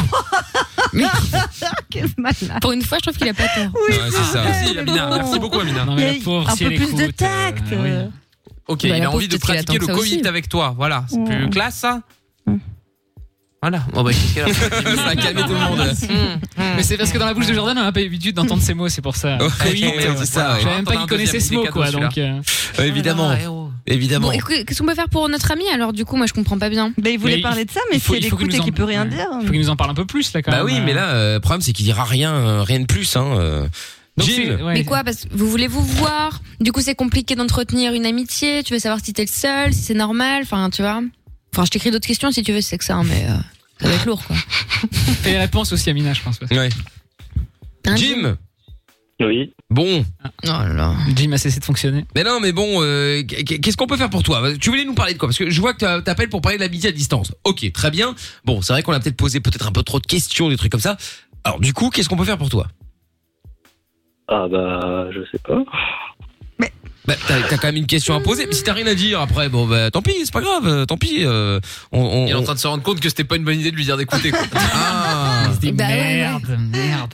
Quel malade. Pour une fois, je trouve qu'il a pas tort. Oui, Ouais, c'est ça. Merci, Amina. Merci beaucoup, Amina. Non, mais Mais la pauvre, un si peu elle plus de écoute, euh, tact. oui. Ok, Bah, il la a envie pauvre, de peut-être qu'elle pratiquer attend le ça Covid aussi. avec toi. Voilà, c'est Mm. plus classe, ça. Mm. Voilà. Bon, bah, qu'est-ce qu'elle a fait Ça a calmé tout le monde. Mais c'est parce que dans la bouche de Jordan, on n'a pas l'habitude d'entendre ces mots, c'est pour ça. Ouais, Covid, ouais, c'est ça, ouais. Je savais même pas T'en as qu'il un connaissait ce deuxième, mot, il est quoi. cadeau, Donc, euh, Euh, évidemment, Ah, héros. évidemment. Bon, écoute, qu'est-ce qu'on peut faire pour notre ami alors du coup moi je comprends pas bien. Ben, il voulait Mais parler il- de ça, mais il faut- si elle il faut qu'il écoute et nous en- qu'il peut rien ouais. dire. Il faut qu'il nous en parle un peu plus, là, quand Bah même. oui, mais là, euh, le problème c'est qu'il dira rien, euh, rien de plus. Hein. euh. Donc, Jim, c'est- ouais. Mais quoi parce que vous voulez vous voir. Du coup c'est compliqué d'entretenir une amitié. Tu veux savoir si t'es le seul, si c'est normal. Enfin tu vois. Enfin je t'écris d'autres questions si tu veux c'est que ça hein, mais euh, ça va être lourd quoi. Fais les réponses aussi, Amina, je pense. parce que- ouais. Hein, Jim, Oui. bon. Oh là là. Jim a cessé de fonctionner. Mais non, mais bon, euh, qu'est-ce qu'on peut faire pour toi? Tu voulais nous parler de quoi? Parce que je vois que t'a- t'appelles pour parler de l'amitié à distance. Ok, très bien. Bon, c'est vrai qu'on a peut-être posé peut-être un peu trop de questions, des trucs comme ça. Alors du coup, qu'est-ce qu'on peut faire pour toi? Ah bah, je sais pas. Bah, t'as, t'as quand même une question à poser. Mais si t'as rien à dire après, bon bah tant pis, c'est pas grave, euh, tant pis. Euh, on, on, Il est en on- train de se rendre compte que c'était pas une bonne idée de lui dire d'écouter. quoi. Ah. Il se dit, Bah ouais, ouais. merde, merde.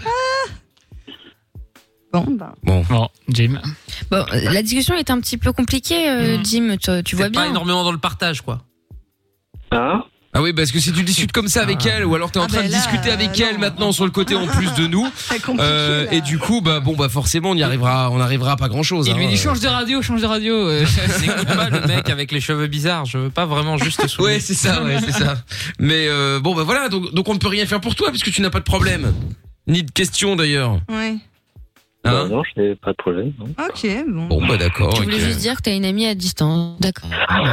Bon, ben. Bon. Bon, Jim. Bon euh, la discussion est un petit peu compliquée euh, Mm. Jim tu, tu vois C'est pas bien. énormément dans le partage, quoi. Hein? Ah oui, parce que si tu discutes comme ça avec elle, ou alors t'es en Ah train ben de là, discuter euh, avec non. elle maintenant sur le côté en plus de nous, C'est compliqué. euh, là. et du coup, bah bon, bah forcément, on y arrivera, on arrivera à pas grand chose. Il lui hein. dit change de radio, change de radio. euh. N'écoute pas le mec avec les cheveux bizarres. Je veux pas vraiment juste soulever. Ouais, c'est ça, ouais, c'est ça. Mais euh, bon, bah voilà, donc, donc on ne peut rien faire pour toi puisque tu n'as pas de problème, ni de question d'ailleurs. Ouais. Hein Bah non, je n'ai pas de problème. non. Ok, bon. Bon, bah d'accord. Tu ok. voulais juste dire que t'as une amie à distance. D'accord.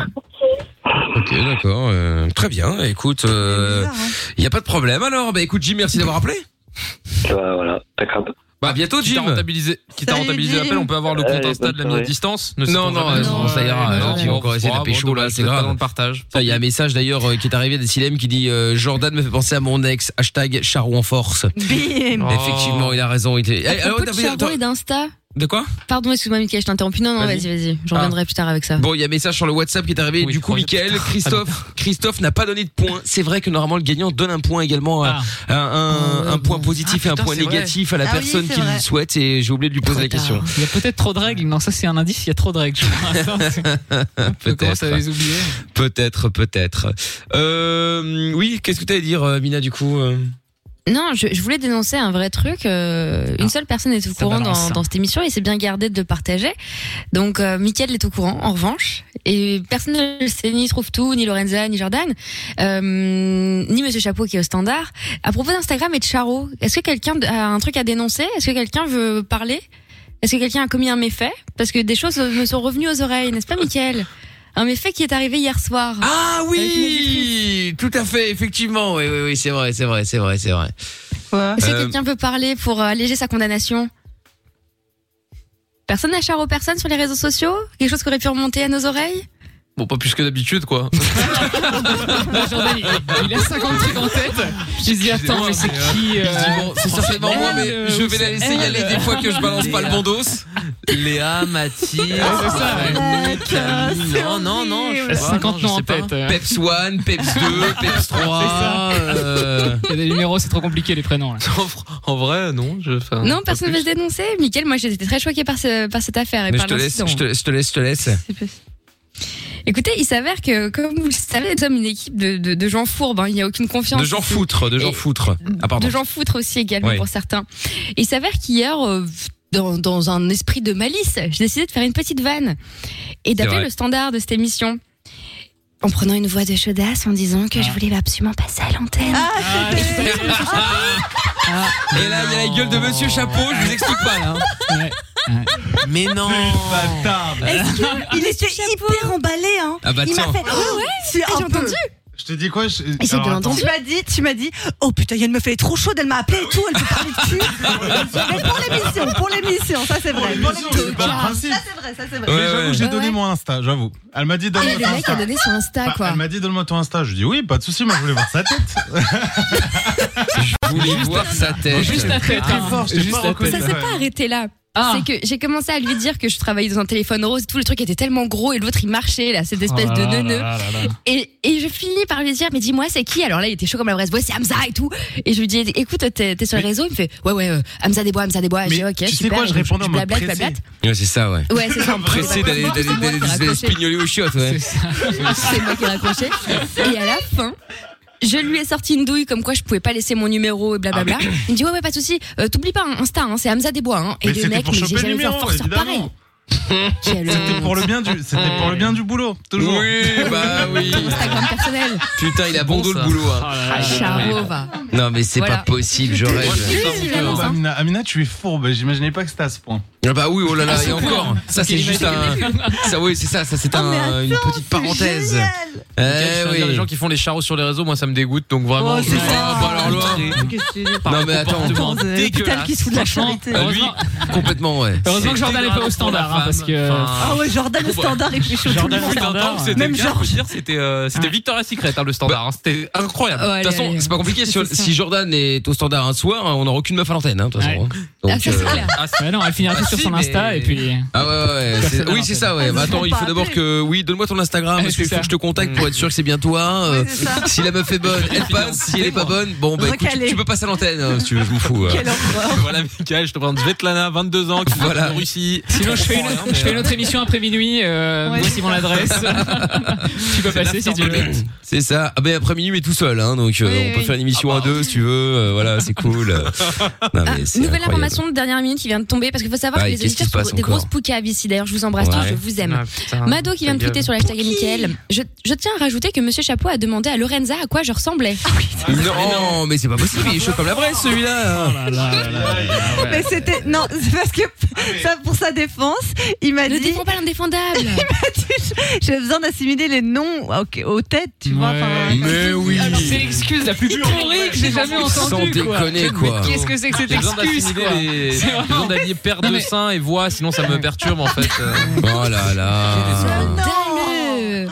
Ok, d'accord. euh, très bien. Écoute, il euh, Bizarre, hein. y a pas de problème. Alors, bah écoute, Jim, merci d'avoir appelé. Bah voilà, pas grave. Bah à bientôt, Qui t'a Jim. rentabilisé, qui t'a Salut, rentabilisé Jim. l'appel, on peut avoir le compte Allez, Insta de bonne l'ami à soirée. distance. Ne Non, sait-on non, jamais. euh, non, ça ira. Non, euh, tu vas bon, encore essayer de bon, la pécho, bon, là, dommage, c'est vous êtes pas grave. dans le partage. Il y a un message d'ailleurs euh, qui est arrivé d'Silem qui dit euh, Jordan me fait penser à mon ex. Hashtag Charou en force. Bim. Oh. Effectivement, il a raison. Il était... À Eh, alors, propos de attends, Charo attends. et d'Insta. De quoi? Pardon excuse-moi Mickaël je t'ai interrompu. Non non Vas-y. vas-y vas-y. Je reviendrai plus tard avec ça. Bon, il y a un message sur le WhatsApp qui est arrivé. Oui, du coup, je Mickaël, croyais- Christophe, Christophe n'a pas donné de points. C'est vrai que normalement le gagnant donne un point également, à- Ah. un, un, Ah, un point bon. positif Ah, et un putain, point c'est vrai. négatif à la Ah oui, personne c'est qui vrai. le souhaite. Et j'ai oublié de lui poser Trop la question. tard. Il y a peut-être trop de règles. Non, ça c'est un indice. Il y a trop de règles. Je commence à Peut-être, les oublier. peut-être, peut-être. Euh, oui, qu'est-ce que tu allais dire, euh, Mina, du coup euh Non, je, je voulais dénoncer un vrai truc. euh, une seule personne est au Ça courant balance, dans, ça. dans cette émission et c'est bien gardé de le partager. Donc, euh, Mickaël est au courant, en revanche. Et personne ne le sait, ni Trouve Tout, ni Lorenza, ni Jordan, euh, ni Monsieur Chapeau qui est au standard. À propos d'Instagram et de Charo, est-ce que quelqu'un a un truc à dénoncer? Est-ce que quelqu'un veut parler? Est-ce que quelqu'un a commis un méfait? Parce que des choses me sont revenues aux oreilles, n'est-ce pas, Mickaël? Un méfait qui est arrivé hier soir. Ah Avec une oui, tout à fait, effectivement. Oui, oui, oui, c'est vrai, c'est vrai, c'est vrai, c'est vrai. Quoi? Est-ce que Euh, quelqu'un peut parler pour euh, alléger sa condamnation? Personne n'a Charo personne sur les réseaux sociaux? Quelque chose qui aurait pu remonter à nos oreilles? Bon, pas plus que d'habitude, quoi. Jordan, il, il a cinquante trucs en tête. Je dis attends, mais c'est qui euh, Je dis, bon, c'est certainement moi, mais euh, je ou vais la c'est laisser y elle aller des fois que je balance pas le bon dos. Léa, Mathilde. c'est ça, Annick, Camille. Non, non, non. Je sais pas, cinquante non, noms je en sais pas. tête. Peps un, Peps deux, Peps trois. euh, Il y a des numéros, c'est trop compliqué les prénoms. Là. En vrai, non. Je, enfin, Non, pas personne ne plus. veut se dénoncer. Mickaël, moi j'étais très choquée par, ce, par cette affaire et Mais je par te laisse, l'incident. je te, je te laisse, je te laisse. Écoutez, il s'avère que, comme vous le savez, nous sommes une équipe de, de, de gens fourbes. Hein. Il n'y a aucune confiance. De gens ici. foutres, de gens Et- foutres. Ah pardon. De gens foutres aussi également Oui. pour certains. Et il s'avère qu'hier, euh, dans, dans un esprit de malice, j'ai décidé de faire une petite vanne et d'appeler vrai. le standard de cette émission. En prenant une voix de chaudasse, en disant que je voulais absolument passer à l'antenne. Ah, Et là, il y a la gueule de Monsieur Chapeau, je vous explique pas là. ouais. Mais non. Il était hyper emballé, hein. Ah bah Il tiens. m'a fait. Oh ouais, c'est j'ai un peu. entendu. Je te dis quoi je... Et j'ai bien entendu. Tu m'as dit, tu m'as dit, oh putain, il y a une meuf, elle est trop chaude, elle m'a appelé et tout, elle peut parler de cul. Mais pour l'émission, pour l'émission, ça c'est vrai. Pour l'émission, c'est pas le principe. Ça c'est vrai, ça c'est vrai. Mais Ouais, j'avoue, ouais. j'ai Ouais, donné ouais. mon Insta, j'avoue. Elle m'a dit Ah, donne-moi le ton mec Insta. a donné son Insta, Bah, quoi. Elle m'a dit donne-moi ton Insta. Je dis oui, pas de souci, moi je voulais voir sa tête. Je voulais voir sa tête. Juste la tête. Très hein. fort, je t'ai Juste pas la reconnu. tête. Ça s'est pas arrêté là. Ah. C'est que j'ai commencé à lui dire que je travaillais dans un téléphone rose, tout le truc était tellement gros et l'autre il marchait là, cette espèce Oh de là là neuneu. là là là. Et, et je finis par lui dire mais dis-moi c'est qui? Alors là il était chaud comme la braise, ouais c'est Hamza et tout. Et je lui dis écoute t'es, t'es sur le réseau, il me fait ouais ouais euh, Hamza Desbois, Hamza Desbois. Mais J'ai dit ok tu sais super. quoi, je Et donc, répondais en mode blablate, pressé. blablate. Ouais, c'est ça, ouais. Ouais c'est ça. Pressé d'aller d'aller d'aller d'aller se pignoler au chiottes, ouais. C'est moi qui ai raccroché. Et à la fin, je lui ai sorti une douille comme quoi je pouvais pas laisser mon numéro et blablabla. Ah, Il me dit ouais ouais pas de souci, euh, t'oublies pas hein, Insta, hein, c'est Hamza Desbois. Hein. Et Mais le c'était mec, pour mais choper j'ai le jamais vu un numéro, forceur évidemment. pareil. Quel C'était pour le bien du, c'était pour le bien du boulot, toujours. Oui, bah oui. Instagram personnel. Putain, il a bon dos le boulot. Hein. Ah, Charo va. Non, mais c'est Voilà. pas possible, je rêve. vraiment, Bah, ça. Amina, Amina, tu es fourbe. J'imaginais pas que c'était à ce point. Ah bah oui, oh là là, Ah, et c'est encore. cool. Ça, c'est Ok, juste un. Ça, oui, c'est ça, ça, c'est Oh, mais un, une attends, petite c'est parenthèse. génial. Eh Je tiens à dire, les oui. gens qui font les charros sur les réseaux, moi ça me dégoûte, donc vraiment. Oh, je- c'est Ah, ça. bah alors là. Non, mais attends. Comportement Attends, c'est l'hôpital qui se fout de la Franchement, charité. Ah, lui, complètement, ouais. Heureusement que Jordan n'est pas au standard, hein, parce que. Ah ouais, Jordan le standard est plus chaud. Jordan tout au le monde. standard. C'était Même bien, faut Georges. dire, c'était euh, c'était Victoria's Secret hein, le standard, hein, c'était incroyable. Ouais, De toute façon, allez, c'est pas compliqué. Si, C'est ça. si Jordan est au standard un soir, on n'aura aucune meuf à l'antenne, hein, de toute façon. Ouais. hein. Donc, Ah, ça, c'est euh, clair. Ah, c'est- Ouais, non, elle finira Ah, tout sur si, son Insta mais- et puis. Ah ouais, ouais, ouais. c'est- Personne Oui, à c'est ça, ouais. l'antenne. Bah Ils attends, vont il pas faut d'abord appeler. que, oui, donne-moi ton Instagram, Ouais, parce qu'il c'est faut ça. que je te contacte pour être sûr que c'est bien toi. euh, c'est ça. Si la meuf est bonne, elle passe. Si elle est pas bonne, bon, bah écoute, Recalé. tu peux passer à l'antenne, hein, si tu veux, je m'en fous. euh. Quelle horreur. Voilà, Mickaël, je te présente Svetlana, vingt-deux ans, qui vient Voilà. de Russie. Sinon, je fais une, je fais une autre émission après minuit. Euh, Ouais. Voici mon adresse. Tu peux passer si tu veux. C'est ça. Ah ben après minuit, mais tout seul, hein. Donc euh, Oui, on peut oui. faire une émission Ah bah. à deux si tu veux. euh, voilà, c'est cool. Non, Ah, mais c'est nouvelle incroyable. information de dernière minute qui vient de tomber parce qu'il faut savoir Ouais, que les qu'est-ce qui auditeurs se passe sont des encore grosses poucaves ici. D'ailleurs, je vous embrasse Ouais. tous, je vous aime. Ah, putain, Mado qui vient de ta tweeter gueule. sur l'hashtag Mickaël. Je, je tiens à rajouter que Monsieur Chapeau a demandé à Lorenza à quoi je ressemblais. Non, mais c'est pas possible. Il est chaud comme la braise, celui-là. Oh là là là là, ouais. Mais c'était non, c'est parce que ça pour sa défense, il m'a Ne dit défends pas l'indéfendable. j'ai besoin d'assimiler les noms au- aux têtes, tu vois. Ouais. enfin, Mais oui. C'est l'excuse la plus pourrie que j'ai jamais Sans entendue. quoi. déconner, quoi. Qu'est-ce que c'est que cette J'ai besoin excuse d'assimiler quoi les. C'est J'ai vraiment- besoin d'allier paire de seins et voix, sinon ça me perturbe en fait. euh. Oh là là. Scandaleux.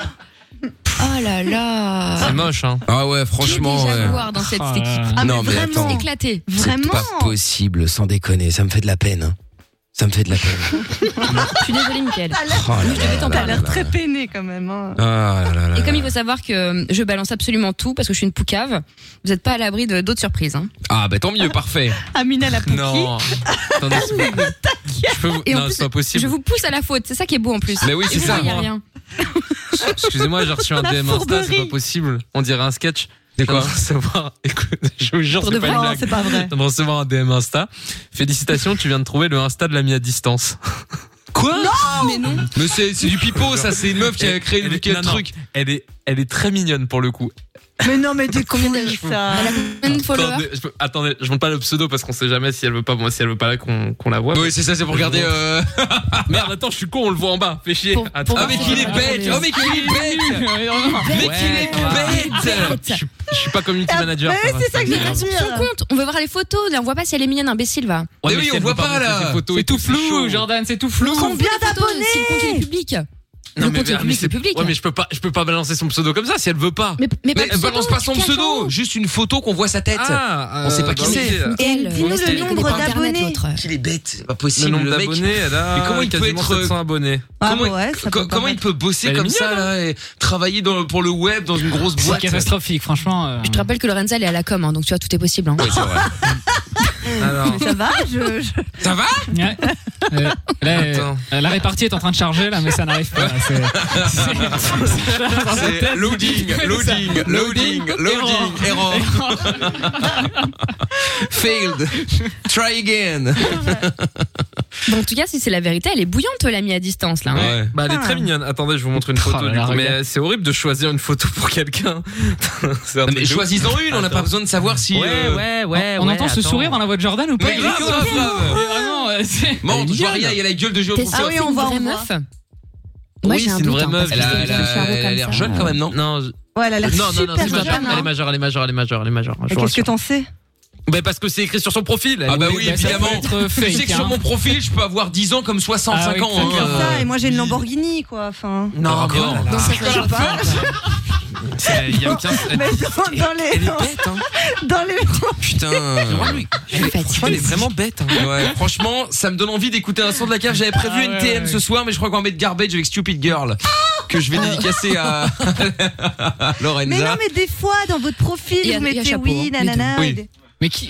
Oh là là. C'est moche, hein. Ah ouais, franchement. Qui déjà ouais. voir dans cette Ah, équipe. Ah, mais Non, mais vraiment. attends. Éclaté. C'est Vraiment. pas possible, sans déconner. Ça me fait de la peine. hein. Ça me fait de la peine. Je suis désolée, Mickaël. T'as l'air- Oh là Je devais là t'en là T'as là l'air là. très peiné quand même. hein. Ah là là là Et comme là. il faut savoir que je balance absolument tout parce que je suis une poucave, vous n'êtes pas à l'abri de d'autres surprises. Hein. Ah bah tant mieux, parfait. Amina la pouki. Non. Attendez, c'est pas- je peux vous- Et en Non, plus, c'est pas possible. Je vous pousse à la faute, c'est ça qui est beau en plus. Mais oui, Et c'est vous ça. voyez rien. Excusez-moi, j'ai reçu un La D M Insta, c'est fourberie. pas possible. On dirait un sketch. C'est quoi? Je viens de recevoir- Écoute, je vous jure, Pour c'est de pas vrai, une non, blague. c'est pas vrai. Je viens de recevoir un D M Insta. Félicitations, tu viens de trouver le Insta de l'ami à distance. Quoi? Mais non. Mais c'est c'est du pipeau, ça. C'est une meuf qui a créé Elle le est- quel non, non, truc. Elle est, elle est très mignonne pour le coup. Mais non, mais t'es con Combien de- ça. Elle a combien de followers? Attendez, je, peux- attendez, je montre pas le pseudo parce qu'on sait jamais si elle veut pas, moi, si elle veut pas là qu'on qu'on la voit. Oui, c'est ça, c'est pour regarder. Euh... Merde, attends, je suis con, on le voit en bas. Fais chier. Pour- Attends. pour Ah mais qu'il est bête. Oh mais qu'il est bête. Mais qu'il est bête. Je, suis- je suis pas community manager. Mais sur c'est ça que Instagram. je veux Son dire. compte, on veut voir les photos, là, on voit pas si elle est mignonne, imbécile va. Ouais, Mais mais oui, si on elle voit veut pas, montrer là. ses photos C'est et tout c'est chaud. flou, Jordan, c'est tout flou. Combien Photos, d'abonnés? Si le compte il est public. Non, Le mais, compte est mais public, c'est c'est public. Ouais, mais je peux pas, je peux pas balancer son pseudo comme ça si elle veut pas. Mais, mais, Mais pas de balance pseudo, pas son tu caches en pseudo, haut. juste une photo qu'on voit sa tête. Ah, On sait pas qui bah, c'est. ok. Elle, Dis-nous on le sait qu'il nombre connaît pas Internet, d'abonnés. l'autre. Qu'il est bête, c'est pas Le possible. nombre Le mec. d'abonnés, elle a Mais comment il peut quasiment être, euh, sept cents abonnés. Ah Comment, ouais, il- ça co- peut comment paraître. il peut bosser Elle est comme mignonne, ça là et travailler dans, pour le web dans une grosse C'est boîte? catastrophique, franchement. euh. Je te rappelle que Lorenza elle est à la com, hein, donc tu vois tout est possible. Hein. Ouais, c'est vrai. Alors, Mais ça va, je, je- Ça va? Ouais. Euh, là, Attends. euh, la répartie est en train de charger là, mais ça n'arrive pas. là. C'est- c'est- C'est loading, loading, loading, loading, error. Failed. Try again. Bon, en tout cas, si c'est la vérité, elle est bouillante, l'amie à distance là. hein. Ouais. bah, elle est très mignonne. Attendez, je vous montre une Oh photo là du là, coup. regarde. Mais c'est horrible de choisir une photo pour quelqu'un. C'est un Mais truc de ouf. choisis-en une, on n'a pas besoin de savoir si. Ouais, euh, ouais, ouais. On ouais, entend ce attends. sourire dans la voix de Jordan ou pas? Mais Il est grave, que- grave, grave. Mais vraiment, euh, c'est- Bon, Elle est je vois mignonne. rien, il y a la gueule de T'es géo. sûr Ah que oui, c'est on une voit, vraie on meuf? Moi, oui, j'ai un c'est une doute, vraie hein, meuf. parce que Elle a, elle a- le Charo elle a comme l'air ça. jeune quand même, non Non, Ouais, elle a l'air non, non, non, super c'est jeune. majeure. Elle est hein. majeure, elle est majeure, elle est majeure, elle est majeure. je Et vous qu'est-ce que rassure. t'en sais? Bah parce que c'est écrit sur son profil. Ah bah Oui, oui, bah, ça évidemment. peut être Tu sais fake, que sur hein. mon profil, je peux avoir dix ans comme soixante-cinq Ah oui, ans. c'est hein, clair. euh, Ça, et moi j'ai une Lamborghini, quoi. Enfin. Non, D'accord. mais Donc ça se joue pas. c'est- il y a aucun. Mais dans, dans les. Elle est bête, hein. Dans les. Putain. Je suis fatiguée. Elle est vraiment bête. Hein. Ouais, franchement, ça me donne envie d'écouter un son de la cave. J'avais prévu Ah une ouais, T M ouais. ce soir, mais je crois qu'on va mettre Garbage avec Stupid Girl. Que je vais dédicacer à à Lorenza. Mais non, mais des fois, dans votre profil, Il y a- vous il y a mettez chapeau, oui, hein, les nanana. deux. et Oui. des- Mais qui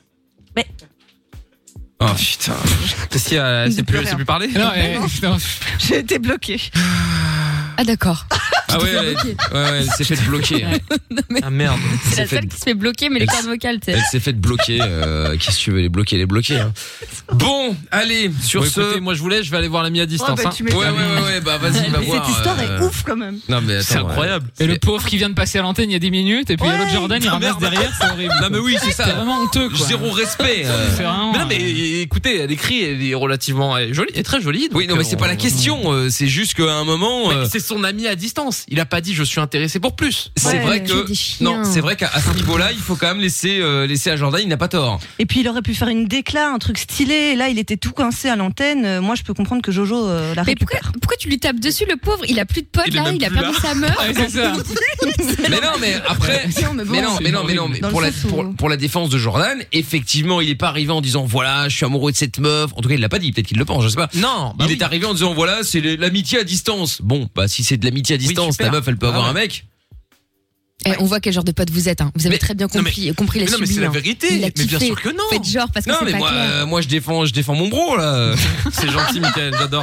Oh putain. Qu'est-ce qu'il y a Elle Ne sait plus plus, elle sait rien. plus parler. Non, eh, non, J'ai été bloquée. Ah d'accord. Ah ouais, elle, bloquée. ouais, ouais, elle s'est fait bloquer. Ah merde. C'est la s'est fait- seule qui se fait bloquer, mais les Elle- cordes vocales, tu sais. Elle s'est fait bloquer. Euh, Qu'est-ce que tu veux, les bloquer, les bloquer. Hein. Bon, allez, sur Bon, ce. écoutez, moi je vous laisse, je vais aller voir l'ami à distance. Ouais, bah, hein. tu Ouais, m'étonnes. ouais, ouais, ouais, bah vas-y, va Mais voir. cette histoire euh, est ouf quand même. Non mais attends, C'est incroyable. Et le pauvre qui vient de passer à l'antenne il y a dix minutes, et puis il y a Ouais. l'autre Jordan, il ramasse derrière, c'est horrible. Non mais oui, c'est ça. C'est vraiment honteux, quoi. Zéro respect. euh. C'est vraiment. Mais non, mais écoutez, elle écrit, elle est relativement elle est jolie, elle est très jolie. Oui, non mais c'est pas la question. euh, C'est juste qu'à un moment. Mais euh, c'est son ami à distance. Il a pas dit je suis intéressé pour plus. C'est Ouais, vrai mais que des chiens. non, c'est vrai qu'à à ce niveau-là, il faut quand même laisser euh, laisser à Jordan, il n'a pas tort. Et puis il aurait pu faire une décla, un truc stylé. Et là, il était tout coincé à l'antenne. Euh, Moi, je peux comprendre que Jojo euh, la Mais pourquoi, récupère. pourquoi tu lui tapes dessus, le pauvre? Il a plus de potes Il est là, même il a plus perdu là. sa meuf. Ouais, c'est ça. Mais non, mais après, Non, mais bon, mais non, c'est mais non, mais non, horrible. mais Dans pour le la sens où- pour, pour la défense de Jordan, effectivement, il est pas arrivé en disant voilà, je suis amoureux de cette meuf. En tout cas, il l'a pas dit. Peut-être qu'il le pense, je sais pas. Non, bah il oui. est arrivé en disant voilà, c'est le- l'amitié à distance. Bon, bah si c'est de l'amitié à distance, ta super. meuf, elle peut Ah avoir ouais. un mec. Eh, on voit quel genre de pote vous êtes. Hein. Vous avez Mais- très bien non, mais- compris, compris les Mais non, mais c'est subis, la hein. vérité. Il a Mais bien kiffé. sûr que non. Faites genre parce que Non, c'est mais pas moi, clair. euh, moi, je défends, je défends mon bro là. C'est gentil, Mickaël, j'adore.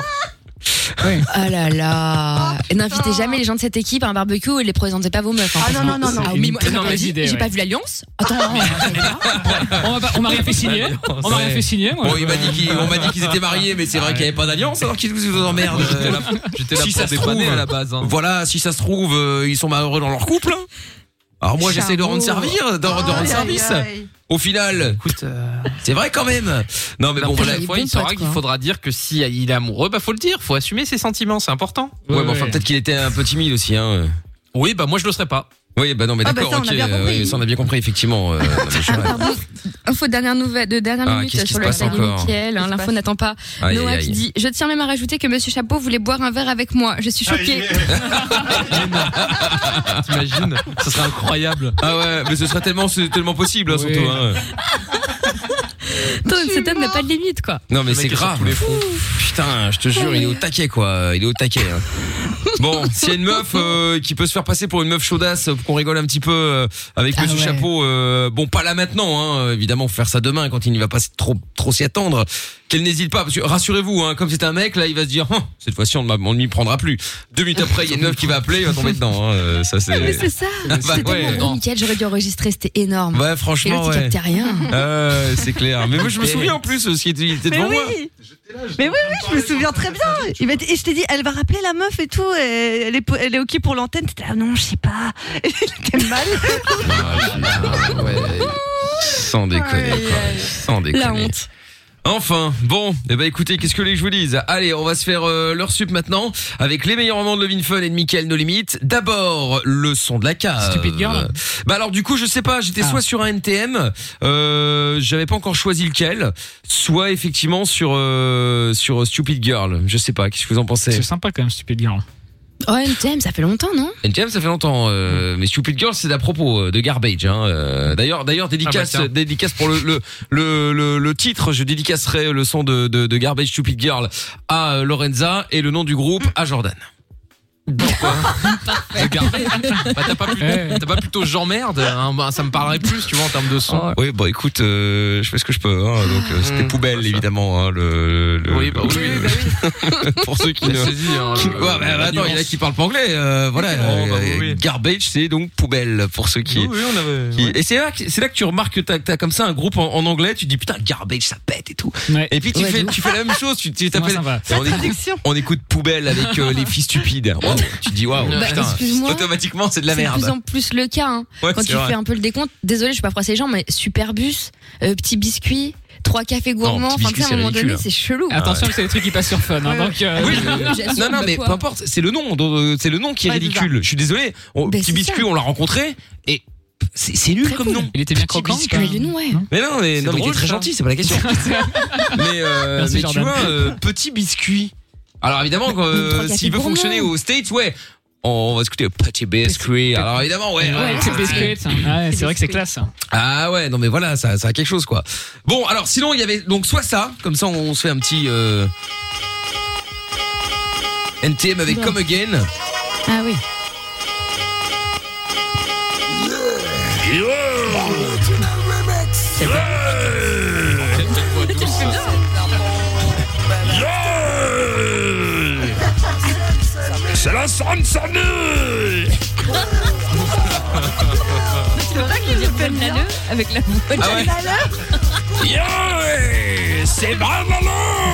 Ah là là. Et n'invitez jamais les gens de cette équipe à un barbecue et les présentez pas vos meufs. hein, Ah parce non, que- non, non, non. Ah, C'est mais une moi, très j'ai pas mauvaise dit- idée, j'ai ouais. pas vu l'alliance. Attends. On va pas- on m'a rien fait signer. On m'a rien fait signer, moi. Bon, il m'a dit qu'ils, on m'a dit qu'ils étaient mariés, mais c'est vrai qu'il y avait pas d'alliance. Alors qu'ils vous emmerdent. J'étais là, j'étais là Si pour ça se dépanner trouve, à la base. hein. Voilà, si ça se trouve, euh, ils sont malheureux dans leur couple. hein. Alors moi, j'essaie de rendre servir, de, de rendre Aïe, service. aïe, aïe. Au final, Écoute, euh, c'est vrai quand même. Non, mais la bon, voilà. prochaine les fois, bons il saura potes, qu'il quoi. faudra dire que si il est amoureux, bah faut le dire, faut assumer ses sentiments, c'est important. Ouais, Ouais, mais enfin, ouais. peut-être qu'il était un peu timide aussi, hein. Oui, bah moi je le serais pas. Oui, bah non, mais Ah, bah d'accord, ça, on a ok. bien euh, compris. oui, ça, on a bien compris, effectivement. euh, non, mais je- Pardon. Info de dernière nouvelle, de dernière Ah, minute qu'est-ce qui sur se le passe hashtag encore Mickaël. hein, Qu'est-ce qui se L'info passe n'attend pas. Aïe, Noah aïe, qui aïe. dit je tiens même à rajouter que Monsieur Chapeau voulait boire un verre avec moi. Je suis choquée. T'imagines? Ça serait incroyable. Ah ouais, mais ce serait tellement, c'est tellement possible, hein, Oui. surtout. Hein. Attends, cet homme n'a pas de limite quoi. Non, mais Le c'est mec est sur grave. tous les fronts. Putain, je te jure, il est au taquet, quoi. Il est au taquet. hein. Bon, s'il y a une meuf euh, qui peut se faire passer pour une meuf chaudasse, pour qu'on rigole un petit peu euh, avec Ah Monsieur ouais. Chapeau, euh, bon, pas là maintenant, hein, évidemment, faut faire ça demain quand il n'y va pas trop, trop s'y attendre. Qu'elle n'hésite pas, parce que rassurez-vous, hein, comme c'est un mec, là, il va se dire, oh, cette fois-ci, on ne m'a- on ne m'y prendra plus. Deux minutes après, il y a une meuf qui va appeler, il va tomber dedans. Hein, euh, ça c'est. Mais c'est ça. Ah, bah, C'était ouais. tellement gros, Mickaël. J'aurais dû enregistrer. C'était énorme. Ouais, Et franchement, l'autre il ouais. captait rien. Euh, c'est clair. Mais moi, je me souviens en plus, euh, ce qui était, il était Mais devant moi. oui. Mais oui, oui, je me souviens très bien. Il m'a dit- Et je t'ai dit, elle va rappeler la meuf et tout. Et elle est, po- elle est ok pour l'antenne. T'étais là, non, je sais pas. Elle était mal. Ah, ouais. Sans déconner, Aïe, quoi. aïe. Sans déconner. La honte. Enfin, bon, eh ben écoutez, qu'est-ce que les que je vous dise? Allez, on va se faire euh, l'heure sup maintenant avec les meilleurs moments de Levin Fun et de Mickaël No Limites. D'abord, le son de la cave. Stupid Girl. Bah alors du coup, je sais pas, j'étais Ah. soit sur un N T M, euh, j'avais pas encore choisi lequel, soit effectivement sur euh, sur Stupid Girl. Je sais pas, qu'est-ce que vous en pensez? C'est sympa quand même, Stupid Girl. Oh, N T M, ça fait longtemps, non? N T M, ça fait longtemps, euh, mais Stupid Girl, c'est à propos euh, de Garbage. Hein, euh, d'ailleurs, d'ailleurs, dédicace, Ah bah tiens. dédicace pour le le, le le le titre. Je dédicacerai le son de de, de Garbage Stupid Girl à euh, Lorenza et le nom du groupe à Jordan. Pourquoi? De garder. Bah t'as pas, plutôt, Ouais. t'as pas plutôt j'emmerde, hein, bah, ça me parlerait plus, tu vois, en termes de son. Oui, bon, écoute, euh, je fais ce que je peux. Hein, donc euh, c'était Mmh, poubelle, c'est ça. évidemment. Hein, le, le Oui, bah oui, oui. pour ceux qui J'ai ne. saisi, hein, qui- le- Ouais, bah, la attends, il y en a nuance. qui parlent pas anglais. Euh, voilà. Oh, bah, oui, euh, oui. Garbage, c'est donc poubelle pour ceux qui. Oui, oui, on avait. qui- ouais. Et c'est là, que- c'est là que tu remarques que t'as, t'as comme ça un groupe en, en anglais, tu te dis putain Garbage ça pète et tout. Ouais. Et puis tu Ouais, fais, de ouf. tu fais la même chose, tu, tu C'est moins t'appelles. sympa. Et on, écoute, Traduction. on écoute poubelle avec euh, les filles stupides. Waouh, tu te dis waouh, Bah, putain. excuse-moi. Automatiquement c'est de la C'est de merde. plus en plus le cas. Hein. Ouais, Quand c'est tu vrai. fais un peu le décompte, désolé, je suis pas froisser les gens, mais Superbus, euh, Petit Biscuit, trois cafés gourmands. Non, petit Enfin, tu sais, à un moment biscuit, donné, c'est c'est chelou. Attention, c'est des trucs qui passent sur Fun. Hein, donc, euh, Oui, j'assume, non, non, de mais quoi. peu importe, c'est le nom, donc, c'est le nom qui est Ouais, c'est ridicule. Je suis désolé. On- Ben, petit c'est biscuit, ça. on l'a rencontré et c'est c'est nul Très comme cool. nom. Il était bien Petit croquant. biscuit. Mais le nom, ouais. Mais non, mais, C'est non, mais il drôle, était très ça. gentil, c'est pas la question. mais euh, Merci, mais tu Jordan. vois, euh, petit biscuit. Alors évidemment, euh, Trois cafés s'il veut gourmands. fonctionner aux States, ouais. On va écouter petit biscuit. Alors évidemment, ouais. Ouais, ouais, c'est c'est- biscuit. Ouais, c'est vrai que c'est classe. Ah ouais, non mais voilà, ça, ça a quelque chose quoi. Bon, alors sinon il y avait donc soit ça, comme ça on se fait un petit euh... N T M avec Bon. Come Again. Ah oui. C'est C'est la Sansane. C'est pas qu'il dit Fun Lalleux avec la voix de Ah ouais. Yeah, c'est banane.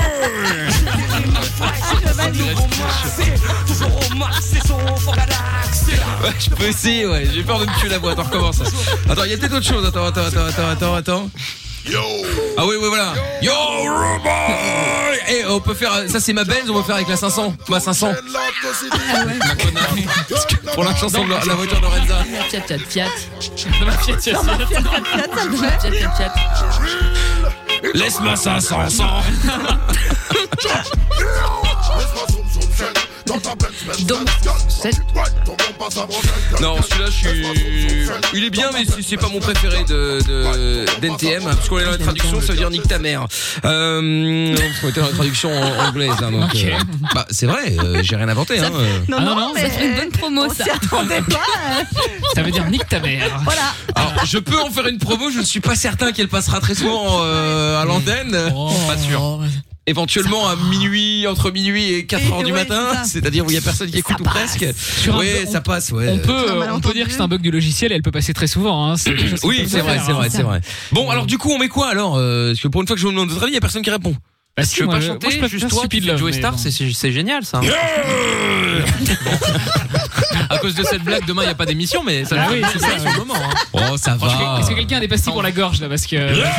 Ouais, je peux essayer, ouais. J'ai peur de me tuer la voix. Attends, recommence. Attends, il y a peut-être autre chose. Attends, attends, attends, attends, attends, attends. Ah oui, oui, voilà. Yo, Roboy. Eh, on peut faire. Ça, c'est ma Benz. On va faire avec la cinq cents. Ma cinq cents. Ma connard. Parce que pour la chanson de la, la voiture de Renza. Fiat, Fiat, Fiat. Dans ma Fiat, Fiat, Fiat. Fiat, Fiat, Fiat. Laisse-moi ça, cinq cents. Donc, c'est... Non, celui-là, je suis. Il est bien, mais c'est- c'est pas mon préféré de de d'N T M, parce qu'on est dans la traduction, ça veut dire nique ta mère. Euh, on était dans la traduction en- anglaise, hein, donc. Ok. euh, bah, c'est vrai, euh, j'ai rien inventé, hein. euh. Non, Ah, non, non, non, mais Ça fait une bonne promo, on ça. s'y attendait pas. euh. Ça veut dire nique ta mère. Voilà. Alors, je peux en faire une promo, je ne suis pas certain qu'elle passera très souvent euh, à l'antenne. Oh. Pas sûr. Éventuellement à minuit, entre minuit et quatre heures Et du ouais, matin, c'est ça. c'est-à-dire où il y a personne qui écoute ou presque. Sur un- Ouais, ça passe, ouais. On peut, Un euh, on peut malentendu. dire que c'est un bug du logiciel et elle peut passer très souvent. Hein. C'est des choses qui Oui, peuvent c'est se vrai, faire, c'est hein. vrai, c'est vrai. Bon, alors du coup, on met quoi alors euh, Parce que pour une fois que je me demande votre avis, il y a personne qui répond. Bah, Tu si, veux moi, pas je- chanter moi, je préfère juste toi, tu Stupid fais Love, Joey mais Star, bon. c'est c'est c'est génial ça. À cause de cette blague, demain il y a pas d'émission, mais ça Ah nous oui, fait c'est plaisir ça, sur le ouais. moment. hein. Oh, ça va. Est-ce que quelqu'un a des pastilles pour la gorge là parce que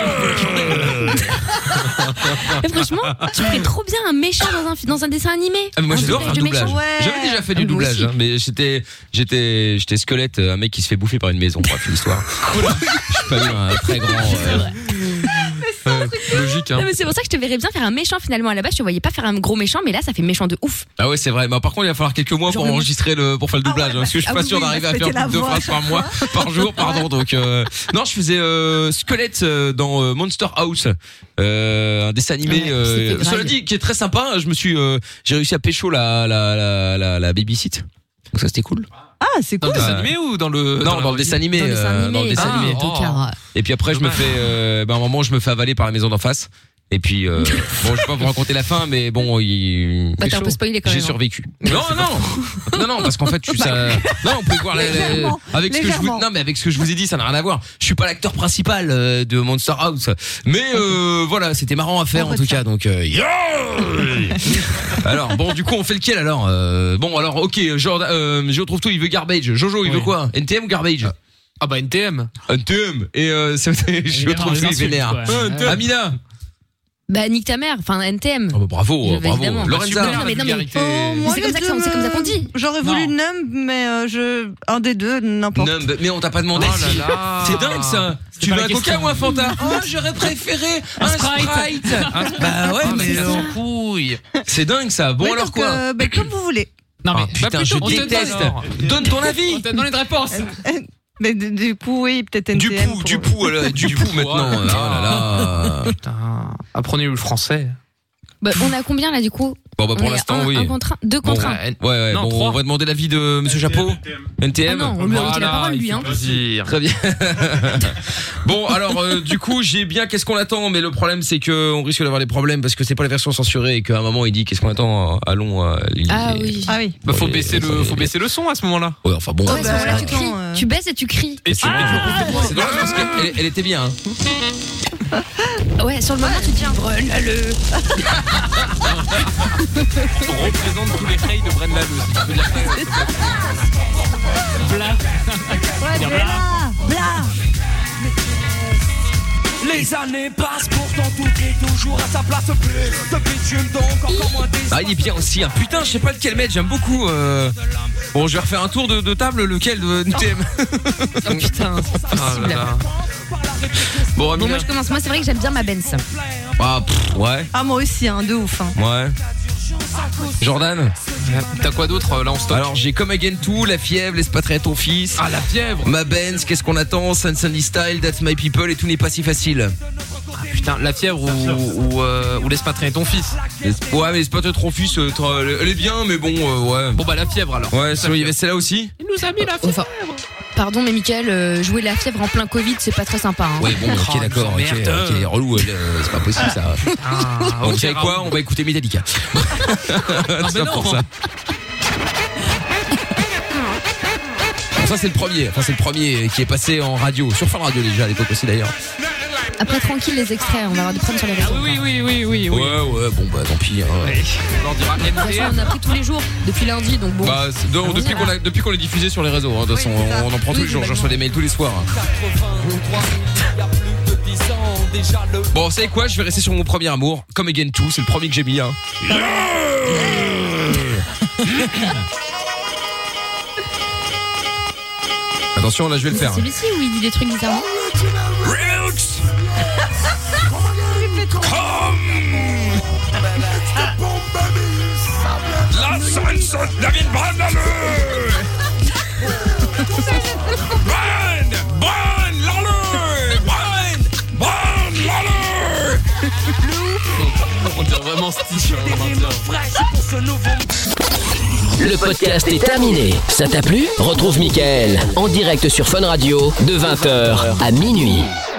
Mais franchement, tu ferais trop bien un méchant dans un, dans un dessin animé. Ah, mais moi Un j'adore faire doublage le de doublage. méchant. Ouais. J'avais déjà fait Ah, du moi doublage, aussi. hein, mais j'étais j'étais j'étais squelette, un mec qui se fait bouffer par une maison. Bref, une histoire. Je suis pas eu un très grand. euh, Euh, Logique, hein. Non, mais c'est pour ça que je te verrais bien faire un méchant finalement. À la base, je te voyais pas faire un gros méchant, mais là, ça fait méchant de ouf. Ah ouais, c'est vrai. Mais par contre, il va falloir quelques mois pour Genre le- enregistrer le pour faire le doublage, Ah ouais, hein, parce que je suis ah pas oui, sûr oui, d'arriver à répéter faire la deux voix à phrases chaque par mois, par jour, pardon. Donc euh, non, je faisais euh, squelette euh, dans euh, Monster House, euh, un dessin animé. Ouais, euh, c'était grave. cela dit, qui est très sympa. Je me suis, euh, j'ai réussi à pécho la la la la, la babysit. Donc ça c'était cool. Ah, c'est Dans cool. le dessin animé ou dans le Non, dans, la le dessin vraie vie animé. Dans le dessin euh, animé, dans le dessin ah, animé. oh. tocard. Et puis après, je me Dommage. fais, euh, ben, à un moment, je me fais avaler par la maison d'en face. Et puis, euh, bon, je vais pas vous raconter la fin, mais bon, il. Bah, t'as un peu spoilé quand J'ai même. hein. survécu. Non, non, non, non, parce qu'en fait, tu ça. Non, on peut voir la- la- Légèrement, avec ce que je vous. légèrement. Non, mais avec ce que je vous ai dit, ça n'a rien à voir. Je suis pas l'acteur principal euh, de Monster House, mais euh, voilà, c'était marrant à faire On en tout retient. cas. Donc, euh, yeah alors bon, du coup, on fait lequel alors euh, Bon, alors, ok, genre, euh, je retrouve tout. Il veut garbage. Jojo, il veut Oui. quoi N T M ou garbage Ah bah N T M. N T M. Et euh, ça- je retrouve tout. Il vénère. Ouais. Amina. Bah, nique ta mère, enfin, N T M. Oh, bah, bravo, Je- bravo. évidemment. Lorenza. Super, Non, mais la non, mais- vulgarité. Oh, moi, C'est les comme ça que ça- deux c'est comme ça qu'on me- dit. J'aurais voulu Non. Numb, mais euh, je un des deux, n'importe. Numb. Mais on t'a pas demandé. Oh là là. C'est dingue ça. Tu pas veux la un coca question. ou un Fanta Oh, j'aurais préféré un, Un Sprite. Sprite. Bah ouais, Oh, mais mais euh, en couille. c'est dingue ça. Bon Ouais, alors donc, quoi euh, bah, comme vous voulez. Non mais Ah, putain, Bah, je plutôt, on te déteste. donne alors. Donne ton on avis. t'a donné de réponse. Mais du, du coup, oui, peut-être N T Du M. pou, pour- du pou, alors, du Du pou pou, maintenant. oh Oh là là là. Putain. Apprenez le français. Bah, on a combien là du coup Bon bah On pour est l'instant un, oui. un contre un, deux Bon, contre un. ouais, ouais, Non, bon, trois. on va demander l'avis de Monsieur Chapeau. N T Ah M. non, on lui a ôté la parole il lui fait hein. plaisir. Très bien. Bon, alors euh, du coup, j'ai bien qu'est-ce qu'on attend, mais le problème c'est que on risque d'avoir des problèmes parce que c'est pas la version censurée et qu'à un moment il dit qu'est-ce qu'on attend. euh, Allons. euh, il- Ah oui. Ah oui. Bah faut Ouais, baisser ça, le, il- faut baisser le son à ce moment-là. Ouais, enfin bon. Ouais, à ce bah, moment-là, tu attends, cries. euh. Tu baisses et tu cries. Et tu C'est dommage parce qu'elle elle- elle était bien. Hein. Ouais, sur le moment, tu te dis brûle-le. on représente tous les rails de Bren Lalleux, si tu peux dire ça. Bla. Ouais, Dire bla, bla. Les années passent, pourtant tout est toujours à sa place. Plus de bitume, donc encore moins des... Ah, il est bien aussi. Hein. Putain, je sais pas lequel mettre, j'aime beaucoup. Euh... Bon, je vais refaire un tour de, de table, lequel de T M. Oh putain, c'est pas possible. Bon, Bon, moi je commence. Moi, c'est vrai que j'aime bien ma Benz. Ah, pff, ouais. Ah, moi aussi, hein, de ouf. Hein. Ouais. Jordan, t'as quoi d'autre là en stock? Alors j'ai Come Again deux, La Fièvre, Laisse pas traîner ton fils. Ah, La Fièvre. Ma Benz, Qu'est-ce qu'on attend, Sun Sunny Style, That's My People et Tout n'est pas si facile. Ah, putain, La Fièvre ou, ou, euh, ou Laisse pas traîner ton fils. Ouais, mais Laisse pas traîner ton fils, euh, elle est bien, mais bon, euh, ouais. Bon bah La Fièvre alors. Ouais, il y avait celle-là aussi. Il nous a mis La Fièvre. Enfin, pardon, mais Mickaël, euh, jouer La Fièvre en plein Covid, c'est pas très sympa. Hein. Ouais, bon, ok, d'accord, ok, ok, relou, euh, c'est pas possible ça. Ah, bon, okay, vous savez quoi, on va écouter Metallica. C'est pas pour ça. Bon, ça c'est le premier, enfin c'est le premier qui est passé en radio, sur Fun Radio déjà à l'époque aussi d'ailleurs. Après, tranquille, les extraits, on va avoir des problèmes sur les réseaux. Oui, oui, oui, oui, oui. Ouais, ouais, bon bah tant pis. Hein. On leur dira De toute façon, on a pris tous les jours, depuis lundi, donc bon. Bah, de, depuis qu'on a, depuis qu'on est diffusé sur les réseaux, hein, de toute façon, on, on en prend tous les jours, je reçois des mails tous les soirs. Bon, vous savez quoi, je vais rester sur mon premier amour, Come Again deux, c'est le premier que j'ai mis. Hein. Attention, là je vais le faire. C'est celui-ci où il dit des trucs bizarrement. Remix. La sunset David Brandaleux. Brand, Brand, Lalleux, Brand, Brand, Lalleux. On dirait vraiment Stitch. Le podcast est terminé. Ça t'a plu? Retrouve Mickaël en direct sur Fun Radio de vingt heures à minuit.